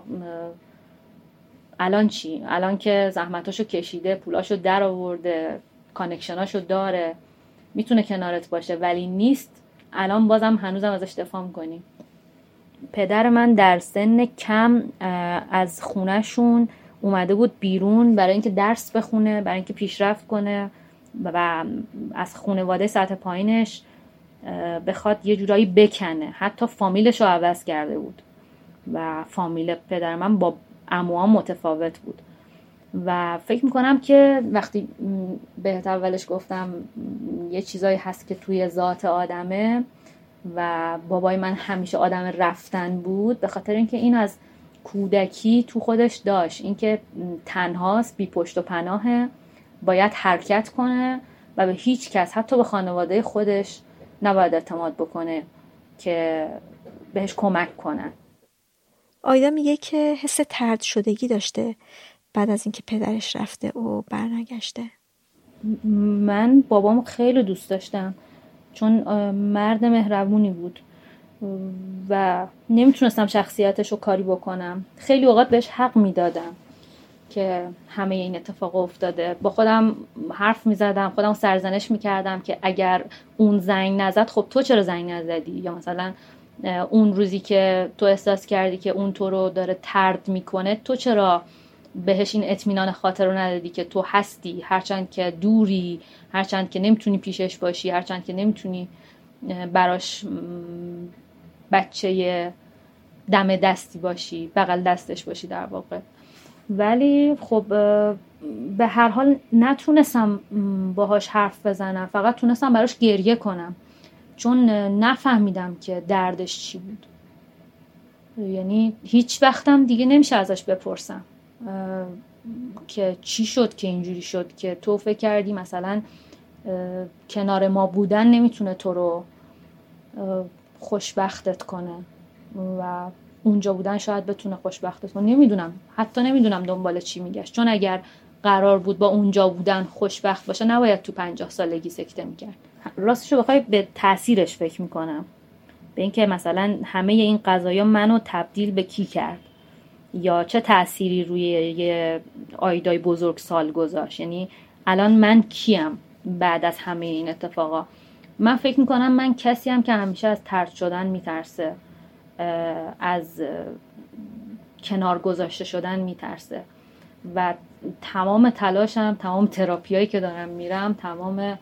الان چی؟ الان که زحمتاشو کشیده، پولاشو در آورده، کانکشناشو داره، میتونه کنارت باشه ولی نیست، الان بازم هنوزم ازش دفاع میکنی. پدر من در سن کم از خونهشون اومده بود بیرون برای اینکه درس بخونه، برای اینکه پیشرفت کنه و از خانواده سطح پایینش بخواد یه جورایی بکنه. حتی فامیلش رو عوض کرده بود و فامیل پدر من با عموام متفاوت بود و فکر میکنم که وقتی بهت اولش گفتم یه چیزایی هست که توی ذات آدمه و بابای من همیشه آدم رفتن بود، به خاطر اینکه این از کودکی تو خودش داشت، اینکه تنهاست، بی پشت و پناهه، باید حرکت کنه و به هیچ کس حتی به خانواده خودش نباید اعتماد بکنه که بهش کمک کنن. آیدا میگه که حس طرد شدگی داشته بعد از اینکه پدرش رفته و برنگشته. من بابامو خیلی دوست داشتم چون مرد مهربونی بود و نمیتونستم شخصیتش رو کاری بکنم. خیلی اوقات بهش حق میدادم که همه این اتفاق افتاده. با خودم حرف میزدم، خودم سرزنش میکردم که اگر اون زنگ نزد خب تو چرا زنگ نزدی، یا مثلا اون روزی که تو احساس کردی که اون تو رو داره طرد میکنه تو چرا بهش این اطمینان خاطر رو ندادی که تو هستی، هرچند که دوری، هرچند که نمیتونی پیشش باشی، هرچند که نمیتونی براش بچه دم دستی باشی، بغل دستش باشی در واقع. ولی خب به هر حال نتونستم باهاش حرف بزنم، فقط تونستم براش گریه کنم، چون نفهمیدم که دردش چی بود. یعنی هیچ وقتم دیگه نمیشه ازش بپرسم که چی شد که اینجوری شد که تو فکر کردی مثلا کنار ما بودن نمیتونه تو رو خوشبختت کنه و اونجا بودن شاید بتونه خوشبختت کنه. نمیدونم، حتی نمیدونم دنبال چی میگشت، چون اگر قرار بود با اونجا بودن خوشبخت باشه نباید تو 50 سالگی سکته میکرد. راستشو بخوای به تأثیرش فکر میکنم، به اینکه مثلا همه این قضایا منو تبدیل به کی کرد یا چه تأثیری روی یه آیدای بزرگ سال گذاشت. یعنی الان من کیم بعد از همه این اتفاقا؟ من فکر میکنم من کسیم که همیشه از طرد شدن میترسه، از کنار گذاشته شدن میترسه و تمام تلاشم، تمام تراپیایی که دارم میرم، تمام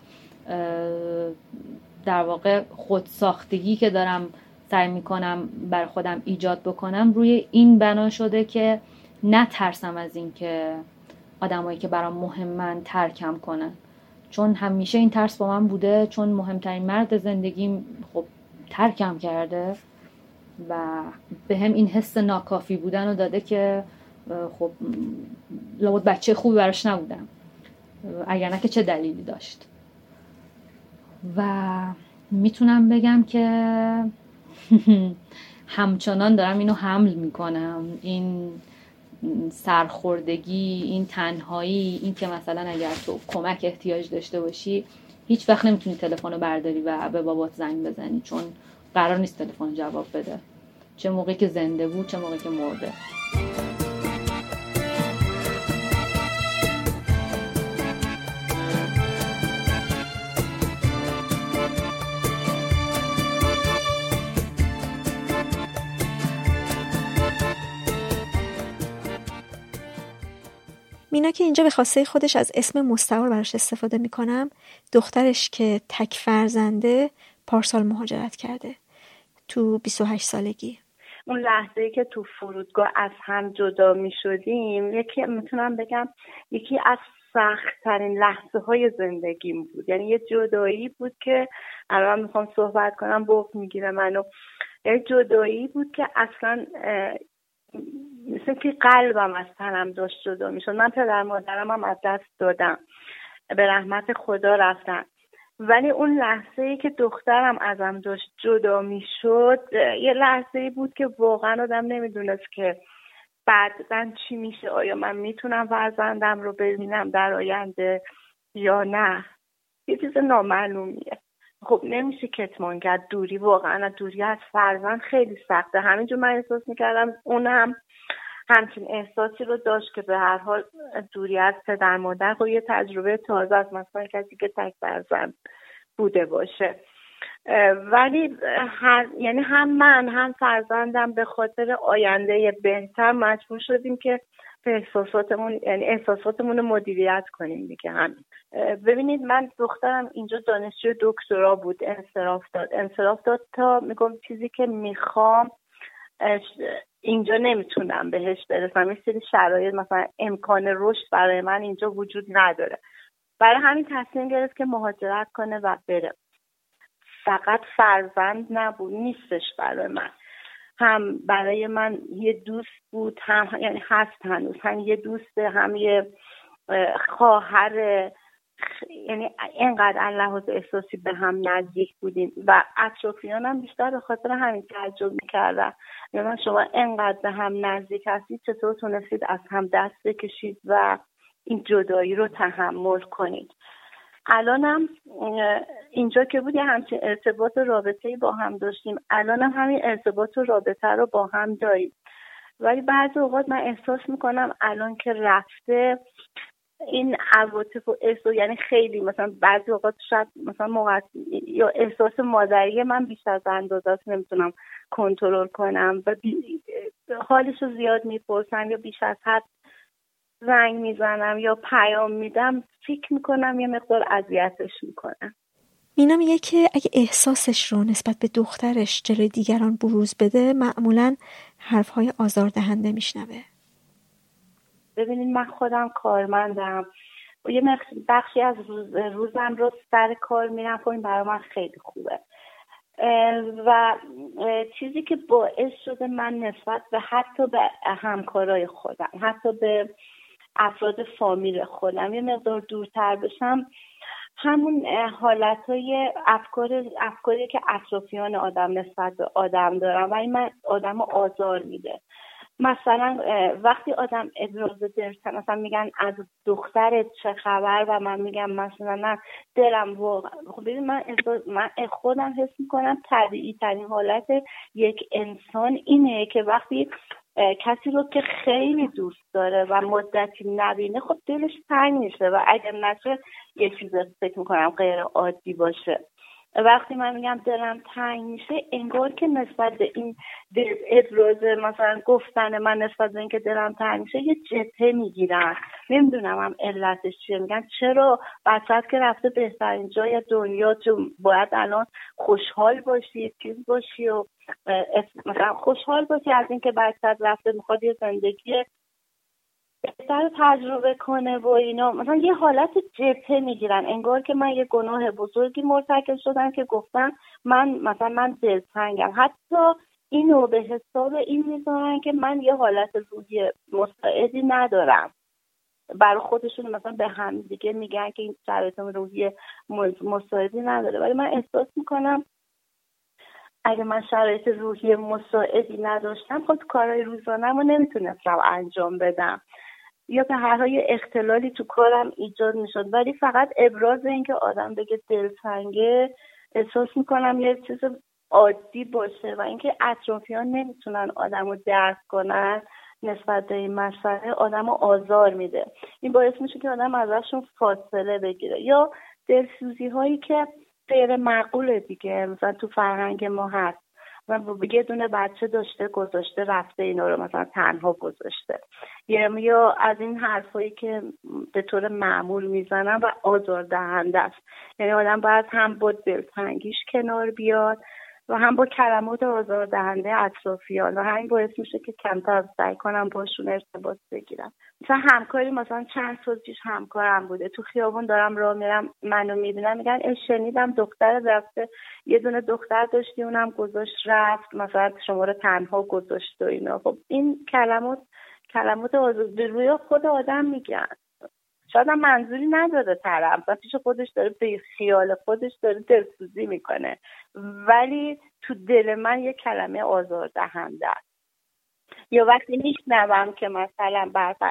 در واقع خودساختگی که دارم سعی میکنم بر خودم ایجاد بکنم روی این بنا شده که نترسم از این که آدمایی که برام مهمن ترکم کنن، چون همیشه این ترس با من بوده، چون مهمترین مرد زندگیم خب ترکم کرده و به هم این حس ناکافی بودن رو داده که خب لابد بچه خوبی براش نبودم، اگر نه که چه دلیلی داشت. و میتونم بگم که همچنان دارم اینو حمل میکنم، این سرخوردگی، این تنهایی، این که مثلا اگر تو کمک احتیاج داشته باشی هیچ وقت نمیتونی تلفن رو برداری و به بابات زنگ بزنی، چون قرار نیست تلفن جواب بده، چه موقعی که زنده بود چه موقعی که مرده. مینا که اینجا به خواسته خودش از اسم مستعار براش استفاده میکنم، دخترش که تک فرزنده پارسال مهاجرت کرده تو 28 سالگی. اون لحظه‌ای که تو فرودگاه از هم جدا میشدیم میتونم بگم یکی از سخت‌ترین لحظه‌های زندگیم بود. یعنی یه جدایی بود که الان میخوام صحبت کنم بغض میگیره منو. یه جدایی بود که اصلا مثل که قلبم از تنم داشت جدا میشد. من پدر مادرم هم از دست دادم، به رحمت خدا رفتن، ولی اون لحظه‌ای که دخترم ازم داشت جدا میشد یه لحظه‌ای بود که واقعا آدم نمیدونست که بعداً چی میشه، آیا من میتونم فرزندم رو ببینم در آینده یا نه. یه چیز نامعلومیه. خب نمیشه کتمان کرد، دوری، واقعا دوری از فرزند خیلی سخته. همینجور من احساس میکردم اونم همچین احساسی رو داشت که به هر حال دوری از پدر مادر خب یه تجربه تازه است، مثلا کسی که تک فرزند بوده باشه. ولی یعنی هم من هم فرزندم به خاطر آینده بهتر مجبور شدیم که به احساساتمون، یعنی احساساتمون رو مدیریت کنیم دیگه. همین. ببینید من دخترم اینجا دانشجو دکترا بود، انصراف داد تا میگم چیزی که میخوام اینجا نمیتونم بهش برسم، یه سری شرایط مثلا امکان رشد برای من اینجا وجود نداره، برای همین تصمیم گرفت که مهاجرت کنه و بره. فقط فرزند نبود، نیستش برای من، هم برای من یه دوست بود، هم یعنی هست هنوز، هم یه دوست، هم یه خواهر. یعنی اینقدر لحاظ احساسی به هم نزدیک بودیم و اطرافیانم بیشتر به خاطر همین تعجب می‌کردن. یعنی شما اینقدر به هم نزدیک هستید، چطور تونستید از هم دست بکشید و این جدایی رو تحمل کنید؟ الانم اینجا که بود یه همچین ارتباط و رابطه‌ای با هم داشتیم، الانم همین ارتباط و رابطه رو با هم داریم. ولی بعضی اوقات من احساس میکنم الان که رفته این عواطف و احساس، یعنی خیلی مثلا بعضی اوقات شاید مثلا یا احساس مادری من بیش از اندازه است نمیتونم کنترل کنم و حالش رو زیاد میپرسم یا بیش از حد زنگ میزنم یا پیام میدم، فکر میکنم یه مقدار اذیتش میکنم. مینا میگه که اگه احساسش رو نسبت به دخترش جلوی دیگران بروز بده معمولاً حرفهای آزاردهنده میشنوه. ببینید من خودم کارمندم و یه بخشی از روزم رو سر کار میرم، خب این برای من خیلی خوبه و چیزی که باعث شده من نسبت به حتی به همکارای خودم، حتی به افراد فامیل خودم یه مقدار دورتر بشم، همون حالتهای افکاری که اطرافیان آدم نسبت به آدم دارن و این من آدم آزار میده. مثلا وقتی آدم ابراز دلتن مثلا میگن از دخترت چه خبر و من میگم مثلا نه دلم واقعا، خب ببین من خودم حس میکنم طبیعی ترین حالت یک انسان اینه که وقتی کسی رو که خیلی دوست داره و مدتی نبینه خب دلش تنگ میشه و اگر نشه یه چیز فکر میکنم غیر عادی باشه. وقتی من میگم دلم تنگ میشه انگار که نسبت به این ابراز مثلا گفتن من نسبت به این که دلم تنگ میشه یه جبهه میگیرن، نمیدونم هم علتش چیه، میگن چرا بچت که رفته بهترین جای دنیا باید الان خوشحال باشی چیز باشی و مثلا خوشحال باشی از اینکه بچت رفته میخواد یه زندگی بهتر تجربه کنه و اینا، مثلا یه حالت جبهه میگیرن انگار که من یه گناه بزرگی مرتکب شدم که گفتم من دلتنگم. حتی اینو به حساب این میذارن که من یه حالت روحی مساعدی ندارم. برای خودشون مثلا به هم دیگه میگن که این شرایط روحی مساعدی نداره، ولی من احساس میکنم اگه من شرایط روحی مساعدی نداشتم خود کارهای روزانه‌مو نمیتونستم انجام بدم یا به هر حال اختلالی تو کارم ایجاد میشد. ولی فقط ابراز این که آدم بگه دلتنگه احساس میکنم یه چیز عادی باشه و اینکه اطرافیان نمیتونن آدمو درک کنن نسبت به این مسئله آدمو آزار میده. این باعث میشه که آدم ازشون فاصله بگیره یا دلسوزی هایی که غیر معقوله دیگه، مثلا تو فرهنگ ما هست و یه دونه بچه داشته گذاشته رفته اینا رو مثلا تنها گذاشته یا از این حرفایی که به طور معمول میزنن و آزاردهنده است. یعنی آدم باید هم با دلتنگیش کنار بیاد و هم با کلمات آزاردهنده اطرافیان و همین باعث میشه که کمتر سعی کنم باشون ارتباط بگیرم. مثلا همکاری مثلا چند سال پیش همکارم بوده، تو خیابون دارم راه میرم منو میبینم میگن شنیدم دختر رفته، یه دونه دختر داشتی اونم گذاشت رفت، مثلا شما رو تنها گذاشت و اینا. خب این کلمات آزاردهنده روی خود آدم میگن، شاید هم منظوری نداره طرف و پیش خودش داره به خیال خودش داره دلسوزی میکنه، ولی تو دل من یه کلمه آزاردهنده است. یا وقتی میشنوم که مثلا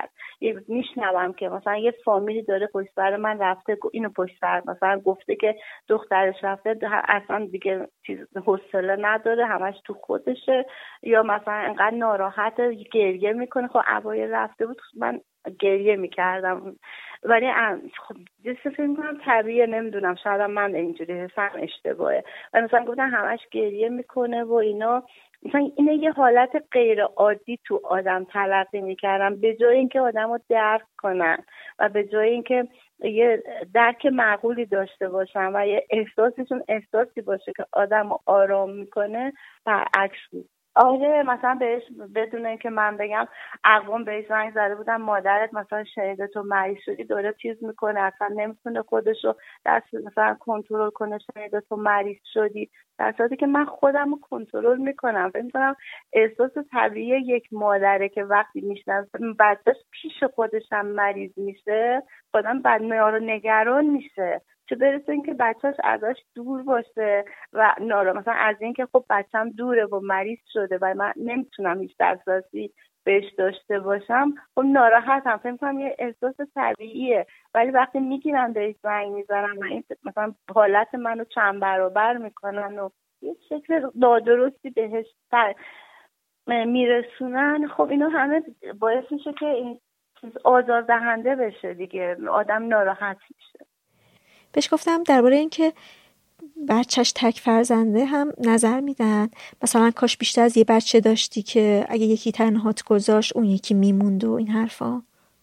میشنوم که مثلا یه فامیلی داره پشت سر من رفته اینو پشت سر مثلا گفته که دخترش رفته اصلا دیگه حوصله نداره همش تو خودشه، یا مثلا انقدر ناراحته گریه میکنه. خب اوایل رفته بود من گریه میکردم ولی خب یه فکر میکنم طبیعیه، نمیدونم شاید من اینجوری حسم اشتباهه و مثلا گفتن همش گریه میکنه و اینا، مثلا اینه یه حالت غیر عادی تو آدم تلقی میکردم به جای اینکه آدمو درک کنن و به جای اینکه یه درک معقولی داشته باشن و یه احساسشون احساسی باشه که آدمو آرام میکنه برعکس بود. آره مثلا بهش بدون اینکه من بگم اقوام بهش زنگ زده بودم مادرت مثلا شنیده تو مریض شدی داره چیز میکنه اصلا نمیتونه خودشو دست مثلا کنترل کنه، شنیده تو مریض شدی، در صورتی که من خودم رو کنترل میکنم. فکر میکنم احساس طبیعی یک مادره که وقتی میشنم بچهش پیش خودش هم مریض میشه خودم بعد نگران میشه، چه برسه اینکه بچه‌اش ازش دور باشه و مثلا از اینکه خب بچه‌م دوره و مریض شده و من نمیتونم هیچ دسترسی بهش داشته باشم، خب ناراحتم. فکر کنم یه احساس طبیعیه، ولی وقتی میگیرن بهش زنگ میزنن و این مثلا حالت منو چند برابر میکنن و یه شکل نادرستی بهش میرسونن، خب اینا همه باعث میشه که این چیز آزاردهنده بشه دیگه، آدم ناراحت میشه. بهش گفتم درباره این که بچهش تک فرزنده هم نظر میدن، مثلا کاش بیشتر از یه بچه داشتی که اگه یکی تنهات گذاشت اون یکی میموند و این حرفا.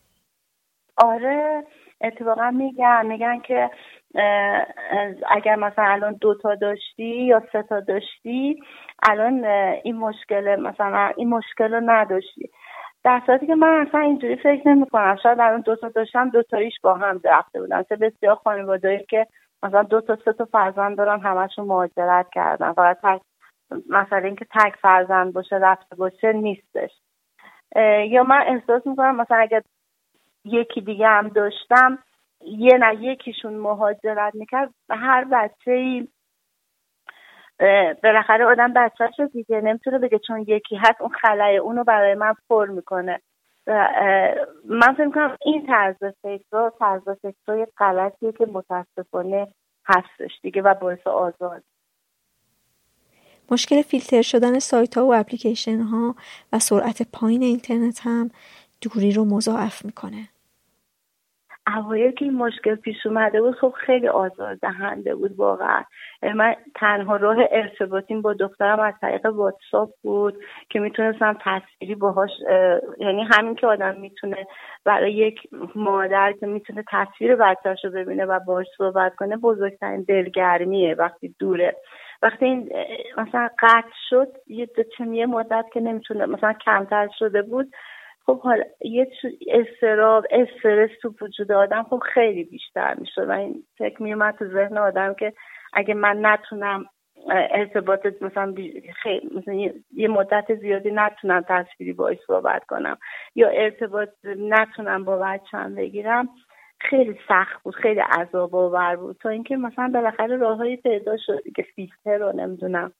آره اتفاقا میگن که اگر مثلا الان 2 تا داشتی یا 3 تا داشتی الان این مشکل رو نداشتی، در صورتی که من اصلا اینجوری فکر نمی کنم. شاید الان 2 تا داشتم 2 تاییش با هم رفته بودن. مثلا بسیار خانواده‌ای که مثلا 2 تا 3 تا فرزند دارن همشون مهاجرت کردن، فقط مثلا اینکه تک فرزند باشه رفته باشه نیستش. یا من احساس میکنم مثلا اگر یکی دیگه هم داشتم یکیشون مهاجرت میکرد، هر بچه‌ای بالاخره آدم بچه‌شو دیگه نمیتونه بگه چون یکی هست اون خلای اونو برای من پر میکنه. من فکر میکنم این طرز فکر غلطیه که متاسفانه هستش دیگه و باعث آزار. مشکل فیلتر شدن سایت ها و اپلیکیشن ها و سرعت پایین اینترنت هم دوری رو مضاعف میکنه. اوایل که این مشکل پیش اومده بود خب خیلی آزاردهنده بود واقعا. من تنها راه ارتباطیم با دخترم از طریق واتساپ بود که میتونستم تصویری باهاش، یعنی همین که آدم میتونه برای یک مادر که میتونه تصویر بچه‌شو ببینه و باهاش صحبت کنه بزرگترین دلگرمیه وقتی دوره. وقتی این مثلا قطع شد یه مدت که نمیتونه مثلا کمتر شده بود، خب حالا یه استرس تو وجود آدم خب خیلی بیشتر میشه و این فکر میومد تو ذهن آدم که اگه من نتونم ارتباط مثلا یه مدت زیادی نتونم تصویری باهاش صحبت کنم یا ارتباط نتونم با بچه‌م بگیرم، خیلی سخت بود، خیلی عذاب آور بود، تا اینکه مثلا بالاخره راههایی پیدا شد که فیلتر رو نمیدونم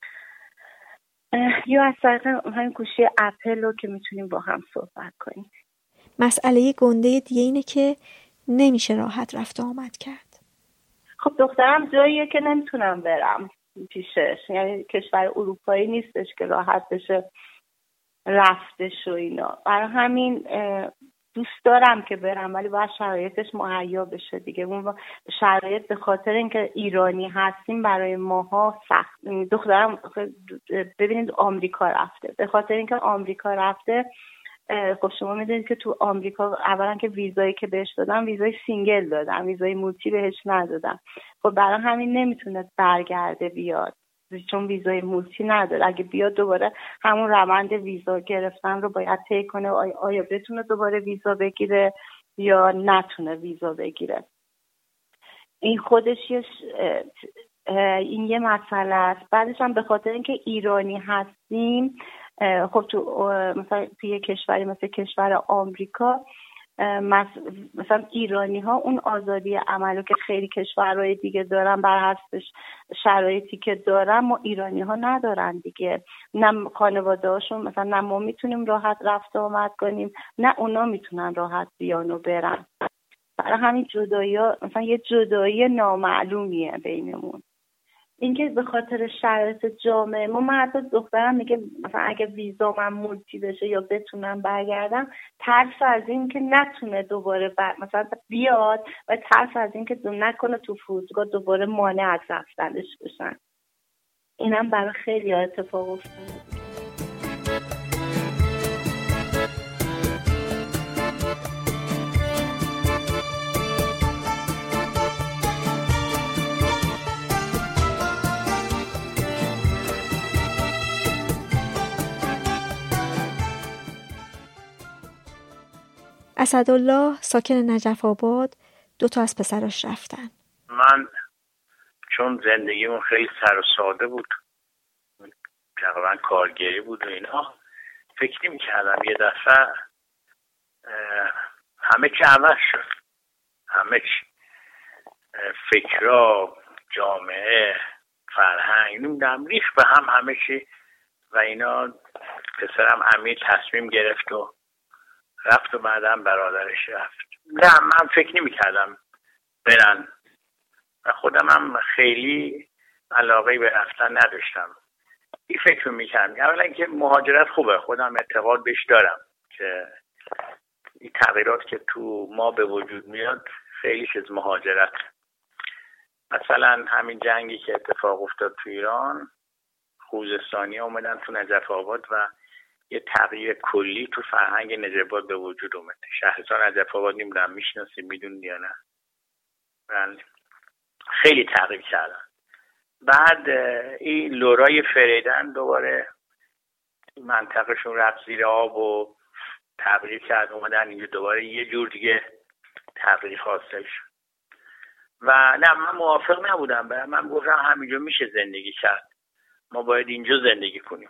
یا از طریق همین گوشی اپل رو که میتونیم با هم صحبت کنیم. مسئله گنده دیگه اینه که نمیشه راحت رفت آمد کرد. خب دخترم جاییه که نمیتونم برم پیشش، یعنی کشور اروپایی نیستش که راحت بشه رفتش و اینا. برای همین دوست دارم که برم ولی باید شرایطش مهیا بشه دیگه. اون شرایط به خاطر اینکه ایرانی هستیم برای ماها سخت. دخترم ببینید آمریکا رفته، به خاطر اینکه آمریکا رفته خب شما میدونید که تو آمریکا اولا که ویزایی که بهش دادن ویزای سینگل دادن، ویزای موتی بهش ندادن. خب برای همین نمیتونه برگرده بیاد چون ویزای موتی نداره. اگه بیاد دوباره همون روند ویزا گرفتن رو باید طی کنه، آیا بتونه دوباره ویزا بگیره یا نتونه ویزا بگیره. این خودش این یه مسئله است. بعدش هم به خاطر اینکه ایرانی هستیم، خب تو مثلا توی کشوری مثل کشور آمریکا مثلا ایرانی ها اون آزادی عملو که خیلی کشورهای دیگه دارن بر حسب شرایطی که دارن ما ایرانی ها ندارن دیگه. نه خانواده هاشون مثلا نه ما میتونیم راحت رفت آمد کنیم نه اونا میتونن راحت بیان و برن. برای همین جدایی ها مثلا یه جدایی نامعلومیه بینمون. اینکه به خاطر شرایط جامعه ما، من حتی دخترم میگه مثلا اگه ویزا من مولتی بشه یا بتونم برگردم، ترس از این که نتونه دوباره مثلا بیاد و ترس از این که نکنه تو فرودگاه دوباره مانع از رفتنش بشن. اینم برای خیلی ها اتفاق افتاده. اسدالله ساکن نجف آباد 2 تا از پسراش رفتن. من چون زندگیمون خیلی سر و ساده بود، تقریبا کارگری بود و اینا، فکر نمی‌کردم یه دفعه همه چی عوض شد. همه چی، فکرها، جامعه، فرهنگ، نمیدونم ریخت به هم همه چی و اینا. پسرم امیر تصمیم گرفت و رفت و بعدم برادرش رفت. نه من فکر نمی کردم برن و خودم هم خیلی علاقه به رفتن نداشتم. این فکر میکنم. اولا که مهاجرت خوبه، خودم اعتقاد بهش دارم که این تغییرات که تو ما به وجود میاد خیلیش از مهاجرت. مثلا همین جنگی که اتفاق افتاد تو ایران، خوزستانی اومدن تو نجف آباد و یه تغییر کلی تو فرهنگ نجف آباد به وجود اومد. شهرستان نجف آباد نمیدونم میشناسی میدونی یا نه، خیلی تغییر کردن. بعد این لورای فریدن دوباره منطقهشون رفت زیر آب و تغییر کرد، اومدن اینجا دوباره یه جور دیگه تغییر حاصل شد. و نه من موافق نبودم، من گفتم همینجا میشه زندگی کرد، ما باید اینجا زندگی کنیم.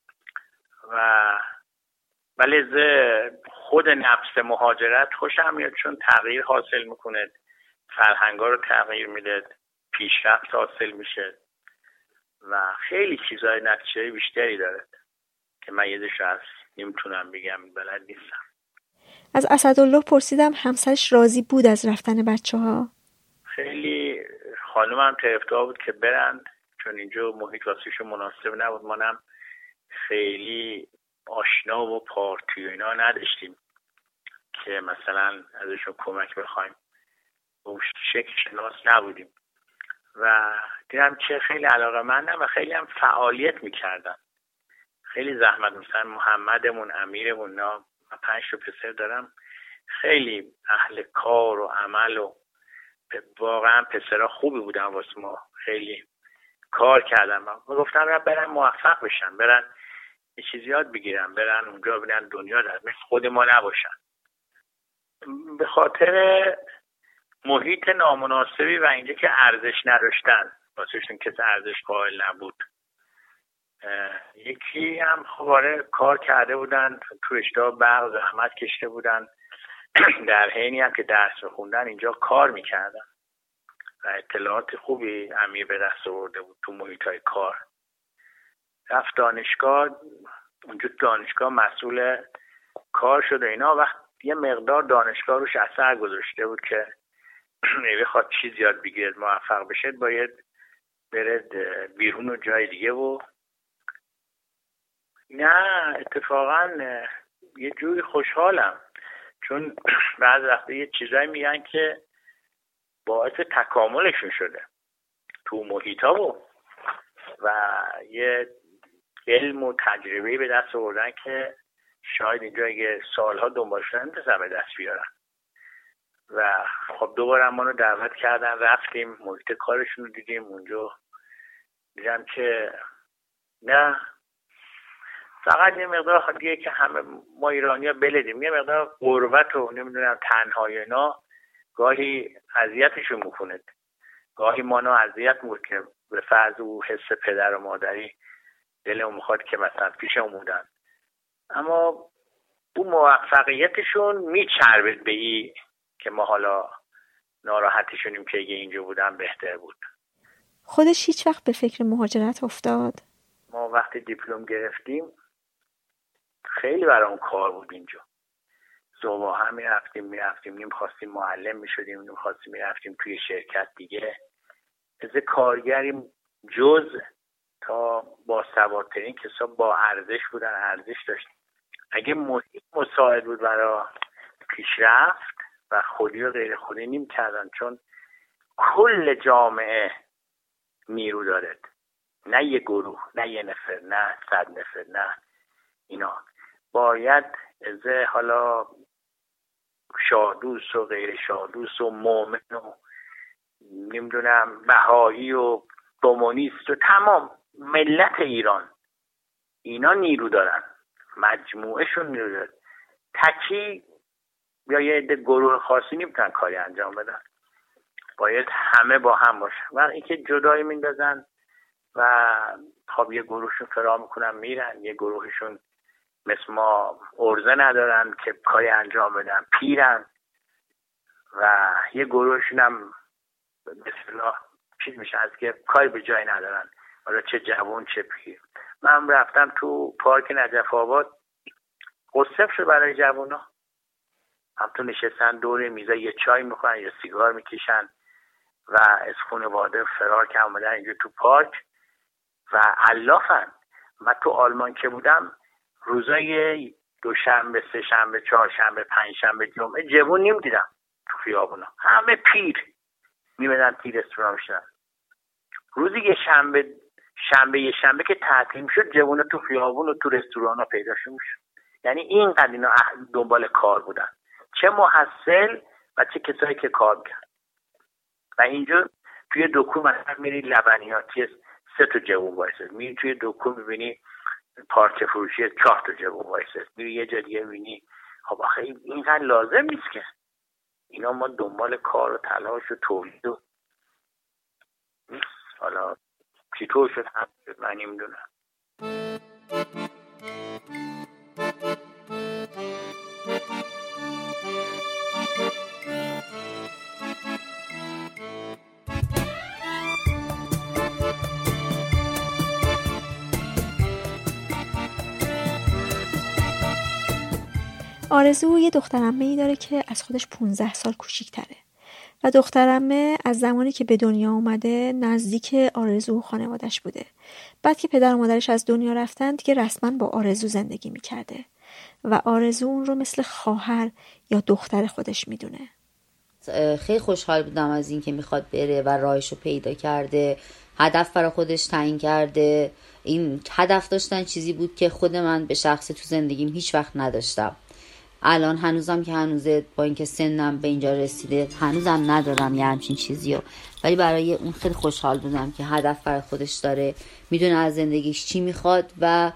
ولی خود نفس مهاجرت خوشم میاد چون تغییر حاصل میکنه، فرهنگا رو تغییر میده، پیشرفت حاصل میشه و خیلی چیزای نتیجه بیشتری داره که من یادش هست نمیتونم بگم، بلد نیستم. از اسدالله پرسیدم همسرش راضی بود از رفتن بچه‌ها؟ خیلی خانومم طرفدار بود که برن چون اینجا محیط واسهشون مناسب نبود. منم خیلی آشنا و پارتی و اینا نداشتیم که مثلا ازشون کمک بخوایم، اون شکل شناس نبودیم و دیدم که خیلی علاقه‌مندن و خیلی هم فعالیت میکردن، خیلی زحمت. مثلا محمدمون، امیرمون، من 5 تا پسر دارم، خیلی اهل کار و عمل و واقعا پسرها خوبی بودن واسه ما، خیلی کار کردن. من گفتم برن موفق بشن، برن یه چیزی یاد بگیرن، برن اونجا ببینن دنیا در مثل خود ما نباشن. به خاطر محیط نامناسبی و اینجا که ارزش نداشتن، واسهشون کسی ارزش قائل نبود. یکی هم خباره کار کرده بودن تو اشتها برق، زحمت کشته بودن، در حینی هم که درس بخوندن اینجا کار میکردن و اطلاعات خوبی امیر به دست آورده بود تو محیطای کار. رفت دانشگاه، اونجا دانشگاه مسئول کار شد و اینا. وقت یه مقدار دانشگاه روش اثر گذاشته بود که بخواد چیز یاد بگیرد، موفق بشه، باید برد بیرون و جای دیگه. و نه اتفاقا یه جوری خوشحالم چون بعض وقتا یه چیزایی میگن که باعث تکاملشون شده تو محیطا و یه علم و تجربه به دست آوردن که شاید اینجا اگه سالها دنبالشون نمیتونن به دست بیارن. و خب دوباره ما رو دعوت کردن، رفتیم محیط کارشون رو دیدیم. اونجا دیدم که نه فقط یه مقدار دیگه که همه ما ایرانی‌ها بلدیم، یه مقدار غربت و نمیدونم تنهایی اینا گاهی اذیتشون میکنه، گاهی مانو اذیت میکنه که به فرض او حس پدر و مادری دلمون میخواد که مثلا پیشمون بودن، اما اون موفقیتشون میچربید به این که ما حالا ناراحتشونیم که اگه اینجا بودن بهتر بود. خودش هیچ وقت به فکر مهاجرت افتاد؟ ما وقتی دیپلم گرفتیم خیلی برای اون کار بود اینجا. صبح میرفتیم نمیخواستیم معلم میشدیم، نمیخواستیم میرفتیم توی شرکت دیگه. از کارگریم جز تا با سوادترین کسا با ارزش بودن، ارزش داشتیم. اگه محیط مساعد بود برای پیشرفت و خودی و غیر خودی نمی کردن، چون کل جامعه نیرو دارد، نه یه گروه، نه یه نفر، نه 100 نفر، نه اینا. باید از حالا شادوس و غیر شادوس و مومن و نمیدونم بهایی و کمونیست و تمام ملت ایران اینا نیرو دارن، مجموعهشون نیرو دارن. تکی یا یه عده گروه خاصی نمیتونن کاری انجام بدن، باید همه با هم باشن. وقتی اینکه جدایی میندازن و خب یه گروهشون فرار میکنن میرن، یه گروهشون مثل ما ارزه ندارن که کاری انجام بدن، پیرن، و یه گروهشون هم مثلا چیز میشه از که کاری به جای ندارن، حالا چه جوان چه پیر. من رفتم تو پارک نجف آباد، قصف شد برای جوونا، هم تو نشستن دور میزا یه چای میخورن یا سیگار میکشن و از خانواده فرار که اومدن اینجا تو پارک و علافن. من تو آلمان که بودم روزای دوشنبه، سه شنبه، چهارشنبه، پنجشنبه، جمعه جوون نمیدیدم تو خیابونا، همه پیر میمدن تیر رستوران میشدن. روزی یه شنبه که تعطیل میشد جوونا تو خیابون و تو رستورانا پیداشون میشد. یعنی اینقدر اینا دنبال کار بودن، چه محصل و چه کسایی که کار میکرد. و اینجا توی دکون مثلا میری لبنیاتی 3 تا جوون وایسه، میری توی دکون میبینی پارچه فروشی 4 تا جوون وایسه، میری یه جا دیگه میبینی. خب آخه اینقدر لازم نیست که اینا ما دنبال کار و تلاش و تولید و نیست. حالا چطور شد هم شد من نمیدونم. آرزو یه دخترعمه‌ای داره که از خودش 15 سال کوچیک‌تره و دخترعمه از زمانی که به دنیا اومده نزدیک آرزو و خانوادش بوده. بعد که پدر و مادرش از دنیا رفتن دیگه رسما با آرزو زندگی میکرده و آرزو اون رو مثل خواهر یا دختر خودش میدونه. خیلی خوشحال بودم از این که میخواد بره و راهشو پیدا کرده، هدف برای خودش تعیین کرده. این هدف داشتن چیزی بود که خود من به شخص تو زندگیم هیچ وقت نداشتم. الان هنوزم که هنوزه با اینکه سنم به اینجا رسیده هنوزم ندارم یه همچین چیزیو، ولی برای اون خیلی خوشحال بودم که هدف برای خودش داره، میدونه از زندگیش چی میخواد و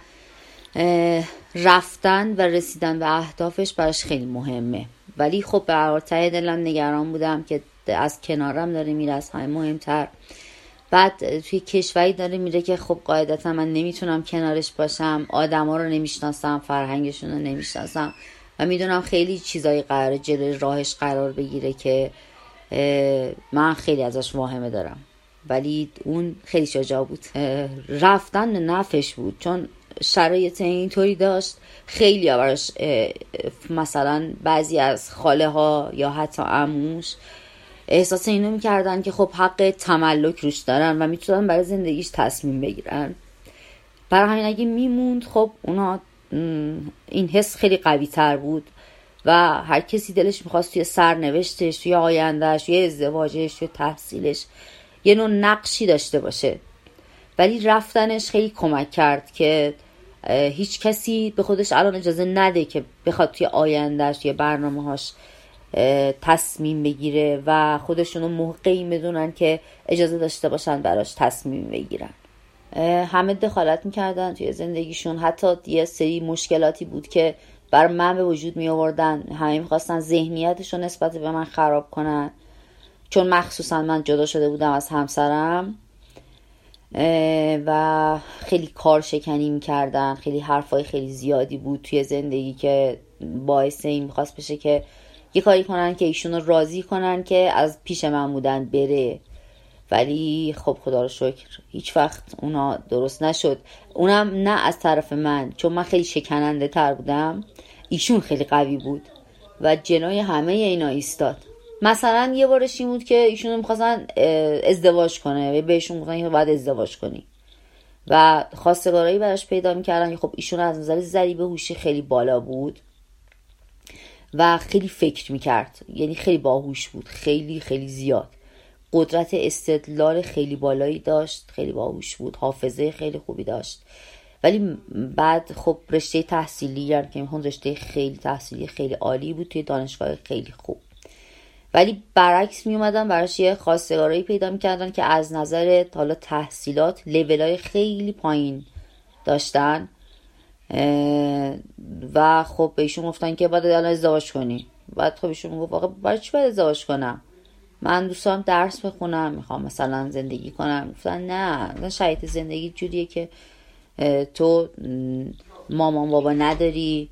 رفتن و رسیدن به اهدافش براش خیلی مهمه. ولی خب به هر حال ته دلم نگران بودم که از کنارم داره میره، از همه مهمتر. بعد توی کشوری داره میره که خب قاعدتا من نمیتونم کنارش باشم، آدما رو نمیشناسم، فرهنگشون رو نمیشناسم و میدونم خیلی چیزایی قراره جلوی راهش قرار بگیره که من خیلی ازش واهمه دارم. ولی اون خیلی شجاع بود، رفتن نفعش بود، چون شرایط اینطوری داشت. خیلی براش مثلا بعضی از خاله ها یا حتی عموش احساس اینو میکردن که خب حق تملک روش دارن و میتونن برای زندگیش تصمیم بگیرن. برای همین اگه میموند خب اونا این حس خیلی قوی تر بود و هر کسی دلش میخواست توی سرنوشتش، توی آیندهش، توی ازدواجش، توی تحصیلش یه نوع نقشی داشته باشه. ولی رفتنش خیلی کمک کرد که هیچ کسی به خودش الان اجازه نده که بخواد توی آیندهش، توی برنامه‌هاش تصمیم بگیره و خودشونو موقعی میدونن که اجازه داشته باشن براش تصمیم بگیرن. همه دخالت میکردن توی زندگیشون، حتی یه سری مشکلاتی بود که بر من به وجود می آوردن. همه میخواستن ذهنیتشو نسبت به من خراب کنن، چون مخصوصا من جدا شده بودم از همسرم و خیلی کار شکنی میکردن. خیلی حرفای خیلی زیادی بود توی زندگی که باعث این میخواست بشه که یه کاری کنن که ایشونو راضی کنن که از پیش من بودن بره. ولی خب خدا رو شکر هیچ وقت اونا درست نشد. اونم نه از طرف من، چون من خیلی شکننده تر بودم، ایشون خیلی قوی بود و جلوی همه اینا ایستاد. مثلا یه بارش این بود که ایشون میخواستن ازدواج کنه و بهشون گفتن که باید ازدواج کنی و خواستگارایی براش پیدا میکردن که خب ایشون از نظر ضریب هوشی خیلی بالا بود و خیلی فکر میکرد، یعنی خیلی باهوش بود، خیلی خیلی زیاد قدرت استدلال خیلی بالایی داشت، خیلی باهوش بود، حافظه خیلی خوبی داشت. ولی بعد خب رشته تحصیلی یعنی که میخوند رشته خیلی تحصیلی خیلی عالی بود توی دانشگاه خیلی خوب، ولی برعکس میومدن براش یه خواستگارایی پیدا میکردن که از نظر حالا تحصیلات لیولای خیلی پایین داشتن و خب بهشون گفتن که باید الان ازدواج کنی. بعد خب ایشون گفت آقا برای چی باید ازدواج کنم؟ من دوست دارم درس بخونم، میخوام مثلا زندگی کنم. گفتن نه، شرایط زندگی جوریه که تو مامان بابا نداری،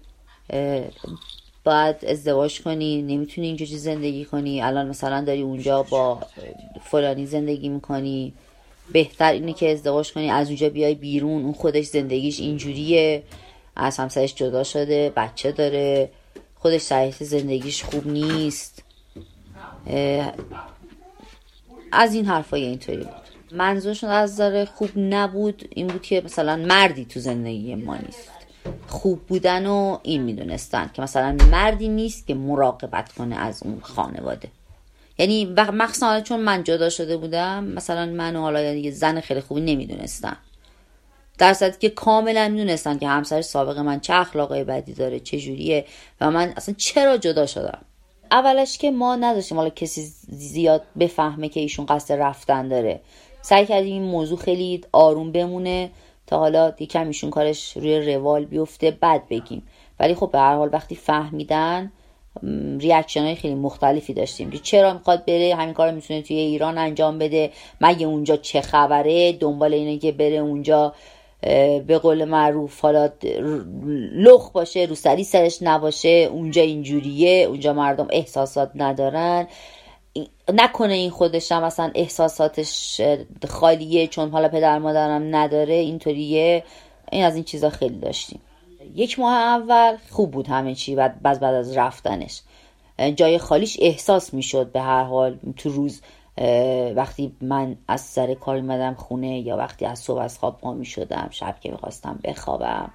باید ازدواج کنی، نمیتونی اینجوری زندگی کنی. الان مثلا داری اونجا با فلانی زندگی میکنی، بهتر اینه که ازدواج کنی، از اونجا بیای بیرون. اون خودش زندگیش اینجوریه، از همسرش جدا شده، بچه داره، خودش شرایط زندگیش خوب نیست. از این حرفای اینطوری بود. منظورشون از نظر خوب نبود این بود که مثلا مردی تو زندگی ما نیست. خوب بودن و این میدونستن که مثلا مردی نیست که مراقبت کنه از اون خانواده. یعنی مخصوصا چون من جدا شده بودم، مثلا من و حالا یه زن خیلی خوبی نمیدونستم، در صورتی که کاملا میدونستن که همسر سابق من چه اخلاقای بدی داره، چه جوریه و من اصلا چرا جدا شدم. اولش که ما نداشتیم حالا کسی زیاد بفهمه که ایشون قصد رفتن داره. سعی کردیم این موضوع خیلی آروم بمونه تا حالا یکم ایشون کارش روی روال بیفته بعد بگیم. ولی خب به هر حال وقتی فهمیدن ریاکشن های خیلی مختلفی داشتیم که چرا میخواد بره، همین کار میتونه توی ایران انجام بده، مگه اونجا چه خبره، دنبال اینه که بره اونجا به قول معروف حالا لخ باشه، روسری سرش نباشه، اونجا اینجوریه، اونجا مردم احساسات ندارن، نکنه این خودش هم مثلا احساساتش خالیه چون حالا پدر مادرم نداره اینطوریه. این از این چیزا خیلی داشتیم. 1 ماه اول خوب بود همه چی، بعد از رفتنش جای خالیش احساس میشد به هر حال تو روز، وقتی من از سر کار میمدم خونه یا وقتی از صبح از خواب پا میشدم، شب که میخواستم بخوابم،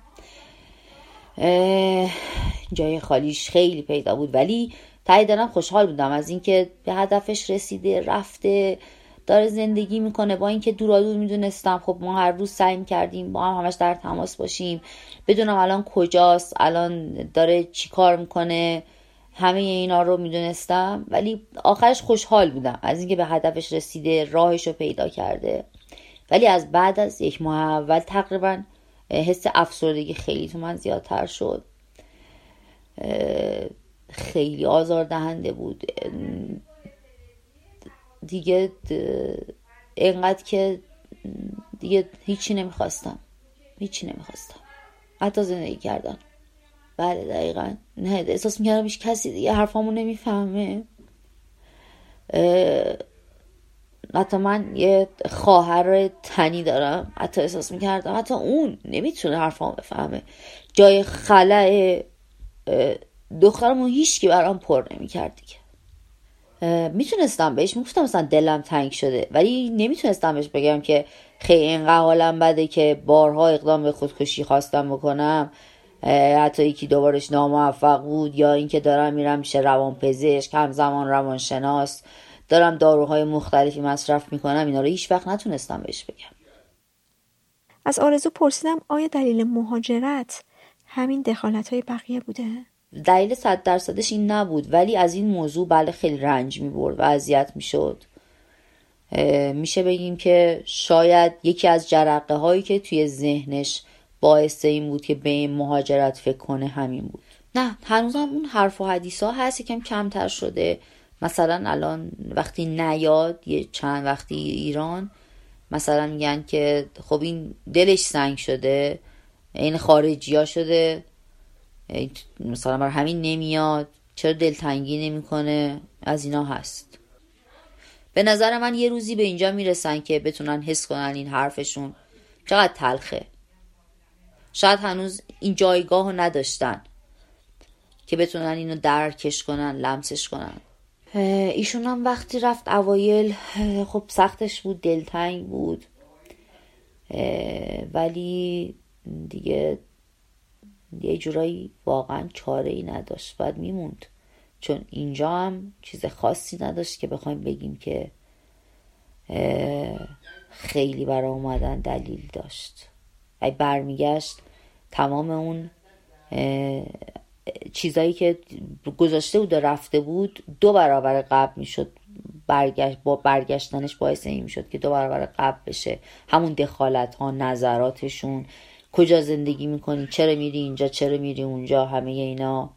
جای خالیش خیلی پیدا بود. ولی ته دلم خوشحال بودم از اینکه به هدفش رسیده، رفته، داره زندگی میکنه. با اینکه دورادور میدونستم خب ما هر روز سعی کردیم با هم همش در تماس باشیم، بدونم الان کجاست، الان داره چی کار میکنه، همه اینا رو میدونستم. ولی آخرش خوشحال بودم از اینکه به هدفش رسیده، راهش رو پیدا کرده. ولی از بعد از 1 ماه اول تقریبا حس افسردگی خیلی تو من زیادتر شد. خیلی آزاردهنده بود دیگه، اینقدر که دیگه هیچی نمیخواستم حتی زندگی کردن. بله دقیقا، نه احساس میکردم هیچ کسی دیگه حرفامو نمیفهمه. حتی من یه خواهر تنی دارم، حتی احساس میکردم حتی اون نمیتونه حرفامو بفهمه. جای خلأ دخترمو هیچ کی برام پر نمیکرد دیگه. میتونستم بهش میگفتم مثلا دلم تنگ شده، ولی نمیتونستم بهش بگم که خیلی اینقدر حالم بده که بارها اقدام به خودکشی خواستم بکنم، حتی یکی دوبارش ناموفق بود، یا اینکه دارم میرم میشه روانپزشک، همزمان روانشناس، دارم داروهای مختلفی مصرف میکنم. اینا رو هیچ وقت نتونستم بهش بگم. از آرزو پرسیدم آیا دلیل مهاجرت همین دخالت‌های بقیه بوده؟ دلیل 100% این نبود، ولی از این موضوع بله خیلی رنج میبرد و اذیت میشد. میشه بگیم که شاید یکی از جرقه هایی که توی ذهنش باعث این بود که به این مهاجرت فکر کنه همین بود. نه هنوزم اون حرف و حدیث ها هست، یکم کمتر شده. مثلا الان وقتی نیاد یه چند وقتی ایران، مثلا میگن که خب این دلش سنگ شده، این خارجی ها شده، مثلا برای همین نمیاد، چرا دلتنگی نمیکنه، از اینا هست. به نظر من یه روزی به اینجا میرسن که بتونن حس کنن این حرفشون چقدر تلخه. شاید هنوز این جایگاه رو نداشتن که بتونن اینو درکش کنن، لمسش کنن. ایشون هم وقتی رفت اوایل خب سختش بود، دلتنگ بود، ولی دیگه یه جورایی واقعا چاره ای نداشت، باید میموند. چون اینجا هم چیز خاصی نداشت که بخوایم بگیم که خیلی برای اومدن دلیل داشت. اگه برمیگشت تمام اون چیزایی که گذاشته بود و رفته بود 2 برابر قبل میشد. با برگشتنش باعث این میشد که 2 برابر قبل بشه. همون دخالت ها، نظراتشون، کجا زندگی میکنی، چرا میری اینجا، چرا میری اونجا، همه اینا.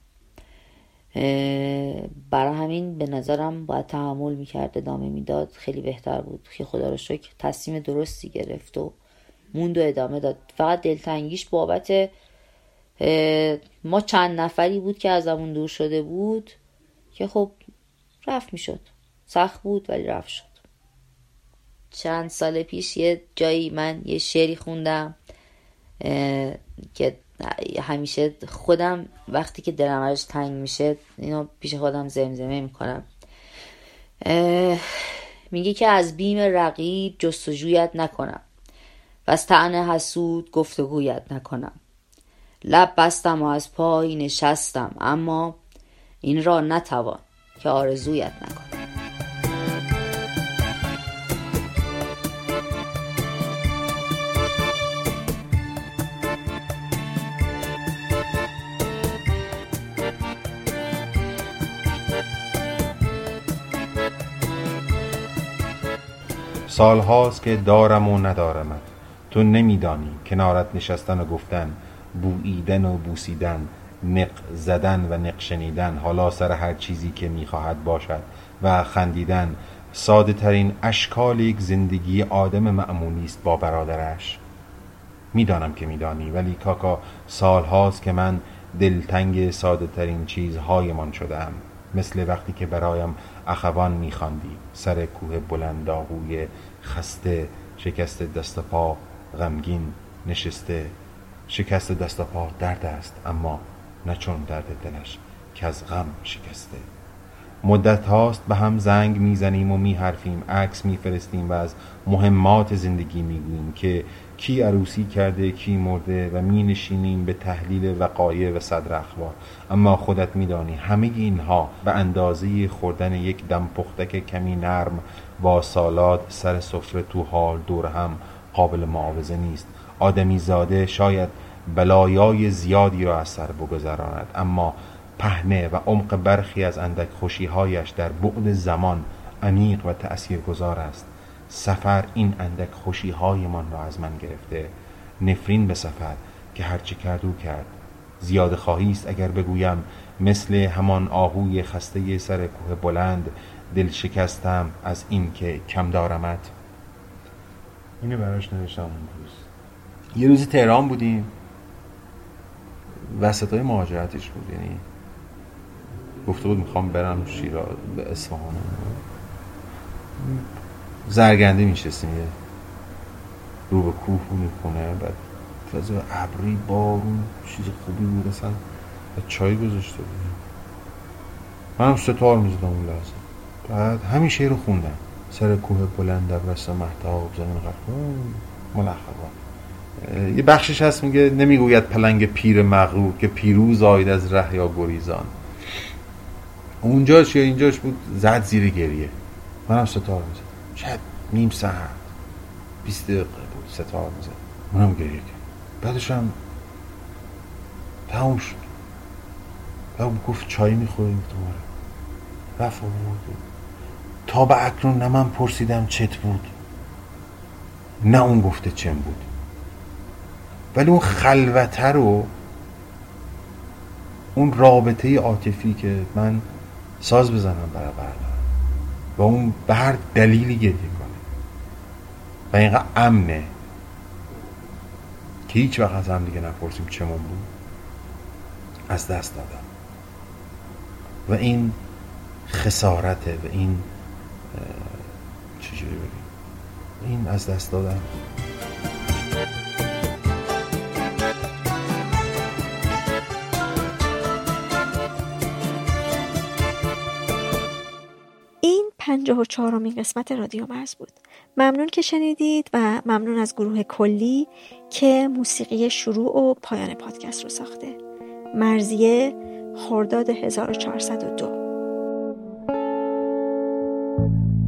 برای همین به نظرم باید تحمل میکرد، ادامه میداد، خیلی بهتر بود که خدا رو شکر تصمیم درستی گرفت و موند و ادامه داد. فقط دلتنگیش بابت ما چند نفری بود که ازمون دور شده بود که خب رفت میشد، سخت بود ولی رفت شد. چند سال پیش یه جایی من یه شعری خوندم که همیشه خودم وقتی که دلم ازش تنگ میشه اینو پیش خودم زمزمه میکنم. میگه که از بیم رقیب جستجویت نکنم و از طعن حسود گفتگویت نکنم. لب بستم و از پای نشستم، اما این را نتوان که آرزویت نکنم. سال هاست که دارم و ندارمت، تو نمیدانی کنارت نشستن و گفتن، بوییدن و بوسیدن، نق زدن و نق شنیدن، حالا سر هر چیزی که میخواهد باشد، و خندیدن، ساده ترین اشکال یک زندگی آدم معمولی است با برادرش. میدانم که میدانی، ولی کاکا سال هاست که من دلتنگ ساده ترین چیزهایمان شدم، مثل وقتی که برایم اخوان میخواندی، سر کوه بلند آهوی خسته، شکست دست پا غمگین نشسته. شکست دست پا درد است، اما نه چون درد دلش که از غم شکسته. مدت هاست به هم زنگ میزنیم و میحرفیم، عکس میفرستیم و از مهمات زندگی میگوییم که کی عروسی کرده، کی مرده، و مینشینیم به تحلیل وقایع و صدر اخبار. اما خودت میدانی همه اینها به اندازه خوردن یک دم پختک کمی نرم با سالاد سر سفره تو حال دور هم قابل معاوضه نیست. آدمی زاده شاید بلایای زیادی را از سر بگذراند، اما پهنه و عمق برخی از اندک خوشی‌هایش در بعد زمان عمیق و تأثیرگذار است. سفر این اندک خوشی‌هایمان را از من گرفته. نفرین به سفر که هرچی کرد او کرد. زیاده خواهی است اگر بگویم مثل همان آهوی خسته سر کوه بلند دل شکستم از این که کم دارمت. اینو براش نوشتم اون روز. یه روزی تهران بودیم، وسطای مهاجرتش بود، یعنی گفته بود میخوام برم شیراز به اصفهان. زرگنده میشستیم، یه رو به کوه میکنه، بعد فضا ابری بارون چیز خوبی بود، اصلا چای گذاشته بود. منم ستار میزدم اون لحظه. بعد همین شعر رو خوندم، سر کوه بلند ابرست مهتاب زمین غرقان ملخبان. یه بخشش هست میگه نمیگوید پلنگ پیر مغرور که پیروز آید از ره یا گریزان. اونجاش یا اینجاش بود زد زیر گریه. منم ستار میزدم، شاید نیم ساعت 20 دقیقه بود ستار میزدم، منم گریه کردم. بعدش هم تموم شد. بعد گفت چای میخوریم دوباره رفت آورد. تا به اکنون نه من پرسیدم چت بود نه اون گفته چم بود، ولی اون خلوته رو، اون رابطه عاطفی که من ساز بزنم برای بردارم و اون به هر دلیلی گریه کنه و اینقدر امنه که هیچ وقت از هم دیگه نپرسیم چمون بود، از دست دادم. و این خسارته و این چجوری بگیم، این از دست دادن. این 54مین قسمت رادیو مرز بود. ممنون که شنیدید و ممنون از گروه کلی که موسیقی شروع و پایان پادکست رو ساخته. مرزیه، خرداد 1402.